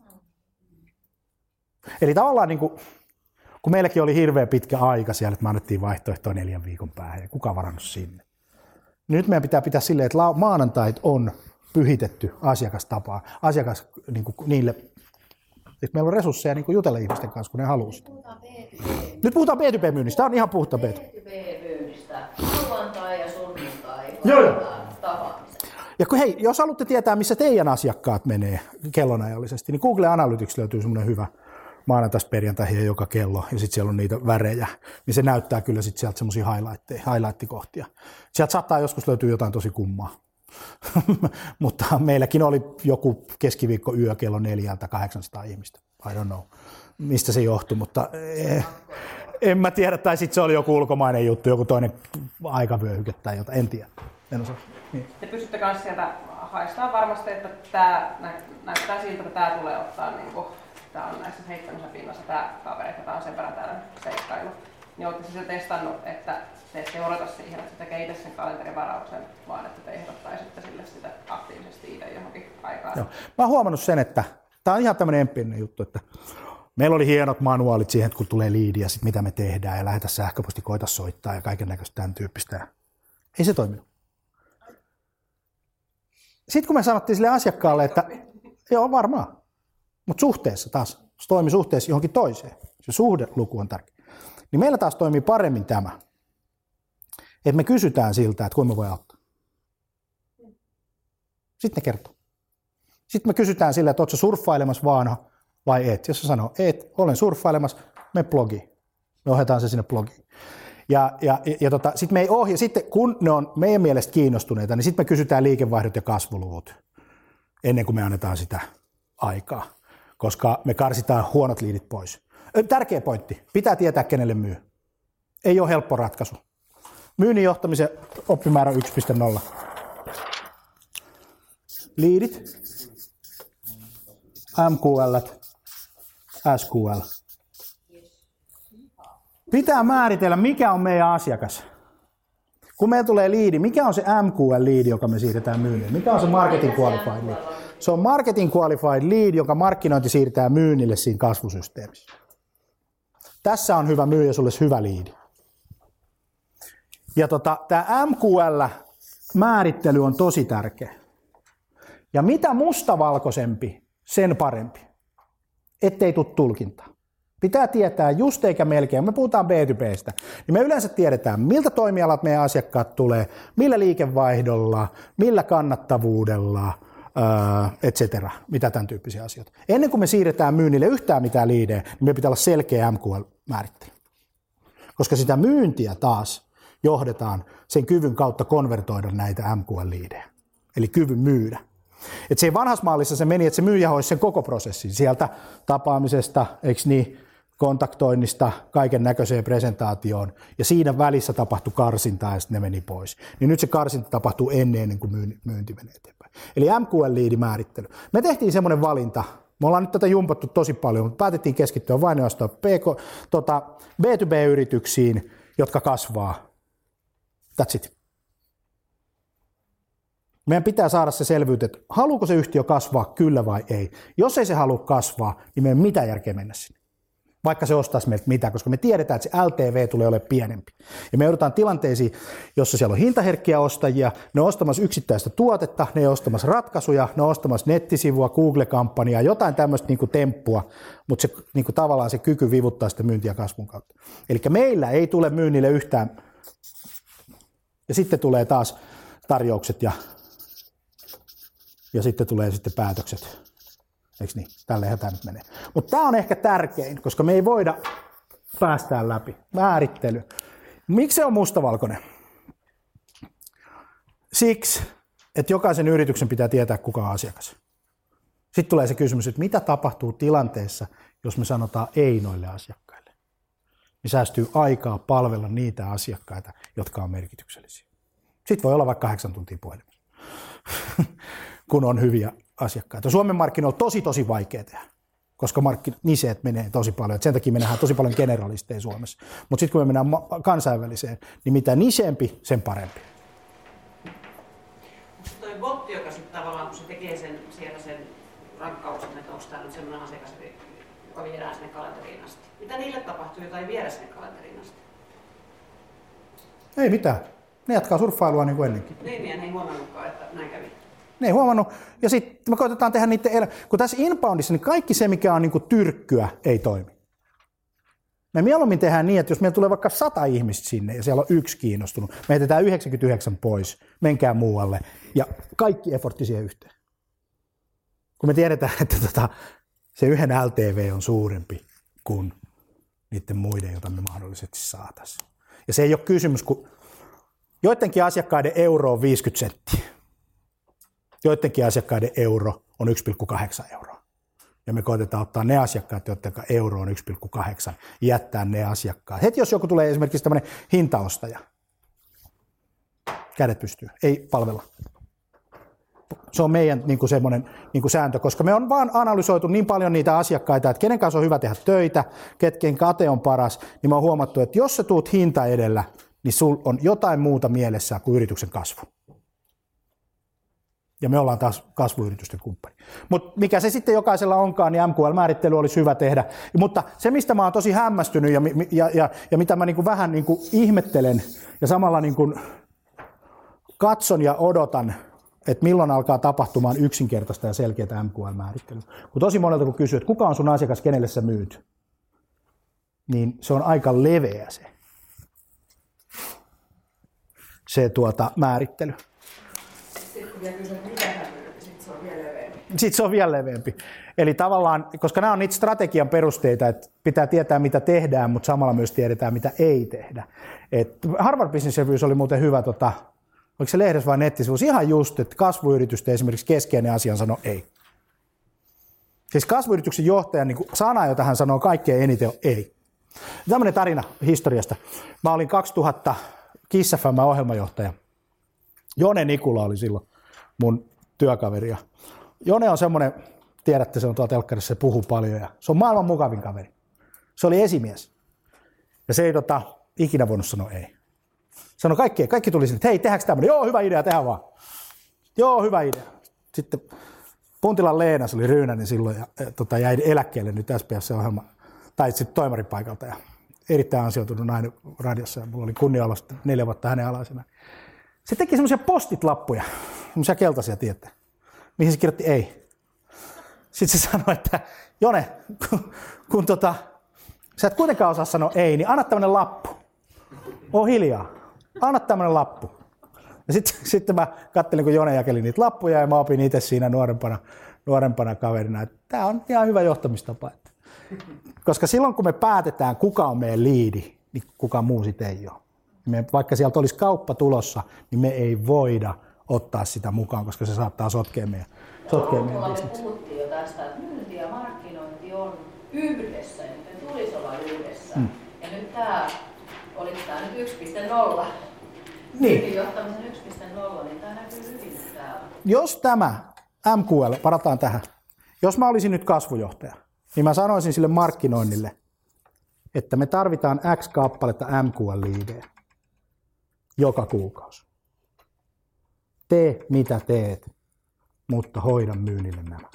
Eli tavallaan, niin kun meilläkin oli hirveän pitkä aika siellä, että me annettiin vaihtoehtoa 4 viikon päähän ja kuka varannut sinne. Nyt meidän pitää silleen, että maanantait on pyhitetty asiakastapaa, niin niille, että meillä on resursseja niin jutella ihmisten kanssa, kun ne haluaa sitä. Nyt puhutaan B2B-myynnistä, tämä on ihan puhta B2B-myynnistä, lauantai ja sunnuntai, tapaamiset. Ja hei, jos haluatte tietää, missä teidän asiakkaat menee kellonajallisesti, niin Google Analytics löytyy semmoinen hyvä maanantaista perjantaihin joka kello, ja sitten siellä on niitä värejä, niin se näyttää kyllä sitten sieltä semmoisia highlight-kohtia. Sieltä saattaa joskus löytyä jotain tosi kummaa. Mutta meilläkin oli joku keskiviikko yö kello 400-800 ihmistä. I don't know, mistä se johtui, mutta en mä tiedä, tai sitten se oli joku ulkomainen juttu, joku toinen aikavyöhyke tai jotain, en tiedä. En osaa. Niin. Te pystytte myös sieltä haistamaan varmasti, että tämä näyttää siltä, että tämä tulee ottaa, niin kuin, tämä on näissä 7 pinnassa tämä kaveri, että tämä on sen verran täällä seikkailu. niin olette sitten testannut, että te ette odota siihen, että se tekee itse sen kalenterivarauksen, vaan että te ehdottaisitte sille sitä aktiivisesti itse johonkin aikaan. Joo. Mä oon huomannut sen, että tämä on ihan tämmöinen empiirinen juttu, että meillä oli hienot manuaalit siihen, että kun tulee liidi ja sitten mitä me tehdään ja lähetä sähköposti, koita soittaa ja kaiken näköistä tämän tyyppistä. Ei se toiminut. Sitten kun me sanottiin sille asiakkaalle, että joo varmaan, mutta suhteessa taas, se toimii suhteessa johonkin toiseen, se suhdeluku on tärkeä, niin meillä taas toimii paremmin tämä, että me kysytään siltä, että kuinka me voi auttaa. Sitten ne kertoo. Sitten me kysytään sillä, että ootko surffailemassa vaan vai et. Jos se sanoo, et, olen surffailemassa, me blogiin. Me ohjataan se sinne blogiin. Sitten me ei ohja, sitten kun ne on meidän mielestä kiinnostuneita, niin sitten me kysytään liikevaihdot ja kasvuluvut ennen kuin me annetaan sitä aikaa, koska me karsitaan huonot liidit pois. Tärkeä pointti, pitää tietää kenelle myy. Ei ole helppo ratkaisu. Myynnin johtamisen oppimäärä 1.0. Liidit, MQL, SQL. Pitää määritellä, mikä on meidän asiakas. Kun meillä tulee liidi, mikä on se MQL-liidi, joka me siirretään myynnille? Mikä on se Marketing Qualified Lead? Se on Marketing Qualified Lead, joka markkinointi siirtää myynnille siinä kasvusysteemissä. Tässä on hyvä myyjä, sulle hyvä liidi. Ja tämä MQL-määrittely on tosi tärkeä. Ja mitä mustavalkoisempi, sen parempi. Ettei tule tulkintaa. Pitää tietää just eikä melkein, me puhutaan B2Bstä, niin me yleensä tiedetään, miltä toimialat meidän asiakkaat tulee, millä liikevaihdolla, millä kannattavuudella, et cetera, mitä tämän tyyppisiä asioita. Ennen kuin me siirretään myynnille yhtään mitään liidejä, niin me pitää olla selkeä MQL-määrittely. Koska sitä myyntiä taas johdetaan sen kyvyn kautta konvertoida näitä MQL-liidejä, eli kyvyn myydä. Et se vanhassa mallissa se meni, että se myyjä hoisi sen koko prosessin sieltä tapaamisesta, eikö niin, kontaktoinnista, kaiken näköiseen presentaatioon, ja siinä välissä tapahtui karsintaa ja sitten ne meni pois. Niin nyt se karsinta tapahtuu ennen kuin myynti menee eteenpäin. Eli MQL-liidimäärittely. Me tehtiin semmoinen valinta, me ollaan nyt tätä jumpattu tosi paljon, mutta päätettiin keskittyä vain B2B-yrityksiin, jotka kasvaa. That's it. Meidän pitää saada se selvyyttä, että haluuko se yhtiö kasvaa, kyllä vai ei. Jos ei se halua kasvaa, niin meidän mitä järkeä mennä sinne. Vaikka se ostaisi meiltä mitä, koska me tiedetään, että se LTV tulee olemaan pienempi. Ja me joudutaan tilanteisiin, jossa siellä on hintaherkkiä ostajia, ne on ostamassa yksittäistä tuotetta, ne on ostamassa ratkaisuja, ne on ostamassa nettisivua, Google-kampanjaa, jotain tämmöistä niin kuin temppua, mutta se, niin kuin tavallaan se kyky vivuttaa sitä myyntiä kasvun kautta. Eli meillä ei tule myynnille yhtään, ja sitten tulee taas tarjoukset ja sitten tulee sitten päätökset. Eikö niin? Tälleen tämä nyt menee. Mutta tämä on ehkä tärkein, koska me ei voida päästää läpi. Määrittely. Miksi se on mustavalkoinen? Siksi, että jokaisen yrityksen pitää tietää, kuka on asiakas. Sitten tulee se kysymys, että mitä tapahtuu tilanteessa, jos me sanotaan ei noille asiakkaille. Niin säästyy aikaa palvella niitä asiakkaita, jotka on merkityksellisiä. Sitten voi olla vaikka 8 tuntia puhelimessa, kun on hyviä asiakkaita. Suomen markkinoilla on tosi vaikea tehdä, koska niseet menee tosi paljon. Sen takia me nähdään tosi paljon generalisteja Suomessa. Mutta sitten kun me mennään kansainväliseen, niin mitä nisempi, sen parempi. Onko toi botti, joka sitten tavallaan, kun se tekee siellä sen rankkauksen, että onko tämä nyt sellainen asiakas, joka viedään sinne kalenteriin asti? Mitä niille tapahtuu, jota ei viedä sinne kalenteriin asti? Ei mitään. Ne jatkaa surffailua niin kuin ennenkin. Niin, ei huomannutkaan, että näin kävi. Ne ei huomannut. Ja sitten me koitetaan tehdä niiden kun tässä inboundissa, niin kaikki se, mikä on niin kuin tyrkkyä, ei toimi. Me mieluummin tehdään niin, että jos meillä tulee vaikka 100 ihmistä sinne ja siellä on 1 kiinnostunut, me jätetään 99 pois, menkää muualle ja kaikki effortti siihen yhteen. Kun me tiedetään, että se yhden LTV on suurempi kuin niiden muiden, joita me mahdollisesti saataisiin. Ja se ei ole kysymys, kun joidenkin asiakkaiden euro on 50 senttiä. Joidenkin asiakkaiden euro on 1,8 euroa. Ja me koitetaan ottaa ne asiakkaat, joiden euro on 1,8, ja jättää ne asiakkaat. Heti jos joku tulee esimerkiksi tämmöinen hintaostaja, kädet pystyy, ei palvella. Se on meidän niin kuin semmoinen niin kuin sääntö, koska me on vaan analysoitu niin paljon niitä asiakkaita, että kenen kanssa on hyvä tehdä töitä, ketken kate on paras, niin me on huomattu, että jos sä tuut hinta edellä, niin sul on jotain muuta mielessä kuin yrityksen kasvu. Ja me ollaan taas kasvuyritysten kumppani. Mutta mikä se sitten jokaisella onkaan, niin MQL-määrittely olisi hyvä tehdä. Mutta se, mistä mä oon tosi hämmästynyt ja mitä mä niinku vähän niinku ihmettelen ja samalla niinku katson ja odotan, että milloin alkaa tapahtumaan yksinkertaista ja selkeää MQL-määrittelyä. Kun tosi monelta kun kysyy, että kuka on sun asiakas, kenelle sä myyt, niin se on aika leveä se määrittely. Sitten se on vielä leveämpi. Eli tavallaan, koska nämä on niitä strategian perusteita, että pitää tietää mitä tehdään, mutta samalla myös tiedetään mitä ei tehdä. Harvard Business Reviews oli muuten hyvä, oliko se lehdessä vai nettisivuissa, ihan just, että kasvuyritysten esimerkiksi keskeinen asia sanoo ei. Siis kasvuyrityksen johtajan niin sana, jota hän sanoo kaikkein eniten on ei. Tämmöinen tarina historiasta. Mä olin 2000 Kiss FM ohjelmajohtaja. Jone Nikula oli silloin mun työkaveri. Jone on semmoinen, tiedätte, se on tuolla telkkarissa, se puhuu paljon ja se on maailman mukavin kaveri. Se oli esimies. Ja se ei ikinä voinut sanoa ei. Sanoi kaikki tuli sinne, että hei, tehdäänkö tämmöinen? Joo, hyvä idea, tehdään vaan. Joo, hyvä idea. Sitten Puntilan Leena, se oli Ryynänen silloin ja jäi eläkkeelle nyt SPS-ohjelma, tai sitten toimarin paikalta ja erittäin ansioitunut nainen radiossa ja mulla oli kunnia olla 4 vuotta hänen alaisena. Se teki semmoisia postit-lappuja, semmoisia keltaisia, tiedätte, mihin se kirjoitti ei. Sitten se sanoi, että Jone, kun sä et kuitenkaan osaa sanoa ei, niin anna tämmöinen lappu. Oo hiljaa, anna tämmöinen lappu. Ja sitten mä katselin, kun Jone jakeli niitä lappuja ja mä opin itse siinä nuorempana kaverina, että tää on ihan hyvä johtamistapa. Koska silloin, kun me päätetään, kuka on meidän liidi, niin kuka muu sitten ei ole. Vaikka sieltä olisi kauppa tulossa, niin me ei voida ottaa sitä mukaan, koska se saattaa sotkea meidän bisneksen. Puhuttiin jo tästä, että myynti ja markkinointi on yhdessä, joten tulisi olla yhdessä. Ja nyt oliko tämä nyt 1.0? Niin. Johtamisen 1.0, niin tämä näkyy hyvin täällä. Jos tämä MQL, parataan tähän, jos mä olisin nyt kasvujohtaja, niin mä sanoisin sille markkinoinnille, että me tarvitaan X kappaletta MQL-liidejä joka kuukausi. Tee mitä teet, mutta hoida myynnille nämä.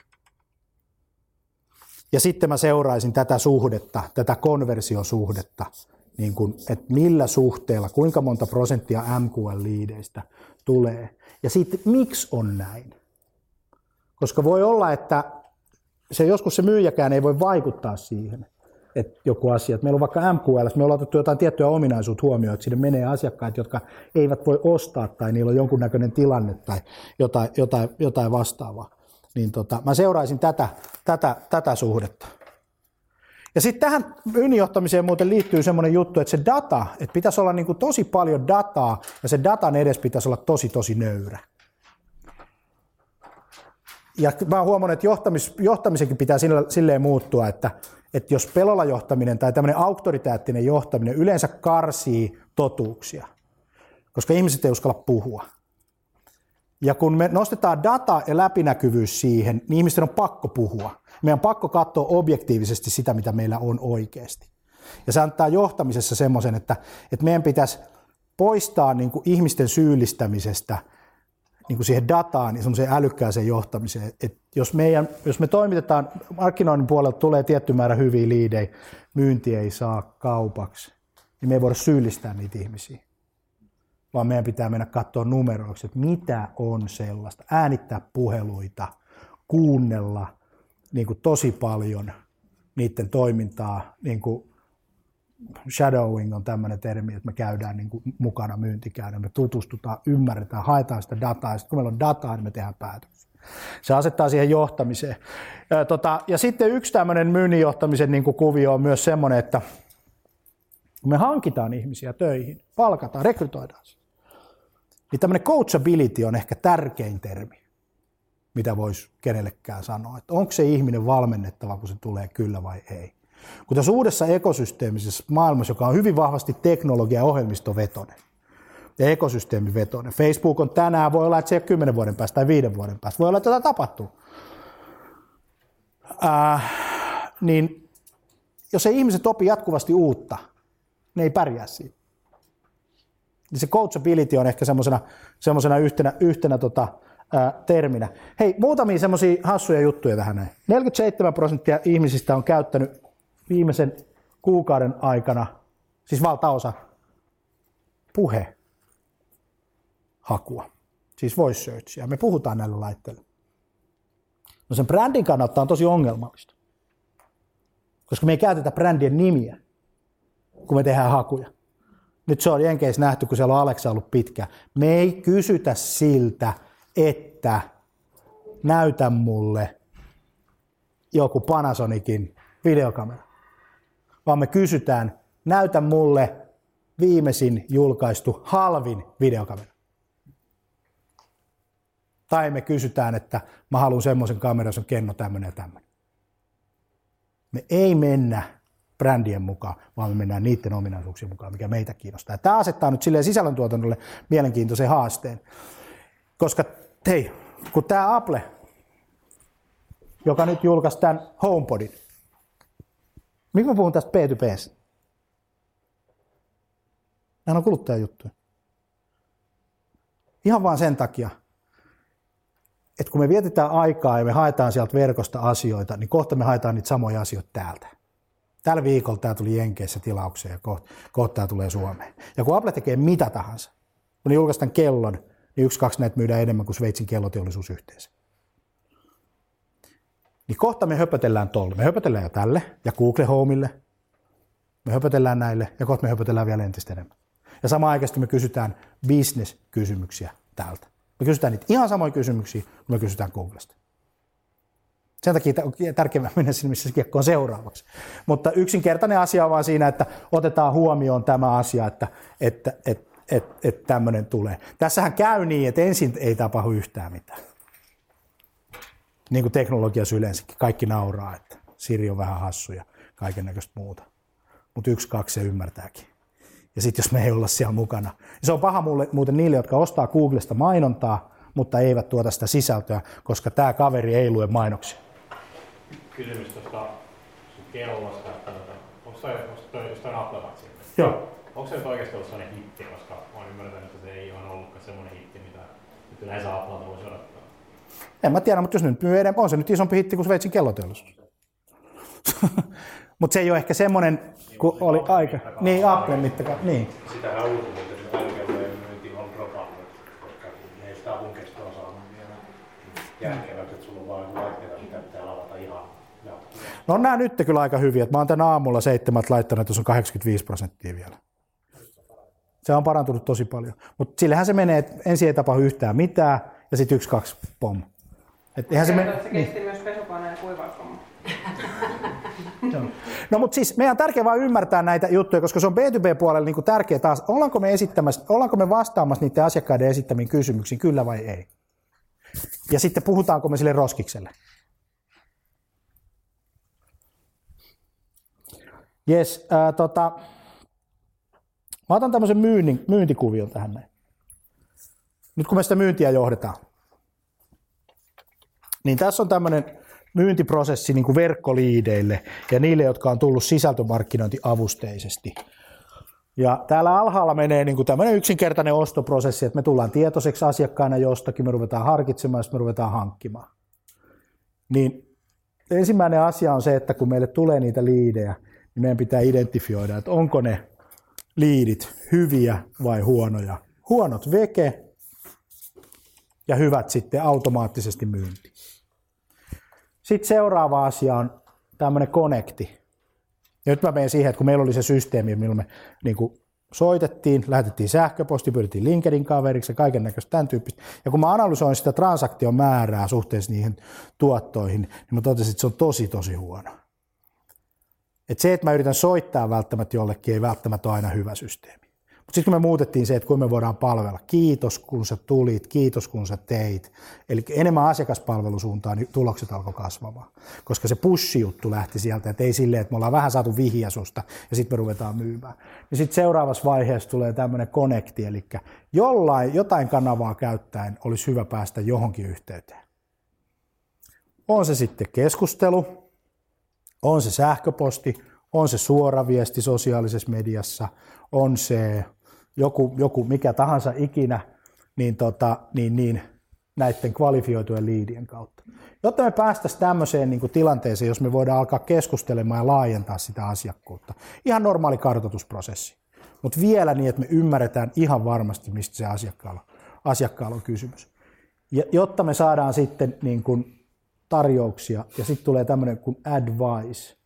Ja sitten mä seuraisin tätä suhdetta, tätä konversiosuhdetta, niin kuin, että millä suhteella, kuinka monta prosenttia MQL-liideistä tulee. Ja sitten miksi on näin? Koska voi olla, että joskus se myyjäkään ei voi vaikuttaa siihen, että joku asia, että meillä on vaikka MQL, me ollaan otettu jotain tiettyä ominaisuutta huomioon, että sinne menee asiakkaita, jotka eivät voi ostaa tai niillä on jonkunnäköinen tilanne tai jotain vastaavaa. Niin mä seuraisin tätä suhdetta. Ja sitten tähän myynninjohtamiseen muuten liittyy semmoinen juttu, että se data, että pitäisi olla niin kuin tosi paljon dataa ja se datan edes pitäisi olla tosi nöyrä. Ja mä oon huomannut, että johtamisenkin pitää silleen muuttua, että jos pelolla johtaminen tai tämmöinen auktoritäättinen johtaminen yleensä karsii totuuksia, koska ihmiset ei uskalla puhua. Ja kun me nostetaan data ja läpinäkyvyys siihen, niin ihmisten on pakko puhua. Meidän on pakko katsoa objektiivisesti sitä, mitä meillä on oikeasti. Ja se antaa johtamisessa semmoisen, että meidän pitäisi poistaa niin kuin ihmisten syyllistämisestä niin kuin siihen dataan ja semmoiseen älykkääseen johtamiseen. Että jos me toimitetaan, markkinoinnin puolelta tulee tietty määrä hyviä liidejä, myynti ei saa kaupaksi, niin me ei voida syyllistää niitä ihmisiä. Vaan meidän pitää mennä katsoa numeroiksi, että mitä on sellaista. Äänittää puheluita, kuunnella niin kuin tosi paljon niiden toimintaa. Niin kuin shadowing on tämmöinen termi, että me käydään niin kuin mukana myyntikäydään, me tutustutaan, ymmärretään, haetaan sitä dataa, ja sitten kun meillä on dataa, niin me tehdään päätöksiä. Se asettaa siihen johtamiseen. Ja sitten yksi tämmöinen myynnin johtamisen niin kuin kuvio on myös semmoinen, että kun me hankitaan ihmisiä töihin, palkataan, rekrytoidaan, niin tämmöinen coachability on ehkä tärkein termi, mitä voisi kenellekään sanoa. Että onko se ihminen valmennettava, kun se tulee kyllä vai ei. Kun tässä uudessa ekosysteemisessä maailmassa, joka on hyvin vahvasti teknologia- ja ohjelmistovetoinen, ja ekosysteemivetoinen. Facebook on tänään, voi olla, että se ei ole 10 vuoden päästä tai 5 vuoden päästä. Voi olla, että jotain tapahtuu. Niin jos ei ihmiset opi jatkuvasti uutta, ne ei pärjää siinä. Ja se coachability on ehkä semmoisena yhtenä terminä. Hei, muutamia semmoisia hassuja juttuja tähän näin. 47% ihmisistä on käyttänyt viimeisen kuukauden aikana, siis valtaosa, puhehakua. Siis voice searchia. Me puhutaan näillä laitteilla. No sen brändin kannalta on tosi ongelmallista. Koska me ei käytetä brändien nimiä, kun me tehdään hakuja. Nyt se on Jenkeissä nähty, kun siellä on Alexa ollut pitkään. Me ei kysytä siltä, että näytä mulle joku Panasonicin videokamera. Vaan me kysytään, näytä mulle viimeisin julkaistu halvin videokamera. Tai me kysytään, että mä haluan semmoisen kameran, jos on kenno tämmöinen ja tämmöinen. Me ei mennä brändien mukaan, vaan me mennään niiden ominaisuuksien mukaan, mikä meitä kiinnostaa. Tämä asettaa nyt silleen sisällöntuotannolle mielenkiintoisen haasteen. Koska hei, kun tämä Apple, joka nyt julkaisi tämän HomePodin, miksi mä puhun tästä B2B:stä? Nämä on kuluttajajuttuja. Ihan vaan sen takia, että kun me vietetään aikaa ja me haetaan sieltä verkosta asioita, niin kohta me haetaan niitä samoja asioita täältä. Tällä viikolla tämä tuli Jenkeissä tilaukseen ja kohta tämä tulee Suomeen. Ja kun Apple tekee mitä tahansa, kun ne julkaistaan kellon, niin 1-2 näitä myydään enemmän kuin Sveitsin kelloteollisuus yhteensä. Niin kohta me höpötellään tolle. Me höpötellään jo tälle ja Google Homeille. Me höpötellään näille ja kohta me höpötellään vielä entistä enemmän. Ja samaan aikaan me kysytään business-kysymyksiä täältä. Me kysytään niitä ihan samoja kysymyksiä, kun me kysytään Googlesta. Sen takia on tärkeää mennä sinne, missä se kiekko on seuraavaksi. Mutta yksinkertainen asia on vaan siinä, että otetaan huomioon tämä asia, että tämmöinen tulee. Tässähän käy niin, että ensin ei tapahdu yhtään mitään. Niin kuin teknologiassa yleensäkin. Kaikki nauraa, että Siri on vähän hassu ja kaiken näköistä muuta. Mutta 1-2 se ymmärtääkin. Ja sitten jos me ei olla siellä mukana. Ja se on paha muuten niille, jotka ostaa Googlesta mainontaa, mutta eivät tuota sitä sisältöä, koska tämä kaveri ei lue mainoksia. Kysymys tuosta kellosta, että onko toi Apple Watch? Joo. Onko se nyt oikeasti ollut sellainen hitti, koska olen ymmärtänyt, että se ei ole ollutkaan sellainen hitti, mitä nyt yleensä Applelta voisi odottaa? En mä tiedä, mutta jos nyt myy enemmän, on se nyt isompi hitti kuin Sveitsin kelloteollisuus. Mutta se ei ole ehkä semmoinen, kun oli aika. Niin, Applen mittakaava. Niin. Sitähän on uusi, että älykellojen myynti on dropannut, koska ne ei sitä avun kestoa saanut vielä järkeväksi, että sulla on vaan laitteita, mitä pitää lavata ihan jatkuvasti. No on nää nyt kyllä aika hyviä. Mä oon tän aamulla 7 laittanut, että tuossa on 85% vielä. Se on parantunut tosi paljon. Mutta sillähän se menee, että ensin ei tapahdu yhtään mitään ja sitten 1-2 pom. Se kesti myös pesukoneen ja kuivauspomma. No mutta siis meidän on tärkeää vaan ymmärtää näitä juttuja, koska se on B2B-puolella niin kuin tärkeää taas. Ollaanko me vastaamassa niiden asiakkaiden esittämiin kysymyksiin, kyllä vai ei? Ja sitten puhutaanko me sille roskikselle? Jes, mä otan tämmöisen myyntikuvion tähän näin. Nyt kun me sitä myyntiä johdetaan, niin tässä on tämmöinen myyntiprosessi niin kuin verkkoliideille ja niille, jotka on tullut sisältömarkkinointiavusteisesti. Ja täällä alhaalla menee niin kuin tämmöinen yksinkertainen ostoprosessi, että me tullaan tietoiseksi asiakkaana jostakin, me ruvetaan harkitsemaan, sitten me ruvetaan hankkimaan. Niin ensimmäinen asia on se, että kun meille tulee niitä liidejä, niin meidän pitää identifioida, että onko ne liidit hyviä vai huonoja. Huonot veke ja hyvät sitten automaattisesti myynti. Sitten seuraava asia on tämmöinen connecti. Ja nyt mä menen siihen, että kun meillä oli se systeemi, millä me niin kuin soitettiin, lähetettiin sähköposti, pyydettiin LinkedIn-kaveriksi ja kaiken näköistä tämän tyyppistä. Ja kun mä analysoin sitä transaktion määrää suhteessa niihin tuottoihin, niin mä totesin, että se on tosi huono. Että se, että mä yritän soittaa välttämättä jollekin, ei välttämättä ole aina hyvä systeemi. Sitten kun me muutettiin se, että kun me voidaan palvella, kiitos kun sä tulit, kiitos kun sä teit, eli enemmän asiakaspalvelusuuntaan, niin tulokset alkoi kasvamaan, koska se push-juttu lähti sieltä, että ei silleen, että me ollaan vähän saatu vihja susta ja sitten me ruvetaan myymään. Ja sitten seuraavassa vaiheessa tulee tämmöinen connecti, eli jotain kanavaa käyttäen olisi hyvä päästä johonkin yhteyteen. On se sitten keskustelu, on se sähköposti, on se suora viesti sosiaalisessa mediassa, on se joku mikä tahansa ikinä, niin näiden kvalifioitujen liidien kautta. Jotta me päästäisiin tämmöiseen niin kuin tilanteeseen, jos me voidaan alkaa keskustelemaan ja laajentaa sitä asiakkuutta. Ihan normaali kartoitusprosessi, mutta vielä niin, että me ymmärretään ihan varmasti, mistä se asiakkaalla on kysymys. Ja jotta me saadaan sitten niin kuin tarjouksia ja sitten tulee tämmöinen kuin advice.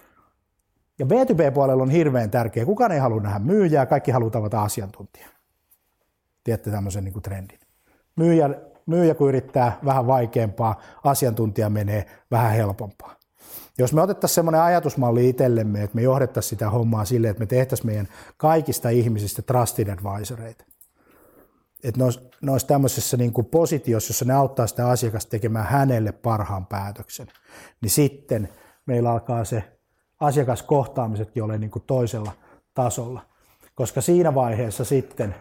Ja B2B-puolella on hirveän tärkeä. Kukaan ei halua nähdä myyjää, kaikki haluaa tavata asiantuntijaa. Tiedätte tämmöisen niin kuin trendin. Myyjä kun yrittää vähän vaikeampaa, asiantuntija menee vähän helpompaa. Jos me otettaisiin semmoinen ajatusmalli itsellemme, että me johdettaisiin sitä hommaa silleen, että me tehtäisiin meidän kaikista ihmisistä trusted advisoreita. Että ne olisi tämmöisessä niin kuin positiossa, jossa ne auttaa sitä asiakasta tekemään hänelle parhaan päätöksen. Niin sitten meillä alkaa se asiakaskohtaamisetkin ole niin kuin toisella tasolla, koska siinä vaiheessa sitten,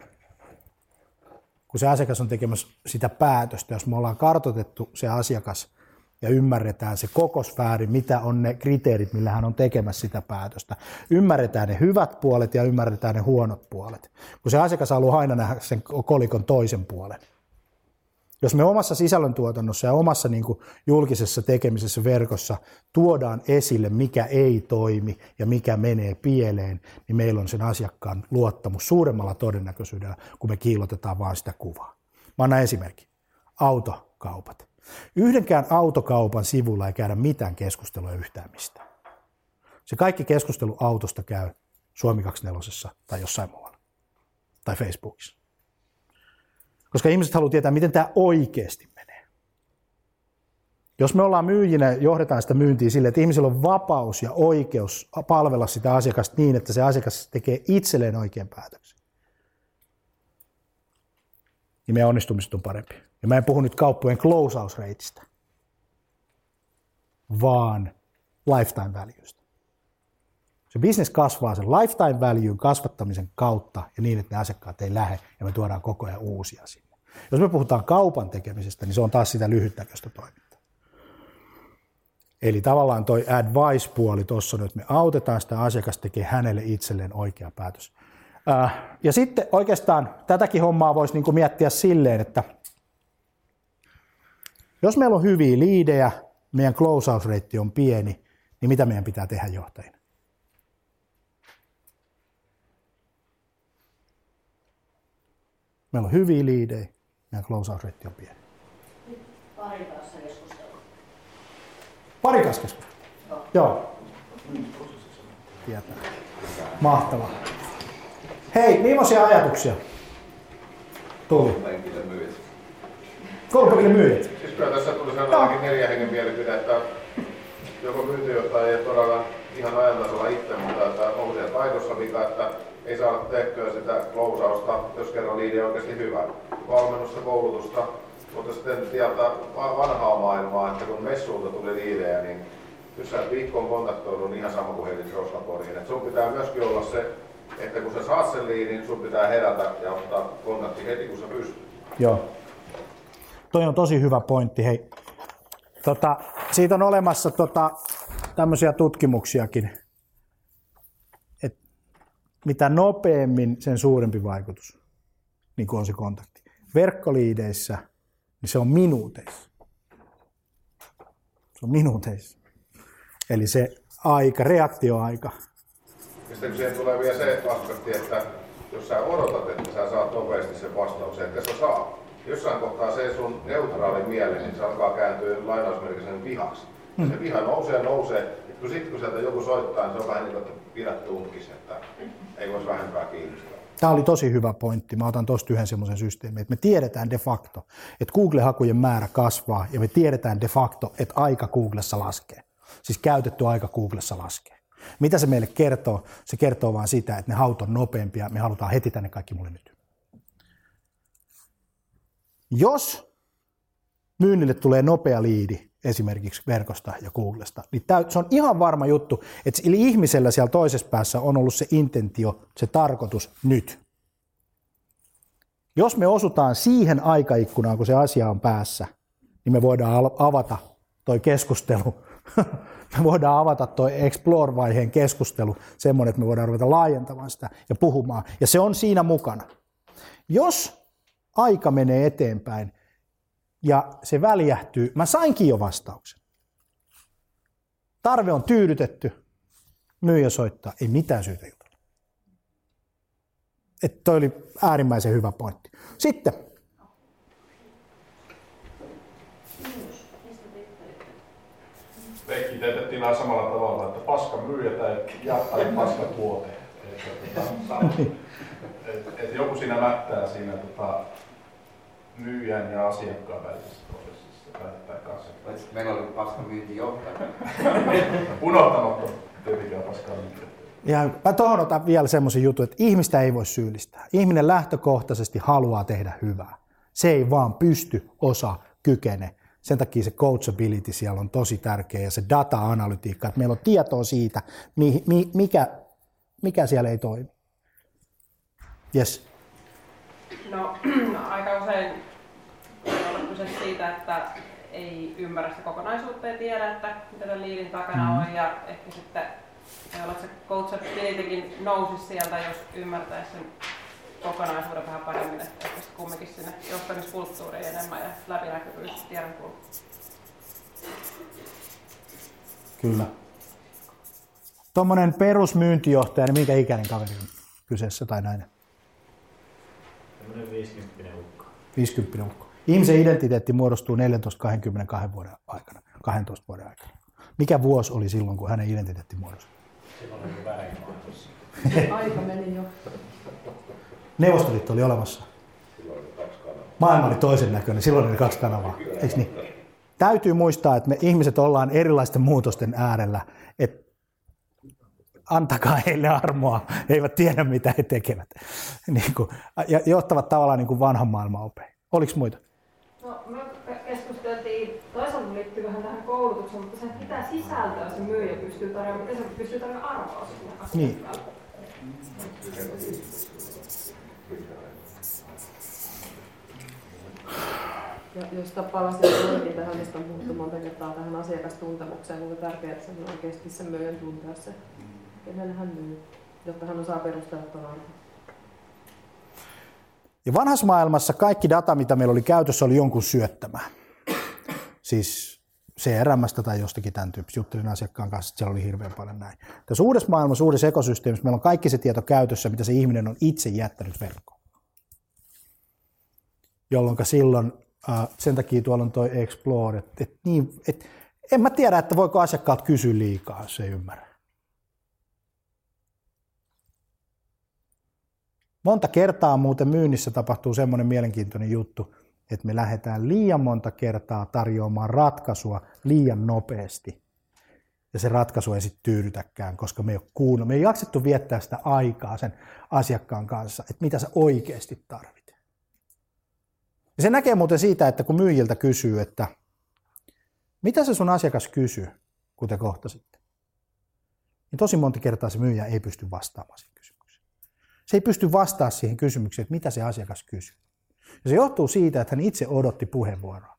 kun se asiakas on tekemässä sitä päätöstä, jos me ollaan kartoitettu se asiakas ja ymmärretään se koko sfääri, mitä on ne kriteerit, millä hän on tekemässä sitä päätöstä, ymmärretään ne hyvät puolet ja ymmärretään ne huonot puolet, kun se asiakas haluaa aina nähdä sen kolikon toisen puolen. Jos me omassa sisällöntuotannossa ja omassa niin kuin julkisessa tekemisessä verkossa tuodaan esille, mikä ei toimi ja mikä menee pieleen, niin meillä on sen asiakkaan luottamus suuremmalla todennäköisyydellä, kun me kiillotetaan vaan sitä kuvaa. Mä annan esimerkki. Autokaupat. Yhdenkään autokaupan sivulla ei käydä mitään keskustelua yhtään mistään. Se kaikki keskustelu autosta käy Suomi 24 tai jossain muualla. Tai Facebookissa. Koska ihmiset haluaa tietää, miten tämä oikeasti menee. Jos me ollaan myyjinä, johdetaan sitä myyntiä sille, että ihmisillä on vapaus ja oikeus palvella sitä asiakasta niin, että se asiakas tekee itselleen oikean päätöksen, niin meidän onnistumiset on parempi. Ja mä en puhu nyt kauppojen close-out rateista, vaan lifetime valuesta. Se business kasvaa sen lifetime valuen kasvattamisen kautta ja niin, että ne asiakkaat ei lähde ja me tuodaan koko ajan uusia sinne. Jos me puhutaan kaupan tekemisestä, niin se on taas sitä lyhytnäköistä toimintaa. Eli tavallaan toi advice-puoli tuossa nyt, me autetaan sitä asiakasta tekemään hänelle itselleen oikea päätös. Ja sitten oikeastaan tätäkin hommaa voisi niin kuin miettiä silleen, että jos meillä on hyviä liidejä, meidän close-out rate on pieni, niin mitä meidän pitää tehdä johtajina? Meillä on hyviä liidejä, meidän close-out rate on pieni. Pari kanssa keskustelua. Pari kanssa keskustelua? Joo. Tietää. Mahtavaa. Hei, millaisia ajatuksia tuli? Koulupenkille myyjät. Siis kyllä tässä tuli sellainenkin 4 hengen mielipide, että joko myyntijohtaja ei todella ihan ajantasalla itse, mutta että onko siellä taidossa vika, että ei saada tehtyä sitä klousausta, jos kerran liidi on oikeasti hyvä. Valmennusta, koulutusta, mutta sitten tieltä vanhaa maailmaa, että kun messuulta tuli liidejä, niin jos sä viikkoon kontaktoidun, niin ihan sama kuin heitit roskaporiin. Et sun pitää myöskin olla se, että kun sä saat sen liidin, sun pitää herätä ja ottaa kontakti heti, kun sä pystyt. Joo. Toi on tosi hyvä pointti. Hei. Siitä on olemassa tämmöisiä tutkimuksiakin, että mitä nopeammin sen suurempi vaikutus niin kuin on se kontakti. Verkkoliideissä niin se on minuuteissa. Se on minuuteissa. Eli se aika, reaktioaika. Ja sitten siihen tulee vielä se aspekti, että jos sä odotat, että sä saat nopeasti sen vastauksen, että sä saa. Jossain kohtaa se sun neutraali mieli, niin se alkaa kääntyä lainausmerkisen vihaksi. Se viha nousee. Kun sieltä joku soittaa, niin se on vähän niin kuin, että pidät tunkis, että ei voisi vähempää kiinnostaa. Tämä oli tosi hyvä pointti. Mä otan tuosta yhden semmoisen systeemin, että me tiedetään de facto, että Google-hakujen määrä kasvaa ja me tiedetään de facto, että aika Googlessa laskee. Siis käytetty aika Googlessa laskee. Mitä se meille kertoo? Se kertoo vaan sitä, että ne haut on nopeampia, me halutaan heti tänne kaikki mulle nyt. Jos myynnille tulee nopea liidi, esimerkiksi verkosta ja Googlesta, niin se on ihan varma juttu, että ihmisellä siellä toisessa päässä on ollut se intentio, se tarkoitus nyt. Jos me osutaan siihen aikaikkunaan, kun se asia on päässä, niin me voidaan avata toi keskustelu. Me voidaan avata toi Explore-vaiheen keskustelu semmoinen, että me voidaan ruveta laajentamaan sitä ja puhumaan. Ja se on siinä mukana. Jos aika menee eteenpäin ja se väljähtyy, mä sainkin jo vastauksen. Tarve on tyydytetty, myyjä soittaa, ei mitään syytä jutella. Että toi oli äärimmäisen hyvä pointti. Sitten. Me kiteytettiin vähän samalla tavalla, että paska myyjä tai paska tuote. Että joku siinä mättää siinä myyjän ja asiakkaan välisessä prosessissa. Meillä oli paska myyntijohtaja. Unohtamatta tietenkin paskaa myyntiä. Ja mä tuohon otan vielä semmoisen jutun, että ihmistä ei voi syyllistää. Ihminen lähtökohtaisesti haluaa tehdä hyvää. Se ei vaan pysty, osaa, kykene. Sen takia se coachability siellä on tosi tärkeä ja se data-analytiikka, että meillä on tietoa siitä, mikä siellä ei toimi. Yes. No aika usein on kyse siitä, että ei ymmärrä sitä kokonaisuutta ja tiedä, että mitä tämän liidin takana on ja ehkä sitten voi olla, että se coachabilitykin nousisi sieltä, jos ymmärtäisi sen kokonaisuuden vähän paremmin, että ehkä kumminkin sinne johtamiskulttuuriin enemmän ja läpinäkyvyys tiedonkulku. Kyllä. Tuommoinen perusmyyntijohtaja, niin minkä ikäinen kaveri on kyseessä tai nainen? Tämmöinen 50 ukko. 50 ukko. Ihmisen identiteetti muodostuu 14-22 vuoden aikana, 12 vuoden aikana. Mikä vuosi oli silloin, kun hänen identiteetti muodostui? Silloin oli värimaailmassa. Aika meni jo. Neuvostoliitto oli olemassa. Maailma oli toisen näköinen, silloin oli 2 kanavaa. Eikö niin? Täytyy muistaa, että me ihmiset ollaan erilaisten muutosten äärellä, että antakaa heille armoa, he eivät tiedä mitä he tekevät. Ja johtavat tavallaan niin kuin vanhan maailman opeen. Oliko muita? No, me keskusteltiin, toisaalta liittyy vähän tähän koulutukseen, mutta se mitä sisältöä se myyjä pystyy tarjoamaan, miten se pystyy tarjoamaan arvoa sinne asiakkaalle. Niin. Ja jos palasin tähän, mistä on puhuttu monta kertaa tähän asiakastuntemukseen, kuinka tärkeää, että se on oikeasti se myyjän tuntea se, kenelle hän myy, jotta hän osaa perustella tuon arvon. Ja vanhassa maailmassa kaikki data, mitä meillä oli käytössä, oli jonkun syöttämää. Siis CRM:stä tai jostakin tämän tyyppistä. Juttelin asiakkaan kanssa, että siellä oli hirveän paljon näin. Tässä uudessa maailmassa, uudessa ekosysteemissä meillä on kaikki se tieto käytössä, mitä se ihminen on itse jättänyt verkkoon. Jolloin silloin, sen takia tuolla on tuo Explore, että en mä tiedä, että voiko asiakkaat kysyä liikaa, jos ei ymmärrä. Monta kertaa muuten myynnissä tapahtuu semmoinen mielenkiintoinen juttu, että me lähdetään liian monta kertaa tarjoamaan ratkaisua liian nopeasti. Ja se ratkaisu ei sitten tyydytäkään, koska me ei jaksettu viettää sitä aikaa sen asiakkaan kanssa, että mitä sä oikeasti tarvit. Ja se näkee muuten siitä, että kun myyjiltä kysyy, että mitä se sun asiakas kysyy, kun te kohtasitte, niin tosi monta kertaa se myyjä ei pysty vastaamaan siihen kysymykseen. Se ei pysty vastaamaan siihen kysymykseen, että mitä se asiakas kysyy. Ja se johtuu siitä, että hän itse odotti puheenvuoroa.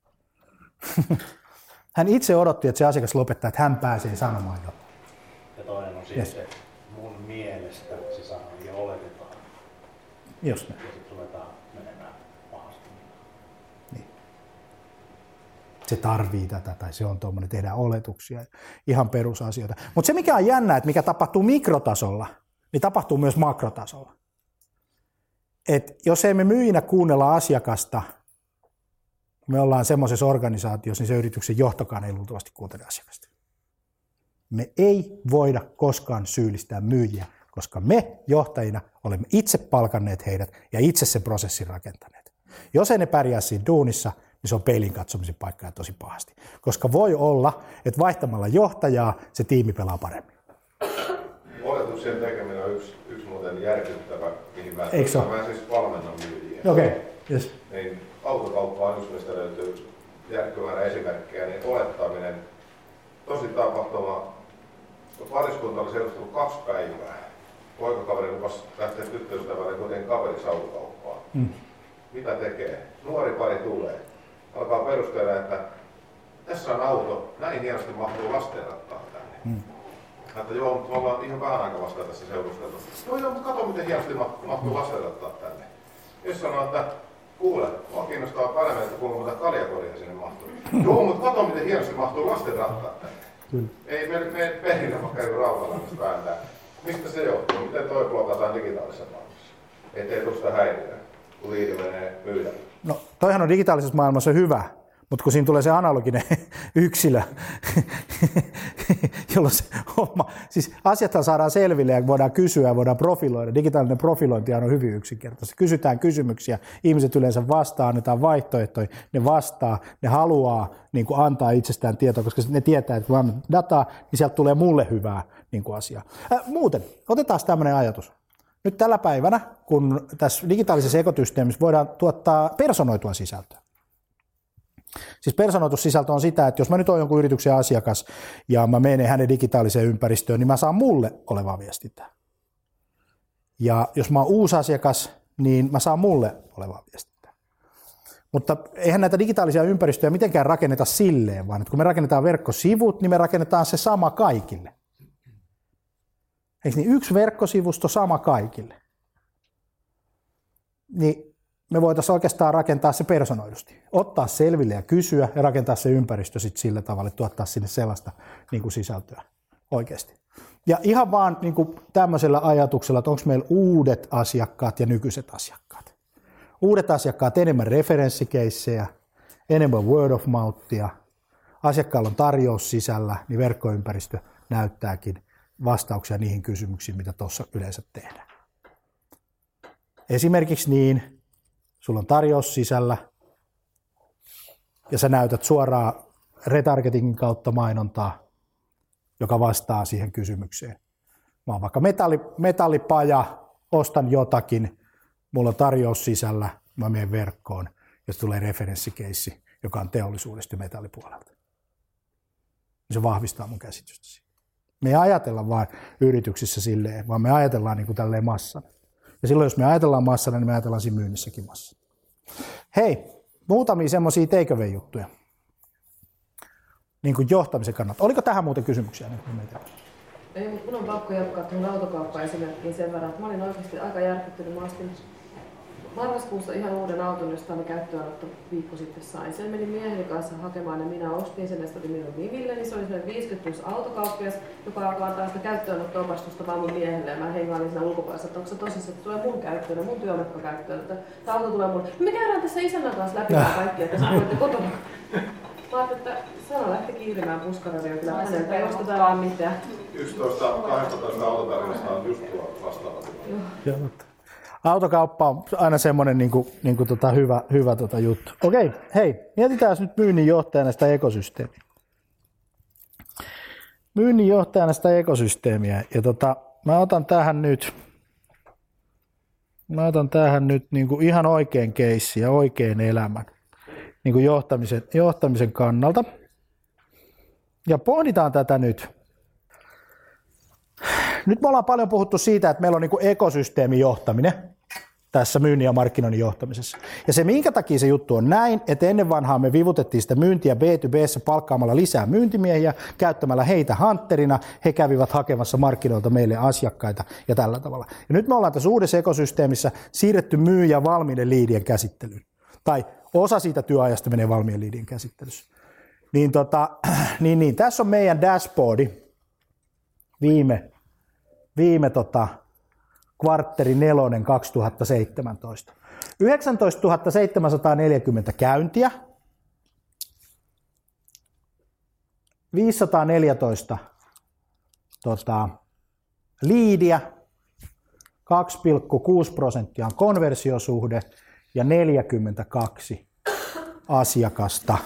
Hän itse odotti, että se asiakas lopettaa, että hän pääsee sanomaan jotain. Ja toinen on siis se, mun mielestä se sanoo ja oletetaan. Just näin. Ja sitten ruvetaan menemään pahasti. Niin. Se tarvii tätä tai se on tuommoinen, tehdään oletuksia, ihan perusasioita. Mutta se mikä on jännä, että mikä tapahtuu mikrotasolla, niin tapahtuu myös makrotasolla. Et jos ei me myyjinä kuunnella asiakasta, me ollaan semmoisessa organisaatiossa, niin se yrityksen johtokaan ei luultavasti kuuntele asiakasta. Me ei voida koskaan syyllistää myyjiä, koska me johtajina olemme itse palkanneet heidät ja itse sen prosessin rakentaneet. Jos ei ne pärjää siinä duunissa, niin se on peilin katsomisen paikka ja tosi pahasti. Koska voi olla, että vaihtamalla johtajaa se tiimi pelaa paremmin. Esityksen tekeminen on yksi muuten järkyttävä, mihin mä siis valmennan myyjiä. Okei, yes. Niin autokauppaan just mistä löytyy järkkyvänä esimerkkejä, niin olettaminen, tosi tapahtuma, pariskunta oli seurustellut 2 päivää. Poikakaveri lupasi lähteä tyttöystävälle kuitenkin kaveriksi autokauppaan. Mitä tekee? Nuori pari tulee. Alkaa perustella, että tässä on auto, näin hienosti mahtuu lastenrattaan tänne. Että joo, mutta me ollaan ihan vähän aikaa vasta tässä seurusteltu. Joo, mutta kato miten hienosti mahtuu lastenrattaan tänne. Jos sanoo, että kuule, mua kiinnostaa paremmin, että kuinka monta kaljakoria sinne mahtuu. Joo, mutta kato miten hienosti mahtuu lastenrattaan tänne. Ei me perillä vaikka joku rautalannasta vääntää. Mistä se johtuu? Miten toi blokataan digitaalisessa maailmassa? Ettei tule sitä häiriöä, kun liidi menee myydä. No, toihan on digitaalisessa maailmassa hyvä, mutta kun siinä tulee se analoginen yksilö, jolloin se homma, siis asiathan saadaan selville ja voidaan kysyä ja voidaan profiloida. Digitaalinen profilointi on hyvin yksinkertaista. Kysytään kysymyksiä, ihmiset yleensä vastaa, annetaan vaihtoehtoja, ne vastaa, ne haluaa niin kuin antaa itsestään tietoa, koska ne tietää, että kun annan dataa, niin sieltä tulee mulle hyvää niin kuin asiaa. Muuten, otetaan tämmöinen ajatus. Nyt tällä päivänä, kun tässä digitaalisessa ekosysteemissä voidaan tuottaa personoitua sisältöä. Siis personoitu sisältö on sitä, että jos mä nyt olen jonkun yrityksen asiakas ja mä menen hänen digitaaliseen ympäristöön, niin mä saan mulle olevaa viestintää. Ja jos mä oon uusi asiakas, niin mä saan mulle olevaa viestintää. Mutta eihän näitä digitaalisia ympäristöjä mitenkään rakenneta silleen, vaan että kun me rakennetaan verkkosivut, niin me rakennetaan se sama kaikille. Eikö niin? Yksi verkkosivusto sama kaikille. Niin me voitaisiin oikeastaan rakentaa se personoidusti. Ottaa selville ja kysyä ja rakentaa se ympäristö sitten sillä tavalla, että tuottaa sinne sellaista niin kuin sisältöä oikeasti. Ja ihan vaan niin kuin tämmöisellä ajatuksella, että onko meillä uudet asiakkaat ja nykyiset asiakkaat. Uudet asiakkaat enemmän referenssikeissejä, enemmän word of mouthia. Asiakkaalla on tarjous sisällä, niin verkkoympäristö näyttääkin vastauksia niihin kysymyksiin, mitä tuossa yleensä tehdään. Esimerkiksi niin, sulla on tarjous sisällä ja sä näytät suoraan retargetingin kautta mainontaa, joka vastaa siihen kysymykseen. Mä oon vaikka metallipaja, ostan jotakin, mulla on tarjous sisällä, mä menen verkkoon ja se tulee referenssikeissi, joka on teollisuudesta ja metallipuolelta. Se vahvistaa mun käsitystä siitä. Me ei ajatella vain yrityksissä silleen, vaan me ajatellaan niin kuin tälleen massana. Ja silloin, jos me ajatellaan massana, niin me ajatellaan siinä myynnissäkin massana. Hei, muutamia semmoisia takeaway-juttuja. Niin kuin johtamisen kannalta. Oliko tähän muuten kysymyksiä? Ei, mutta minun on pakko jatkaa tuohon autokauppa-esimerkkiin sen verran, että mä olin oikeasti aika järkyttynyt. Mä ostin marraskuussa ihan uuden auton, josta oli käyttöönotto viikko sitten sain. Sen menin mieheni kanssa hakemaan ja minä ostin sen, ja se oli minun nimille, niin se oli semmoinen 50 plus autokauppias, joka alkoi antaa sitä käyttöönotto-opastusta vaan mun miehelle. Ja mä hengailin siinä ulkopuolessa, että onko se tosissaan, että tulee mun käyttöön ja mun työmatka käyttöön, että tämä auto tulee mulle. Me käydään tässä isännän kanssa läpi kaikki, että sä voitte kotona. Mä ajattelin, että Sano lähti kiirimään puskaradioon, kyllä häneltä ei osteta vaan mitään. 11-12 autotarinasta on just tuo vastaava. Autokauppa on aina semmoinen hyvä juttu. Okei, hei, mietitään nyt myynnin johtajana sitä ekosysteemiä. Myynnin johtajana sitä ekosysteemiä. Ja mä otan tähän nyt niin kuin ihan oikein keissin ja oikein elämän niin kuin johtamisen kannalta. Ja pohditaan tätä nyt. Nyt me ollaan paljon puhuttu siitä, että meillä on niin kuin ekosysteemijohtaminen tässä myynnin ja markkinoinnin johtamisessa. Ja se minkä takia se juttu on näin, että ennen vanhaa me vivutettiin sitä myyntiä B2B:ssä palkkaamalla lisää myyntimiehiä, käyttämällä heitä hantterina, he kävivät hakemassa markkinoilta meille asiakkaita ja tällä tavalla. Ja nyt me ollaan tässä uudessa ekosysteemissä siirretty myyjä valmiiden liidien käsittelyyn. Tai osa siitä työajasta menee valmiiden liidien käsittelyssä. Niin, tässä on meidän dashboardi viime kvartteri 4 2017. 19 740 käyntiä, 514 liidiä, 2,6% on konversiosuhde ja 42 asiakasta,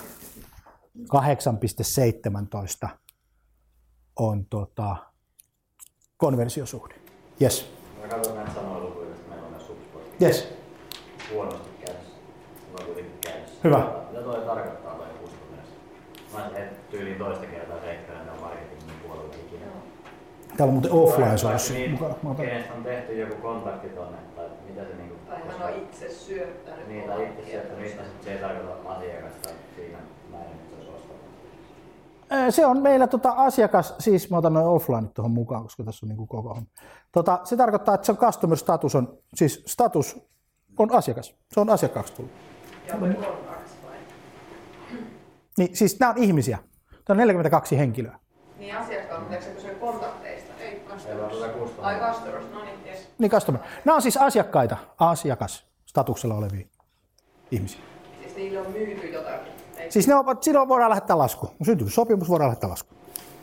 8,17 on konversiosuhde. Yes. Mä katson näitä samoja lukuja, että meillä on näissä subsportissa. Yes. Huonosti käynnissä. Mulla on kuitenkin käynnissä. Hyvä. Mitä toi tarkoittaa toi kustannuksessa? Mä tyyliin toista kertaa reikkään tämän marketingin puolella ikinä. Täällä on muuten offline-source mukana. Kenestä on tehty joku kontakti tonne, tai mitä se niinku... Tai hän on itse syöttänyt. Niin, tai itse syöttänyt, mistä se ei tarkoita asiakasta siinä määrin, että se olisi ostanut. Se on meillä asiakas, siis mä otan noin offline tuohon mukaan, koska tässä on niinku koko homma. Se tarkoittaa, että se customer status on, siis status on asiakas. Se on asiakkaaksi tullut. Ja voi contacts vai? Niin, siis nämä on ihmisiä. Tämä on 42 henkilöä. Niin asiakkaat, mutta eikö se kysyä kontakteista? Ei, customers. Ai customers, no niin, yes. Niin, customer. Nämä on siis asiakkaita, asiakasstatuksella olevia ihmisiä. Siis niille on myyty jotakin. Siis silloin voidaan lähettää lasku. On syntynyt sopimus, voidaan lähettää lasku.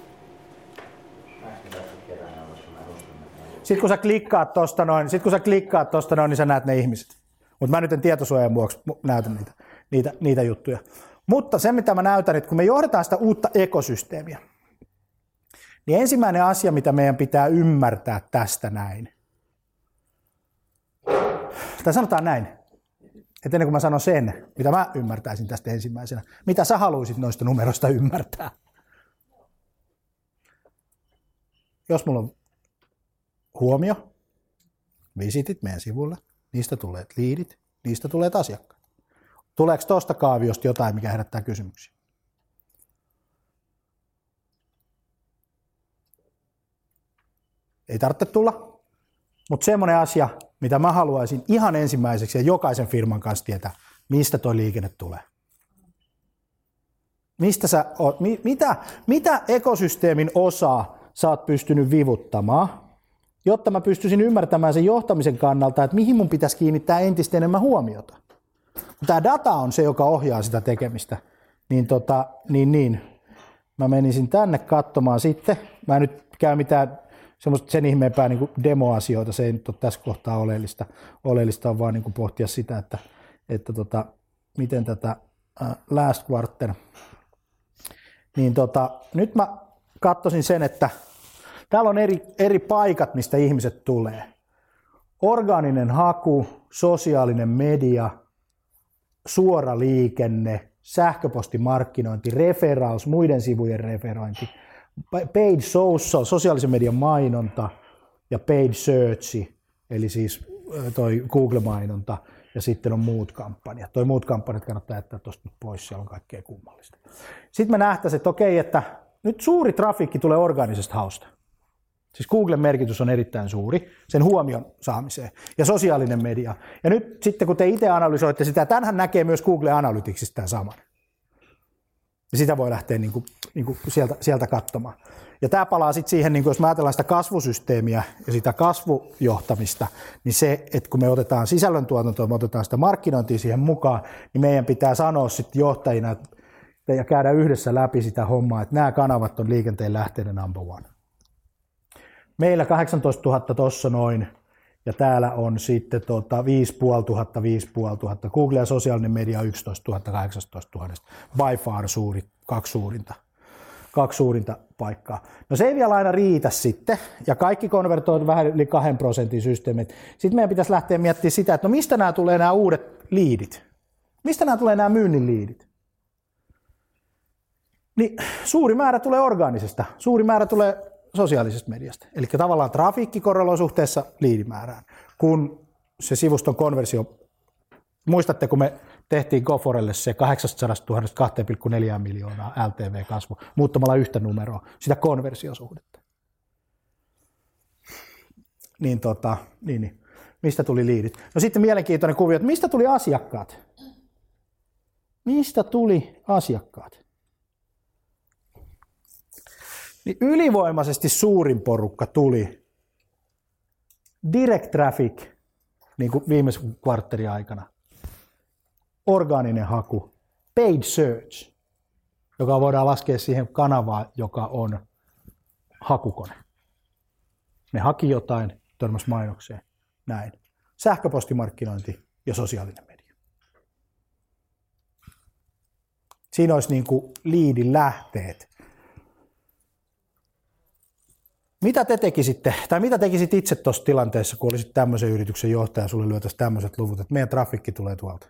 Sitten kun sä klikkaat tosta noin, niin sä näet ne ihmiset. Mutta mä nyt en tietosuojan vuoksi näytä niitä juttuja. Mutta se, mitä mä näytän, että kun me johdetaan sitä uutta ekosysteemiä, niin ensimmäinen asia, mitä meidän pitää ymmärtää tästä näin. Tai sanotaan näin, että ennen kuin mä sanon sen, mitä mä ymmärtäisin tästä ensimmäisenä, mitä sä haluaisit noista numeroista ymmärtää. Jos mulla on huomio, visitit meidän sivulle, niistä tulee liidit, niistä tulee asiakkaat. Tuleeko tuosta kaaviosta jotain, mikä herättää kysymyksiä? Ei tarvitse tulla, mutta semmoinen asia, mitä mä haluaisin ihan ensimmäiseksi ja jokaisen firman kanssa tietää, mistä toi liikenne tulee. Mistä sä oot, mitä ekosysteemin osaa sä oot pystynyt vivuttamaan, jotta mä pystyisin ymmärtämään sen johtamisen kannalta, että mihin mun pitäisi kiinnittää entistä enemmän huomiota. Tämä data on se, joka ohjaa sitä tekemistä. Niin. Mä menisin tänne katsomaan sitten. Mä en nyt käy mitään semmoista sen ihmeempää niin kuin demoasioita, se ei nyt ole tässä kohtaa oleellista. Oleellista on vaan niin kuin pohtia sitä, että miten tätä last quarter. Niin nyt mä katsoisin sen, että täällä on eri paikat, mistä ihmiset tulee. Orgaaninen haku, sosiaalinen media, suora liikenne, sähköpostimarkkinointi, referrals, muiden sivujen referointi, paid social, sosiaalisen median mainonta ja paid search, eli siis toi Google-mainonta ja sitten on muut kampanjat. Toi muut kampanjat kannattaa jättää tuosta pois, siellä on kaikkea kummallista. Sitten me nähtäisiin, että okei, että nyt suuri trafiikki tulee orgaanisesta hausta. Siis Googlen merkitys on erittäin suuri sen huomion saamiseen ja sosiaalinen media. Ja nyt sitten kun te itse analysoitte sitä, tämänhän näkee myös Google Analyticsista tämän saman. Ja sitä voi lähteä niin kuin sieltä katsomaan. Ja tämä palaa sitten siihen, niin kuin jos me ajatellaan sitä kasvusysteemiä ja sitä kasvujohtamista, niin se, että kun me otetaan sisällöntuotantoa, me otetaan sitä markkinointia siihen mukaan, niin meidän pitää sanoa sitten johtajina ja käydä yhdessä läpi sitä hommaa, että nämä kanavat on liikenteen lähteiden number one. Meillä 18 000 tuossa noin, ja täällä on sitten 5 500. Google ja sosiaalinen media 11 000, 18 000. By far kaksi suurinta paikkaa. No se ei vielä aina riitä sitten, ja kaikki konvertoivat vähän yli 2% systeemit. Sitten meidän pitäisi lähteä miettimään sitä, että no mistä nämä tulee nämä uudet liidit? Mistä nämä tulee nämä myynnin liidit? Niin suuri määrä tulee orgaanisesta, suuri määrä tulee sosiaalisesta mediasta. Eli tavallaan trafiikki korreloi suhteessa liidimäärään. Kun se sivuston konversio, muistatte kun me tehtiin Goforelle se 800 000 2,4 miljoonaa LTV-kasvu, muuttamalla yhtä numeroa, sitä konversiosuhdetta. Niin, mistä tuli liidit? No sitten mielenkiintoinen kuvio, että mistä tuli asiakkaat? Mistä tuli asiakkaat? Niin ylivoimaisesti suurin porukka tuli direct traffic, niin kuin viimeisen kvartterin aikana, orgaaninen haku, paid search, joka voidaan laskea siihen kanavaan, joka on hakukone. Ne haki jotain, törmäs mainokseen, näin. Sähköpostimarkkinointi ja sosiaalinen media. Siinä olisi niin kuin liidin lähteet. Mitä te tekisitte, tai mitä tekisit itse tuossa tilanteessa, kun olisit tämmöisen yrityksen johtaja ja sulle lyötäisiin tämmöiset luvut, että meidän trafikki tulee tuolta?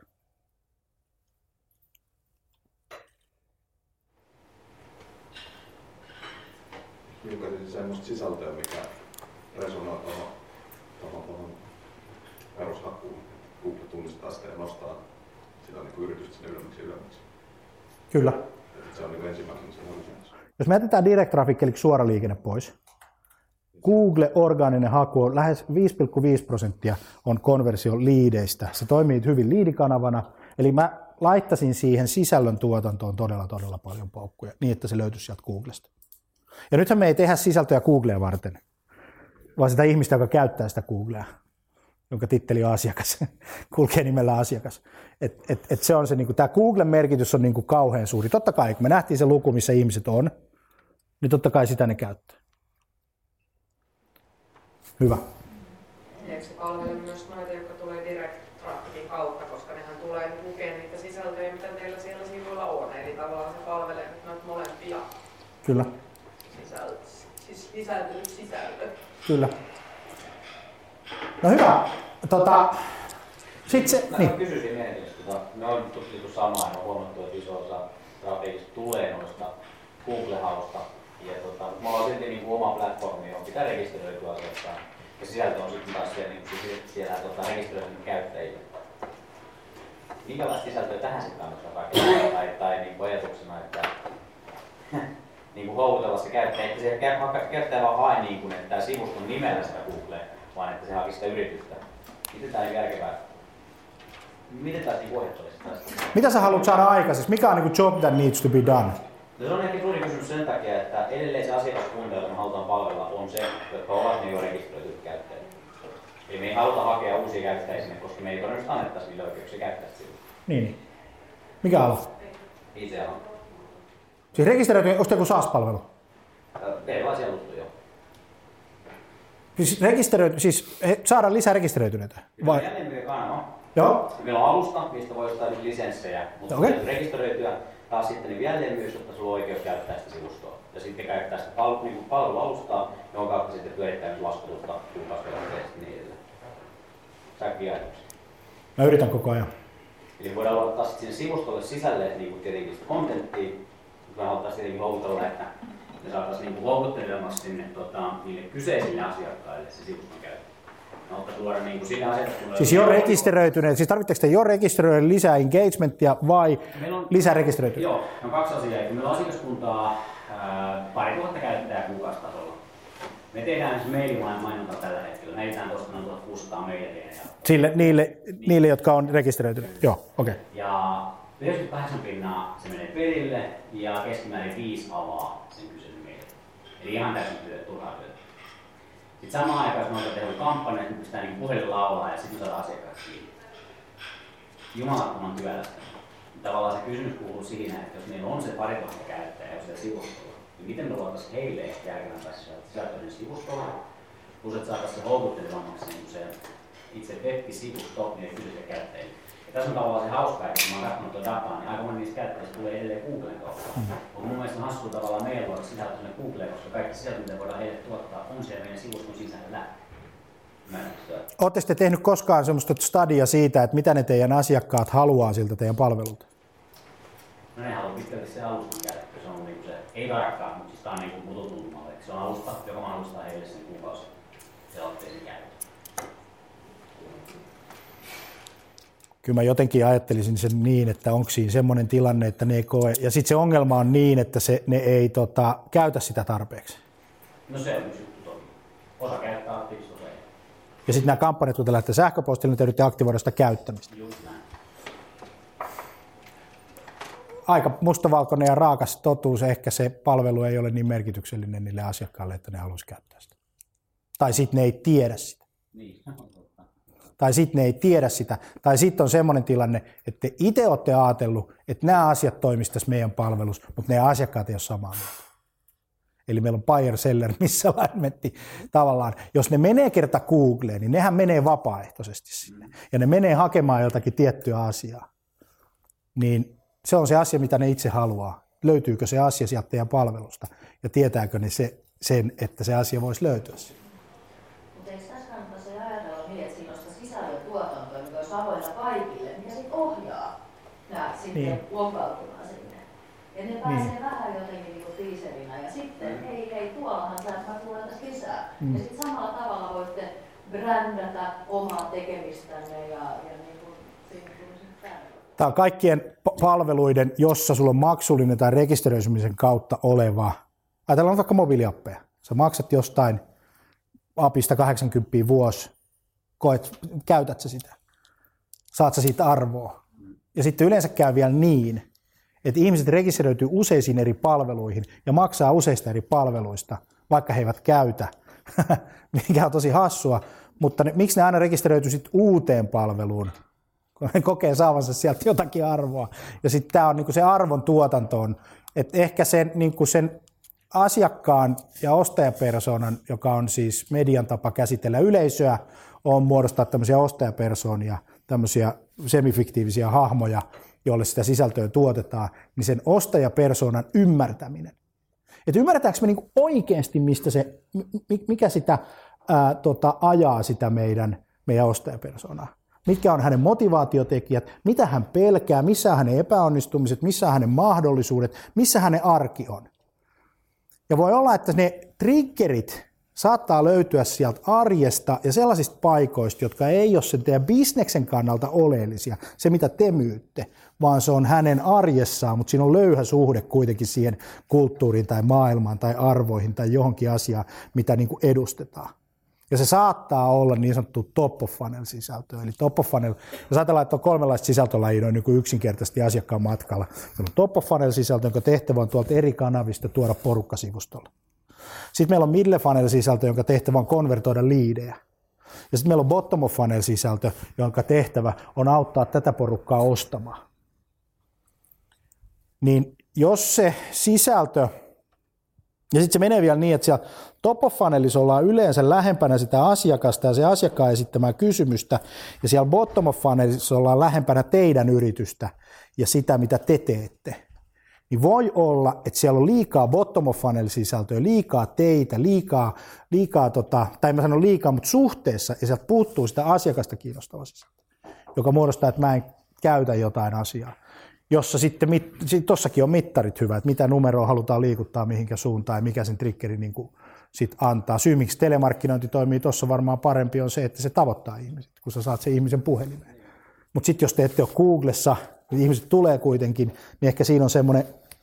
Julkaisin semmoista sisältöä, mikä resonoi tuohon perushakuun. Google tunnistaa sitä ja nostaa sitä niin yritystä sinne ylemmäksi. Kyllä. Se on niin ensimmäisenä se horisontti. Jos me jätetään direct traffic eli suora liikenne pois, Google orgaaninen haku on lähes 5,5% on konversio liideistä. Se toimii hyvin liidikanavana, eli mä laittaisin siihen sisällön tuotantoon todella paljon paukkuja, niin että se löytyisi sieltä Googlesta. Ja nythän me ei tehdä sisältöä Googlea varten, vaan sitä ihmistä, joka käyttää sitä Googlea, jonka titteli on asiakas, kulkee nimellä asiakas. Et se on se, niin tämä Googlen merkitys on niin kauhean suuri. Totta kai, kun me nähtiin se luku, missä ihmiset on, niin totta kai sitä ne käyttää. Hyvä. Eikö se palvele myös noita, jotka tulee direct trafficin kautta, koska nehän tulee lukemaan niitä sisältöjä, mitä teillä siellä sivuilla on. Eli tavallaan se palvelee noita molempia. Kyllä. Sisältö. Kyllä. No hyvä. Sitten se... Mä kysyisin mietintö, me on tutkittu samaa ja on huomattu, että iso osa trafiikista tulee noista Google-hausta. Ja me ollaan silti niin oma platformi, johon pitää rekisteröityä asiakkaan. Ja sisältö on sitten taas siellä rekisteröitynyt käyttäjille. Minkälaista sisältöä tähän sitten kannattaa rakentaa? Tai niin ajatuksena, että niin houkutella se käyttäjä, että se käyttäjä vaan hae niin kuin, että tämä sivuston nimellä sitä Googlea, vaan että se haki sitä yritystä. Miten tämä on järkevää? Miten tämä niin ohjattavasti tästä? Mitä sä haluat saada aikaiseksi? Mikä on niin job that needs to be done? No se on ehkä suuri kysymys sen takia, että edelleen se asiakaskunta, jota me halutaan palvella, on se, jotka ovat ne jo rekisteröityt käyttäjät. Eli me ei haluta hakea uusia käyttäjiä sinne, koska me ei todennäköisesti annettaisi niille oikeuksia käyttää sitä. Niin. Mikä ala? IT-ala. Siis rekisteröity, onko joku SaaS-palvelu? Erilaisia alustoja, joo. Siis rekisteröity, siis saada lisää rekisteröityneitä? Vai? Jälleenmyyjäkanava. Joo. Meillä on alusta, mistä voi ostaa lisenssejä, mutta okay. Rekisteröityä. Taas sitten niin jälleenmyys, jotta sulla on oikeus käyttää sitä sivustoa. Ja sitten käyttää sitä palvelualustaa, jonka kautta sitten pyörittää myös laskutusta, kuukausivelvoitteesta niin edelleen. Säkkiä ajatuksia. Mä yritän koko ajan. Eli voidaan luottaa sinne sivustolle sisälle niin tietenkin sitä contenttia, mutta me haluttaisiin tietenkin houkutella, että me saataisiin niin houkuttelevammaksi sinne niille kyseisille asiakkaille se sivuston käyttö. Siis jo rekisteröityneet, siis tarvitseeko te jo rekisteröityneet lisää engagementia vai lisää rekisteröityneet? Joo, on kaksi asiaa. Meillä on asiakaskuntaa 2000 käyttäjää kuukausitasolla. Me tehdään mailimainontaa tällä hetkellä. Me edetään tuosta noin 1600 mailia. Niille, jotka on rekisteröityneet? Joo, okei. Okay. Ja 98% se menee perille ja keskimäärin 5 avaa sen kyseisen meilin. Eli ihan täysin turhaa työtä. Sitten samaan aikaan, jos me ollaan tehnyt kampanjan, niin pystytään niin puhelin laulaa ja sitten saadaan asiakkaat kiinni. Jumalattoman työlästä. Tavallaan se kysymys kuuluu siinä, että jos meillä on se 2000 käyttäjää siellä sivustolla, niin miten me luotaisiin heille järkevämpää sisältöinen sivustolla, plus että saataisiin se houkuttelevammaksi niin se itse web-sivusto niille kyseisille käyttäjille. Ja tässä on tavallaan se hauskaa, että kun mä oon katsonut tuo dataa, niin aika moni niistä käyttäjistä tulee edelleen Googlen kautta. Mutta mun mielestä on hassua tavallaan meillä luoda sisältöinen Googleen, koska kaikki sisältö, mitä voidaan heille tuottaa, on siellä meidän sivuston sisällä. Oletteko te tehnyt koskaan semmoista studia siitä, että mitä ne teidän asiakkaat haluaa siltä teidän palvelulta? No ne haluaa pitkälti se alustan käyttö. Se on niinku se, ei tarkkaan, mutta siis tää on niinku mututuntumalle. Se on alusta, joka mahdollistaa heille sen kuukausi. Se ottaa sen käyttöön. Kyllä mä jotenkin ajattelisin sen niin, että onko siinä semmoinen tilanne, että ne ei koe, ja sitten se ongelma on niin, että ne ei käytä sitä tarpeeksi. No se on yksi juttu toki. Osa käyttää aktiivisesti, osa ei. Ja sitten nämä kampanjat, kun te lähtee sähköpostille, niin te yritätte aktivoida sitä käyttämistä. Just näin. Aika mustavalkoinen ja raakas totuus, ehkä se palvelu ei ole niin merkityksellinen niille asiakkaille, että ne haluaisi käyttää sitä. Tai sitten ne ei tiedä sitä. Niin. Tai sitten ne ei tiedä sitä, tai sitten on semmoinen tilanne, että te itse olette ajatellut, että nämä asiat toimisivat meidän palvelussa, mutta ne asiakkaat ei ole samaa mieltä. Eli meillä on buyer seller, missä alignmentti tavallaan. Jos ne menee kerta Googleen, niin nehän menee vapaaehtoisesti sinne. Ja ne menee hakemaan jotakin tiettyä asiaa. Niin se on se asia, mitä ne itse haluaa. Löytyykö se asia sieltä teidän palvelusta ja tietääkö ne se sen, että se asia voisi löytyä. Mutta eikö tässä kannattaisi ajatella niin, että siinä on sitä sisällöntuotantoa, mikä olisi avoinna kaikille, mikä sitten ohjaa nämä sitten lopautumaan sinne. Ja ne pääsee vähän jotenkin niin kuin tiiserinä ja sitten hei, tuollahan sä tulee tässä lisää. Ja sitten samalla tavalla voitte brändätä omaa tekemistänne ja niin kuin siinä tulee sen. Tämä on kaikkien palveluiden, jossa sulla on maksullinen tai rekisteröitymisen kautta oleva. Ajatellaan vaikka mobiiliappeja. Sä maksat jostain apista 80 vuosi, käytät sä sitä, saat sä siitä arvoa. Ja sitten yleensä käy vielä niin, että ihmiset rekisteröityy useisiin eri palveluihin ja maksaa useista eri palveluista, vaikka he eivät käytä, mikä on tosi hassua. Mutta miksi ne aina rekisteröityy sitten uuteen palveluun, kun ne kokee saavansa sieltä jotakin arvoa. Ja sitten tämä on niinku se arvon tuotantoon, että ehkä sen, niinku sen asiakkaan ja ostajapersonan, joka on siis median tapa käsitellä yleisöä, on muodostaa tämmöisiä ostajapersoonia, tämmöisiä semifiktiivisiä hahmoja, joille sitä sisältöä tuotetaan, niin sen ostajapersoonan ymmärtäminen. Että ymmärretäänkö me niinku oikeasti, mistä se, mikä sitä ajaa sitä meidän ostajapersoonaa? Mitkä on hänen motivaatiotekijät, mitä hän pelkää, missä on hänen epäonnistumiset, missä on hänen mahdollisuudet, missä hänen arki on. Ja voi olla, että ne triggerit saattaa löytyä sieltä arjesta ja sellaisista paikoista, jotka ei ole sen teidän bisneksen kannalta oleellisia, se mitä te myytte, vaan se on hänen arjessaan, mutta siinä on löyhä suhde kuitenkin siihen kulttuuriin tai maailmaan tai arvoihin tai johonkin asiaan, mitä niin kuin edustetaan. Ja se saattaa olla niin sanottu top of funnel -sisältöä. Eli top of funnel, jos ajatellaan, että on 3 sisältölajia noin niin yksinkertaisesti asiakkaan matkalla. Meillä on top of funnel -sisältö, jonka tehtävä on tuolta eri kanavista tuoda porukkasivustolle. Sitten meillä on middle funnel -sisältö, jonka tehtävä on konvertoida liidejä. Ja sitten meillä on bottom of funnel -sisältö, jonka tehtävä on auttaa tätä porukkaa ostamaan. Niin jos se sisältö, ja sitten se menee vielä niin, että siellä top of funnelissa ollaan yleensä lähempänä sitä asiakasta ja se asiakkaan esittämää kysymystä, ja siellä bottom of funnelissa ollaan lähempänä teidän yritystä ja sitä, mitä te teette. Niin voi olla, että siellä on liikaa bottom of funnel -sisältöä, liikaa teitä, liikaa tai mä sanon liikaa, mutta suhteessa, ja sieltä puuttuu sitä asiakasta kiinnostavaa sisältöä, joka muodostaa, että mä en käytä jotain asiaa. Jossa sitten tossakin on mittarit hyvä, että mitä numeroa halutaan liikuttaa mihinkä suuntaan ja mikä sen triggeri niin kuin sit antaa. Syy, miksi telemarkkinointi toimii tuossa varmaan parempi, on se, että se tavoittaa ihmiset, kun sä saat sen ihmisen puhelimeen. Mutta sitten jos te ette ole Googlessa, niin ihmiset tulee kuitenkin, niin ehkä siinä on semmoinen,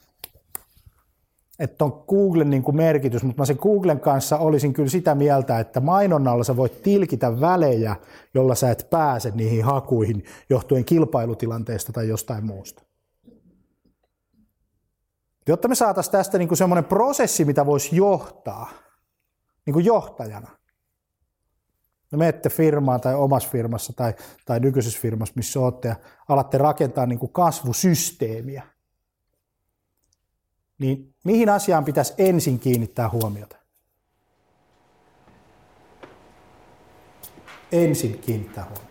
että on Googlen niin kuin merkitys, mutta mä sen Googlen kanssa olisin kyllä sitä mieltä, että mainonnalla sä voit tilkitä välejä, jolla sä et pääse niihin hakuihin johtuen kilpailutilanteesta tai jostain muusta. Jotta me saataisiin tästä niin kuin semmoinen prosessi, mitä voisi johtaa niin kuin johtajana. No menette firmaan tai omassa firmassa tai nykyisessä firmassa, missä olette, ja alatte rakentaa niin kuin kasvusysteemiä. Niin mihin asiaan pitäisi ensin kiinnittää huomiota? Ensin kiinnittää huomiota.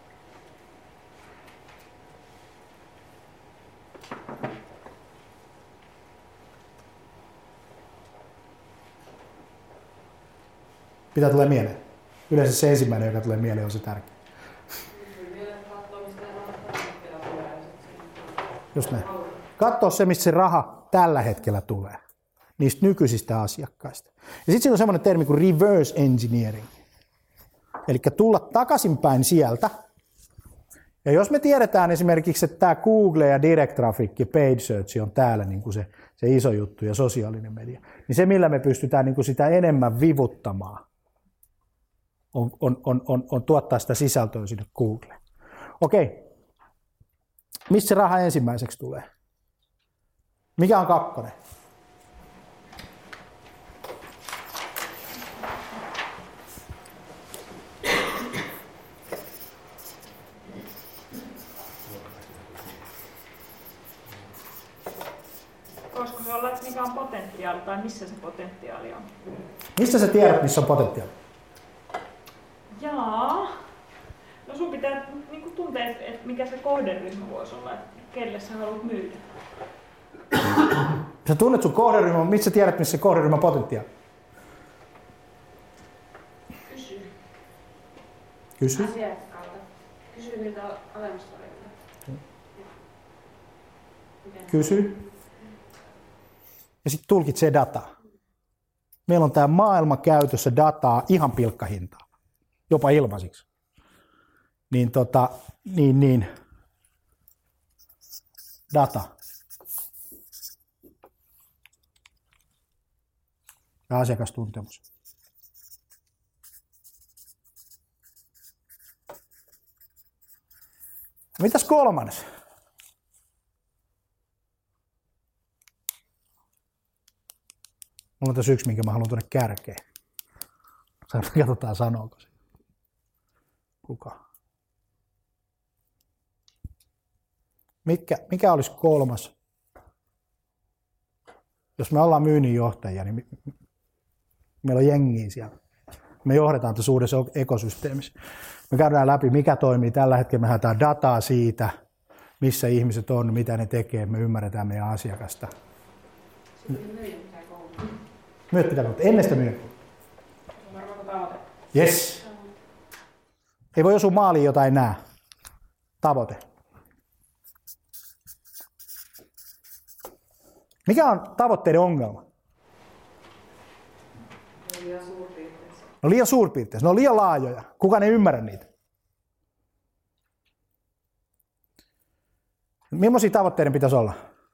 Mitä tulee mieleen? Yleensä se ensimmäinen, joka tulee mieleen, on se tärkeä. Just näin. Katsoa se, mistä se raha tällä hetkellä tulee. Niistä nykyisistä asiakkaista. Ja sitten siinä on semmoinen termi kuin reverse engineering. Eli tulla takaisinpäin sieltä. Ja jos me tiedetään esimerkiksi, että tämä Google ja Direct Traffic ja Paid Search on täällä niin kuin se iso juttu ja sosiaalinen media, niin se millä me pystytään niin kuin sitä enemmän vivuttamaan, on tuottaa sitä sisältöä sinne Googleen. Okei. Mistä se raha ensimmäiseksi tulee? Mikä on 2? Voisiko se olla, että mikä on potentiaali tai missä se potentiaali on? Mistä sä tiedät, missä on potentiaali? Jaa. No sun pitää niin tuntea, että mikä se kohderyhmä voisi olla, että kelle sä haluat myydä. Sä tunnet sun kohderyhmän, mutta mistä sä tiedät, missä se kohderyhmän potentiaali? Kysy. Asiakkaalta. Kysy niiltä alemmasta olevilta. Kysy. Ja sitten tulkitsee dataa. Meillä on tämä maailma käytössä dataa ihan pilkkahintaa. Jopa ilmaisiksi. Niin. Data. Ja asiakastuntemus. Mitäs kolmannes? Mulla on tässä yksi, minkä mä haluan tuonne kärkeen. Katsotaan, sanooko se. Kuka? Mikä olisi kolmas? Jos me ollaan myynninjohtajia, niin meillä on jengiä siellä. Me johdetaan tässä uudessa ekosysteemissä. Me käydään läpi, mikä toimii tällä hetkellä. Me haetaan dataa siitä, missä ihmiset on, mitä ne tekee. Me ymmärretään meidän asiakasta. Myyt pitää kouluttaa. Ennen sitä myy. Yes. Ei voi osua maaliin, jota ei näe. Tavoite. Mikä on tavoitteiden ongelma? Liian suurpiirteisiä. No liian suurpiirteisiä. Ne on liian laajoja. Kukaan ei ymmärrä niitä. Millaisia tavoitteiden pitäisi olla?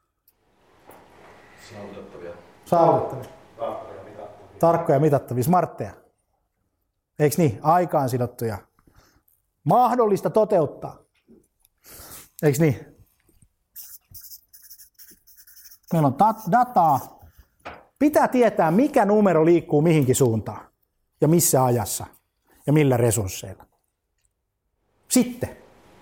Saavutettavia. Tarkkoja mitattavia. Smartteja. Eikö niin? Aikaan sidottuja. Mahdollista toteuttaa. Eikö niin? Meillä on dataa. Pitää tietää, mikä numero liikkuu mihinkin suuntaan. Ja missä ajassa. Ja millä resursseilla. Sitten.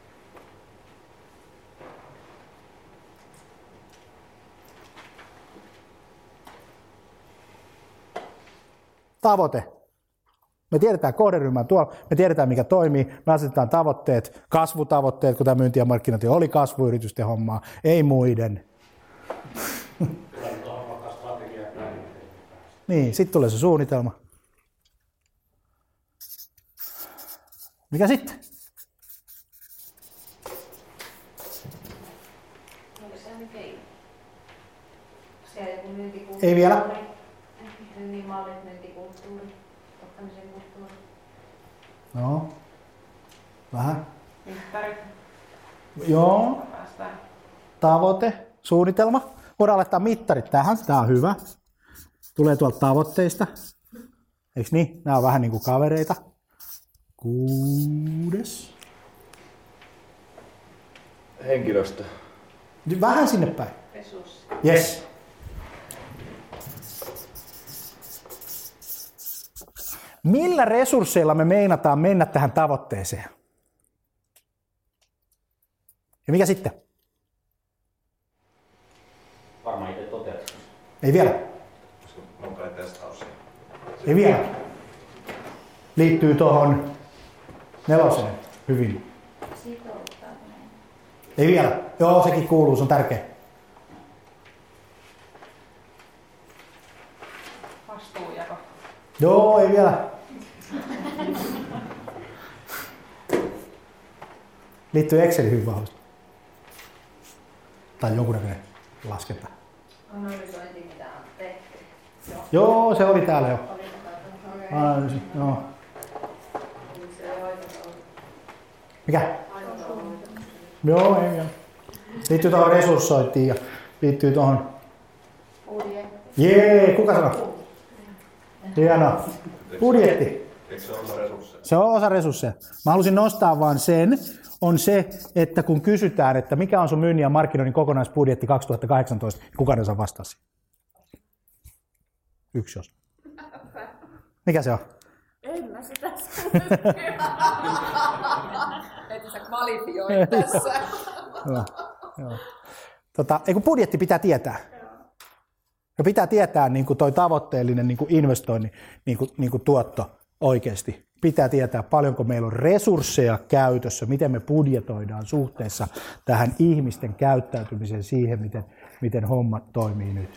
Tavoite. Me tiedetään kohderyhmän tuolla, me tiedetään mikä toimii, me asetetaan tavoitteet, kasvutavoitteet, kun tämä myynti- ja markkinointi oli kasvuyritysten hommaa, ei muiden. Niin, sitten tulee se suunnitelma. Mikä sitten? Ei vielä. Myyntimallit, myyntikulttuuri, ottamisen kulttuuri. No. Vähän. Mittari. Joo. Tavoite, suunnitelma. Voidaan laittaa mittarit tähän, tämä on hyvä. Tulee tuolta tavoitteista. Eikö niin? Nämä on vähän niin kuin kavereita. 6. Henkilöstö. Vähän sinne päin. Resurssi. Yes. Millä resursseilla me meinataan mennä tähän tavoitteeseen? Ja mikä sitten? Varmaan itse toteutus. Ei vielä. Nopea testaus. Ei vielä. Liittyy tuohon 4 hyvin. Ei vielä. Joo, sekin kuuluu, se on tärkeä. Vastuujako. Joo, ei vielä. Liittyy Excelin hyvin vahvasti. Tai jonkunnäköinen laskenta. Analysointi, mitä on tehty. Joo, se oli täällä jo. Okay. Analyysi, joo. Mikä? Joo, ei vielä. Liittyy tuohon resurssointiin ja liittyy tuohon... Jee, kuka sanoo? Hienoa. Budjetti. Eikö se ole osa resursseja? Se on osa resursseja. Mä halusin nostaa vaan sen, on se, että kun kysytään, että mikä on sun myynnin ja markkinoinnin kokonaisbudjetti 2018, kukaan ei osaa vastaa siihen. Yksi osa. Mikä se on? En mä sitä että sä kvalifioit tässä. Kun budjetti pitää tietää. Ja pitää tietää niin kuin toi tavoitteellinen niin kuin investoinnin niin kuin tuotto oikeasti. Pitää tietää, paljonko meillä on resursseja käytössä, miten me budjetoidaan suhteessa tähän ihmisten käyttäytymiseen siihen, miten hommat toimii nyt.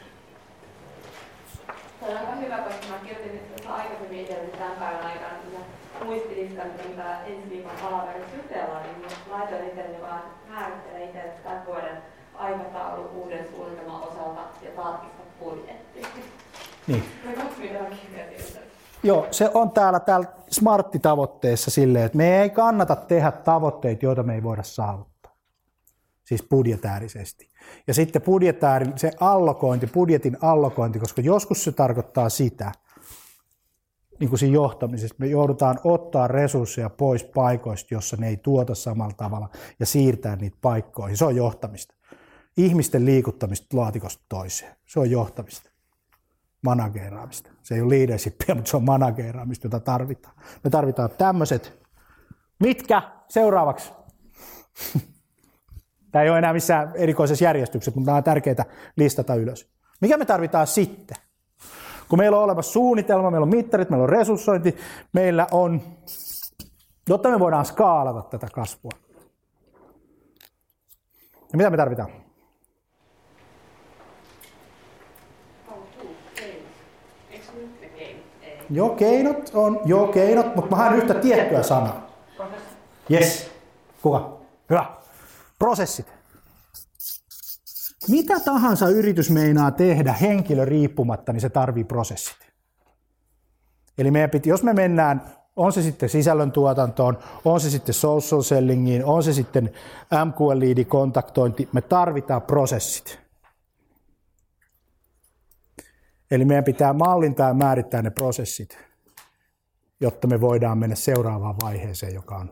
Tämä on aika hyvä, koska mä kirjoitin tuossa aikaisemmin itselleni tämän päivän aikana muistilista mitä ensi viikon palaverissa jutellaan, niin laitoin itselleni vaan määrittelen itselle tämän vuoden aikataulu uuden suunnitelman osalta ja tarkista budjettia. Niin. No, joo, se on täällä Smartti-tavoitteessa silleen, että me ei kannata tehdä tavoitteita, joita me ei voida saavuttaa. Siis budjetäärisesti. Ja sitten se budjetin allokointi, koska joskus se tarkoittaa sitä, niin kuin siinä johtamisessa, me joudutaan ottaa resursseja pois paikoista, jossa ne ei tuota samalla tavalla ja siirtää niitä paikkoihin. Se on johtamista. Ihmisten liikuttamista laatikosta toiseen. Se on johtamista. Manageeraamista. Se ei ole leadershipia, mutta se on manageeraamista, jota tarvitaan. Me tarvitaan tämmöiset. Mitkä seuraavaksi? Tämä ei ole enää missään erikoisessa järjestyksessä, mutta nämä on tärkeää listata ylös. Mikä me tarvitaan sitten? Kun meillä on olemassa suunnitelma, meillä on mittarit, meillä on resurssointi, meillä on, jotta me voidaan skaalata tätä kasvua. Ja mitä me tarvitaan? Keinot, mutta mä haen yhtä tiettyä sanaa. Yes. Kuka? Hyvä. Prosessit. Mitä tahansa yritys meinaa tehdä henkilö riippumatta, niin se tarvii prosessit. Eli jos me mennään, on se sitten sisällöntuotantoon, on se sitten social sellingiin, on se sitten MQL-liidikontaktointi, me tarvitaan prosessit. Eli meidän pitää mallintaa ja määrittää ne prosessit, jotta me voidaan mennä seuraavaan vaiheeseen, joka on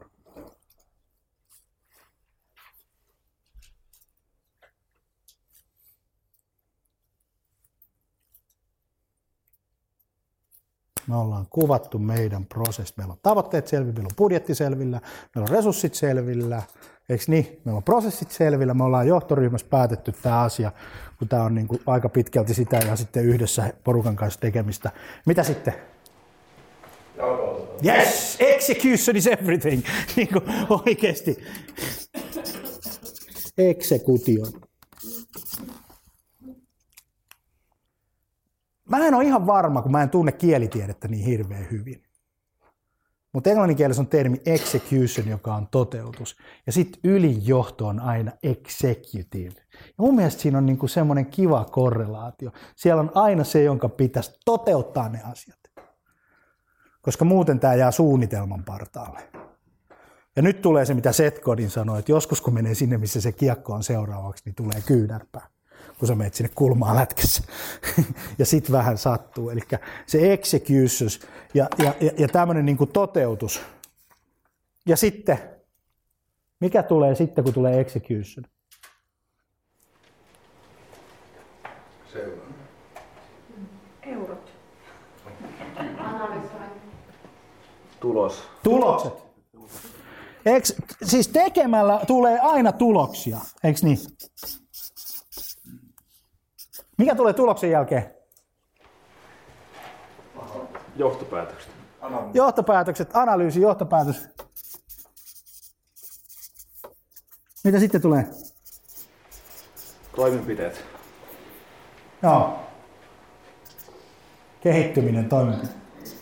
me ollaan kuvattu meidän prosessi. Meillä on tavoitteet selvillä, meillä on budjetti selvillä, meillä on resurssit selvillä, eikö niin? Meillä on prosessit selvillä, me ollaan johtoryhmässä päätetty tämä asia, kun tämä on niin kuin aika pitkälti sitä ja sitten yhdessä porukan kanssa tekemistä. Mitä sitten? Yes! Execution is everything! Niin kuin oikeasti. Execution. Mä en ole ihan varma, kun mä en tunne kielitiedettä niin hirveän hyvin. Mutta englanninkielessä on termi execution, joka on toteutus. Ja sitten ylijohto on aina executive. Ja mun mielestä siinä on niinku semmoinen kiva korrelaatio. Siellä on aina se, jonka pitäisi toteuttaa ne asiat. Koska muuten tämä jää suunnitelman partaalle. Ja nyt tulee se, mitä Seth Godin sanoi, että joskus kun menee sinne, missä se kiekko on seuraavaksi, niin tulee kyynärpää. Kun sä menet sinne kulmaan lätkässä. Ja sit vähän sattuu. Eli se execution ja tämmöinen niin kuin toteutus. Ja sitten, mikä tulee sitten, kun tulee execution? Eurot. Tulokset. Siis tekemällä tulee aina tuloksia, eikö niin? Mikä tulee tuloksen jälkeen? Johtopäätökset, analyysi, johtopäätös. Mitä sitten tulee? Toimenpiteet. Joo. Kehittyminen, toimenpiteet.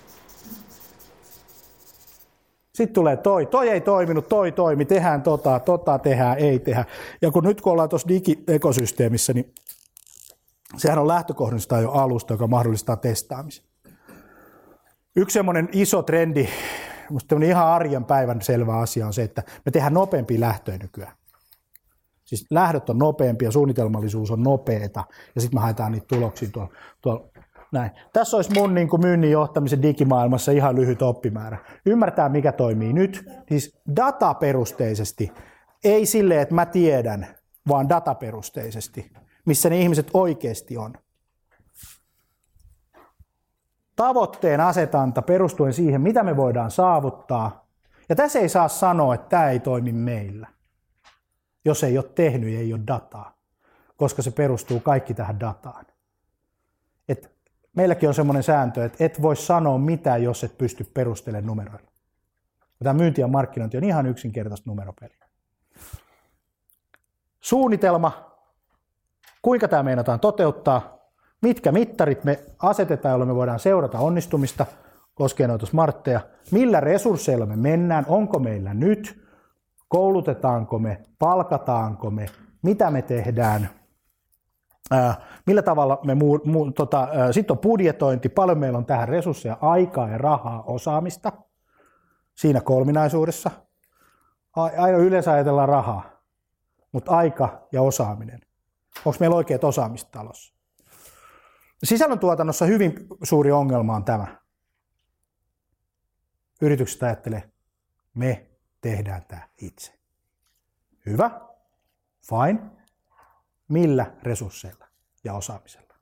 Sitten tulee toi ei toiminut, toi toimi, tehdään tota tehdään, ei tehdä. Ja kun nyt kun ollaan tuossa digiekosysteemissä, niin sehän on lähtökohdista jo alusta, joka mahdollistaa testaamisen. Yksi semmoinen iso trendi, musta ihan arjen päivän selvä asia on se, että me tehdään nopeampia lähtöjä nykyään. Siis lähdöt on nopeampia, suunnitelmallisuus on nopeata ja sitten me haetaan niitä tuloksia tuolla näin. Tässä olisi mun niin kuin myynnin johtamisen digimaailmassa ihan lyhyt oppimäärä. Ymmärtää, mikä toimii nyt, siis dataperusteisesti, ei silleen, että mä tiedän, vaan dataperusteisesti, missä ne ihmiset oikeasti on. Tavoitteen asetanta perustuen siihen, mitä me voidaan saavuttaa. Ja tässä ei saa sanoa, että tämä ei toimi meillä. Jos ei ole tehnyt, ei ole dataa, koska se perustuu kaikki tähän dataan. Meilläkin on semmoinen sääntö, että et voi sanoa mitään, jos et pysty perustelemaan numeroilla. Tämä myynti ja markkinointi on ihan yksinkertaista numeropeliä. Suunnitelma, kuinka tämä meinataan toteuttaa, mitkä mittarit me asetetaan, jolloin me voidaan seurata onnistumista, koskee noita smartteja. Millä resursseilla me mennään? Onko meillä nyt? Koulutetaanko me? Palkataanko me? Mitä me tehdään? Millä tavalla me sitten on budjetointi, paljon meillä on tähän resursseja, aikaa ja rahaa, osaamista siinä kolminaisuudessa. Aina yleensä ajatellaan rahaa, mutta aika ja osaaminen. Onko meillä oikeat osaamista talossa? Sisällöntuotannossa hyvin suuri ongelma on tämä. Yritykset ajattelee, me tehdään tämä itse. Hyvä, fine. Millä resursseilla ja osaamisella?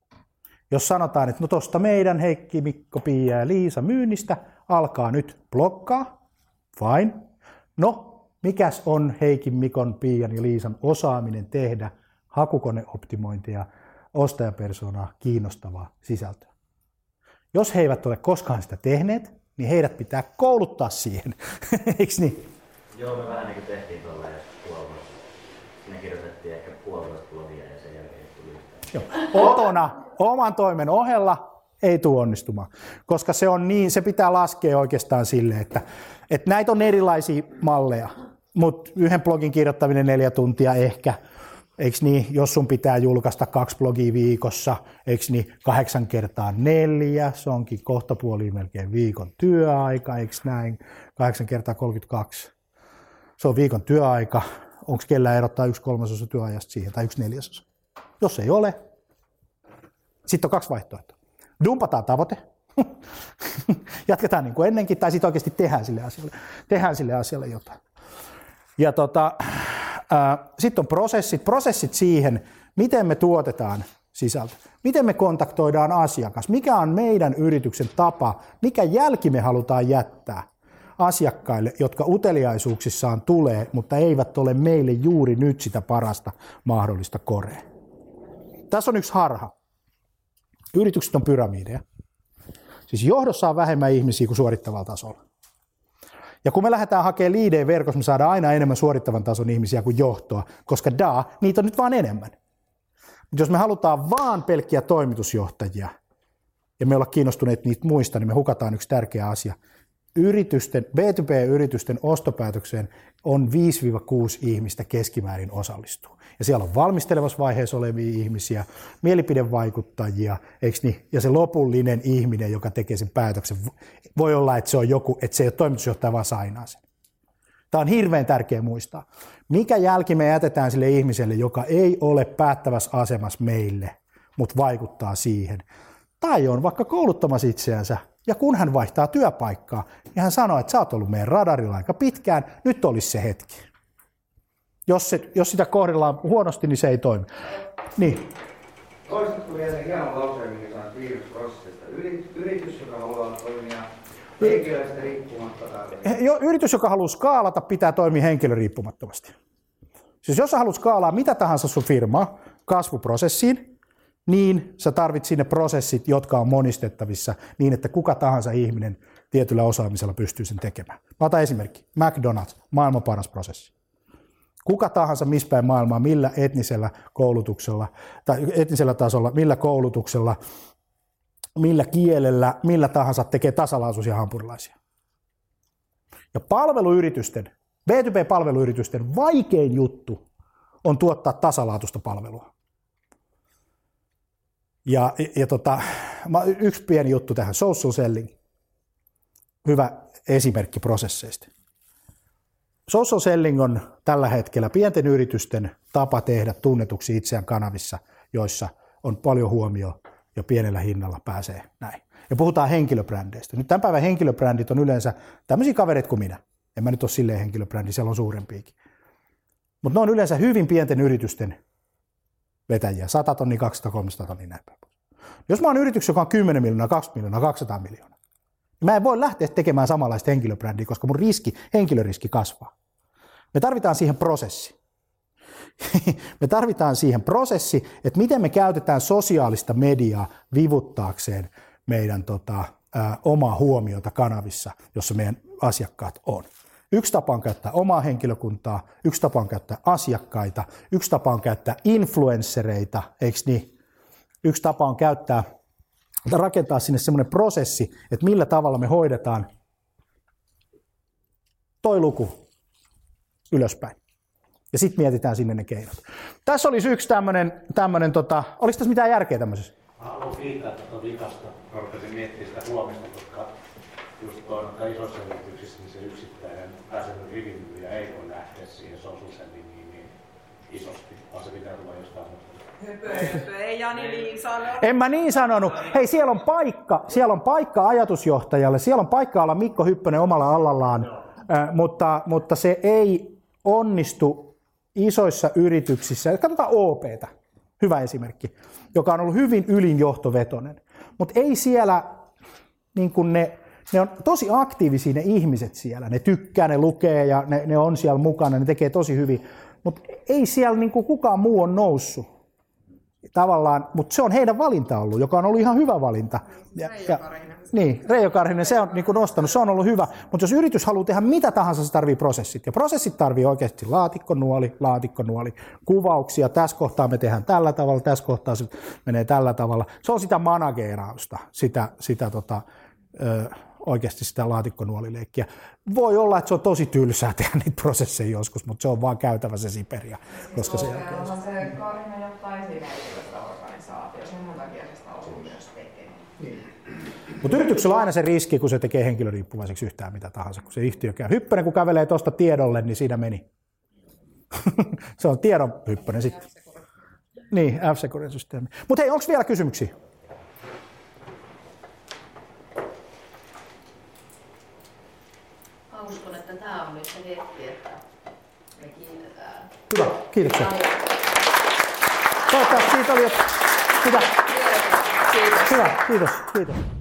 Jos sanotaan, että no tosta meidän Heikki, Mikko, Pia ja Liisa myynnistä alkaa nyt blokkaa, fine. No, mikäs on Heikin, Mikon, Pian ja Liisan osaaminen tehdä hakukoneoptimointia, ostajapersoonaa kiinnostavaa sisältöä? Jos he eivät ole koskaan sitä tehneet, niin heidät pitää kouluttaa siihen. Eikö niin? Joo, me vähän niin kuin tehtiin tuolla ja puolella. Siinä kirjoitettiin ehkä puolella blogia ja sen jälkeen tuli yhtään. Otona oman toimen ohella ei tule onnistumaan, koska se on niin, se pitää laskea oikeastaan silleen, että näitä on erilaisia malleja, mutta yhden blogin kirjoittaminen 4 tuntia ehkä, eikö niin, jos sun pitää julkaista 2 blogia viikossa, eikö niin, 8 kertaa 4, se onkin kohtapuoliin melkein viikon työaika, eikö näin, 8 kertaa 32, se on viikon työaika, onko kellään erottaa 1/3 työajasta siihen tai 1/4? Jos ei ole, sitten on 2 vaihtoehtoa. Dumpataan tavoite, jatketaan niin kuin ennenkin, tai sitten oikeasti tehdään sille asialle jotain. Ja sitten on prosessit siihen, miten me tuotetaan sisältö, miten me kontaktoidaan asiakas, mikä on meidän yrityksen tapa, mikä jälki me halutaan jättää asiakkaille, jotka uteliaisuuksissaan tulee, mutta eivät ole meille juuri nyt sitä parasta mahdollista korea. Tässä on yksi harha. Yritykset on pyramideja. Siis johdossa on vähemmän ihmisiä kuin suorittavalla tasolla. Ja kun me lähdetään hakemaan liidejä verkossa, me saadaan aina enemmän suorittavan tason ihmisiä kuin johtoa, koska niitä on nyt vaan enemmän. Mutta jos me halutaan vaan pelkkiä toimitusjohtajia ja me ollaan kiinnostuneet niitä muista, niin me hukataan yksi tärkeä asia. B2B-yritysten ostopäätökseen on 5-6 ihmistä keskimäärin osallistuu. Ja siellä on valmistelevassa vaiheessa olevia ihmisiä, mielipidevaikuttajia, eikö niin? Ja se lopullinen ihminen, joka tekee sen päätöksen, voi olla, että se on joku, että se ei ole toimitusjohtaja, vaan sainaa sen. Tämä on hirveän tärkeä muistaa. Mikä jälki me jätetään sille ihmiselle, joka ei ole päättävässä asemassa meille, mutta vaikuttaa siihen. Tai on vaikka kouluttamassa itseänsä, ja kun hän vaihtaa työpaikkaa, niin hän sanoo, että sä oot ollut meidän radarilla aika pitkään, nyt olisi se hetki. Jos sitä kohdellaan huonosti, niin se ei toimi. Niin. Toistatko vielä sen hienon lauseen, mikä sanoo viirusprosessista? Yritys, joka haluaa toimia henkilöistä riippumatta. Yritys, joka haluaa skaalata, pitää toimia henkilöriippumattomasti. Siis jos sä haluat skaalaa mitä tahansa sun firmaa kasvuprosessiin, niin sä tarvit sinne prosessit, jotka on monistettavissa niin, että kuka tahansa ihminen tietyllä osaamisella pystyy sen tekemään. Mä otan esimerkki. McDonald's, maailman paras prosessi. Kuka tahansa missä päin maailmaa, millä etnisellä koulutuksella tai etnisellä tasolla, millä koulutuksella, millä kielellä, millä tahansa tekee tasalaatuisia hampurilaisia. Ja palveluyritysten, B2B-palveluyritysten vaikein juttu on tuottaa tasalaatuista palvelua. Ja yksi pieni juttu tähän, social selling, hyvä esimerkki prosesseista. Social selling on tällä hetkellä pienten yritysten tapa tehdä tunnetuksi itseään kanavissa, joissa on paljon huomioon ja pienellä hinnalla pääsee näin. Ja puhutaan henkilöbrändeistä. Nyt tämän päivän henkilöbrändit on yleensä tämmöisiä kavereita kuin minä. En mä nyt ole silleen henkilöbrändi, siellä on suurempiakin. Mutta ne on yleensä hyvin pienten yritysten vetäjiä, 100 tonnia, 200, 300 tonnia näin päin. Jos mä oon yritys, joka on 10 miljoonaa, 20 miljoonaa, 200 miljoonaa, niin mä en voi lähteä tekemään samanlaista henkilöbrändiä, koska mun henkilöriski kasvaa. Me tarvitaan siihen prosessi. Me tarvitaan siihen prosessi, että miten me käytetään sosiaalista mediaa vivuttaakseen meidän omaa huomiota kanavissa, jossa meidän asiakkaat on. Yksi tapa on käyttää omaa henkilökuntaa, yksi tapa on käyttää asiakkaita, yksi tapa on käyttää influenssereita, eikö niin? Yksi tapa on käyttää rakentaa sinne semmoinen prosessi, että millä tavalla me hoidetaan toi luku ylöspäin. Ja sitten mietitään sinne ne keinot. Tässä olisi yksi tämmöinen oliko tässä mitään järkeä tämmöisessä? Mä haluan kiittää tuota vikasta. Mä rupesin miettimään sitä huomista, koska just tuolla isoissa yrityksissä niin se yksittäinen pääsevän rivimyyjä ei voi lähteä siihen, se osuu sen niin isosti, vaan se pitää tulla jostain muuta. Ei Jani niin sanonut. En mä niin sanonut. Hei, siellä on paikka ajatusjohtajalle, siellä on paikka olla Mikko Hyppönen omalla alallaan, mutta se ei onnistu isoissa yrityksissä. Katsotaan OP:tä, hyvä esimerkki, joka on ollut hyvin ylinjohtovetoinen, mutta ei siellä, niin kuin ne on tosi aktiivisia ne ihmiset siellä, ne tykkää, ne lukee ja ne on siellä mukana, ne tekee tosi hyvin, mutta ei siellä niin kuin kukaan muu on noussut. Tavallaan, mutta se on heidän valinta ollut, joka on ollut ihan hyvä valinta. Reijo Karhinen, se on niin kuin nostanut, se on ollut hyvä. Mutta jos yritys haluaa tehdä mitä tahansa, se tarvitsee prosessit. Ja prosessit tarvitsee oikeasti laatikkonuoli, kuvauksia. Tässä kohtaa me tehdään tällä tavalla, tässä kohtaa se menee tällä tavalla. Se on sitä manageerausta, oikeasti sitä laatikkonuolileikkiä. Voi olla, että se on tosi tylsää tehdä niitä prosesseja joskus, mutta se on vaan käytävä se siperia. Koska se Karhinen johtaa esimerkiksi organisaatio, sen takia sitä osuu myös tekemään. Mutta yrityksellä on aina se riski, kun se tekee henkilöriippuvaiseksi yhtään mitä tahansa, kun se yhtiö käy. Hyppönen, kun kävelee tuosta tiedolle, niin siinä meni. Se on tiedon Hyppönen sitten. Niin, F-Securen systeemi. Mutta hei, onko vielä kysymyksiä? Mä uskon, että tämä on nyt se hetki, että me kiitetään. Hyvä, kiitoksia. Toivottavasti siitä oli, hyvä. Kiitos. Hyvä, kiitos.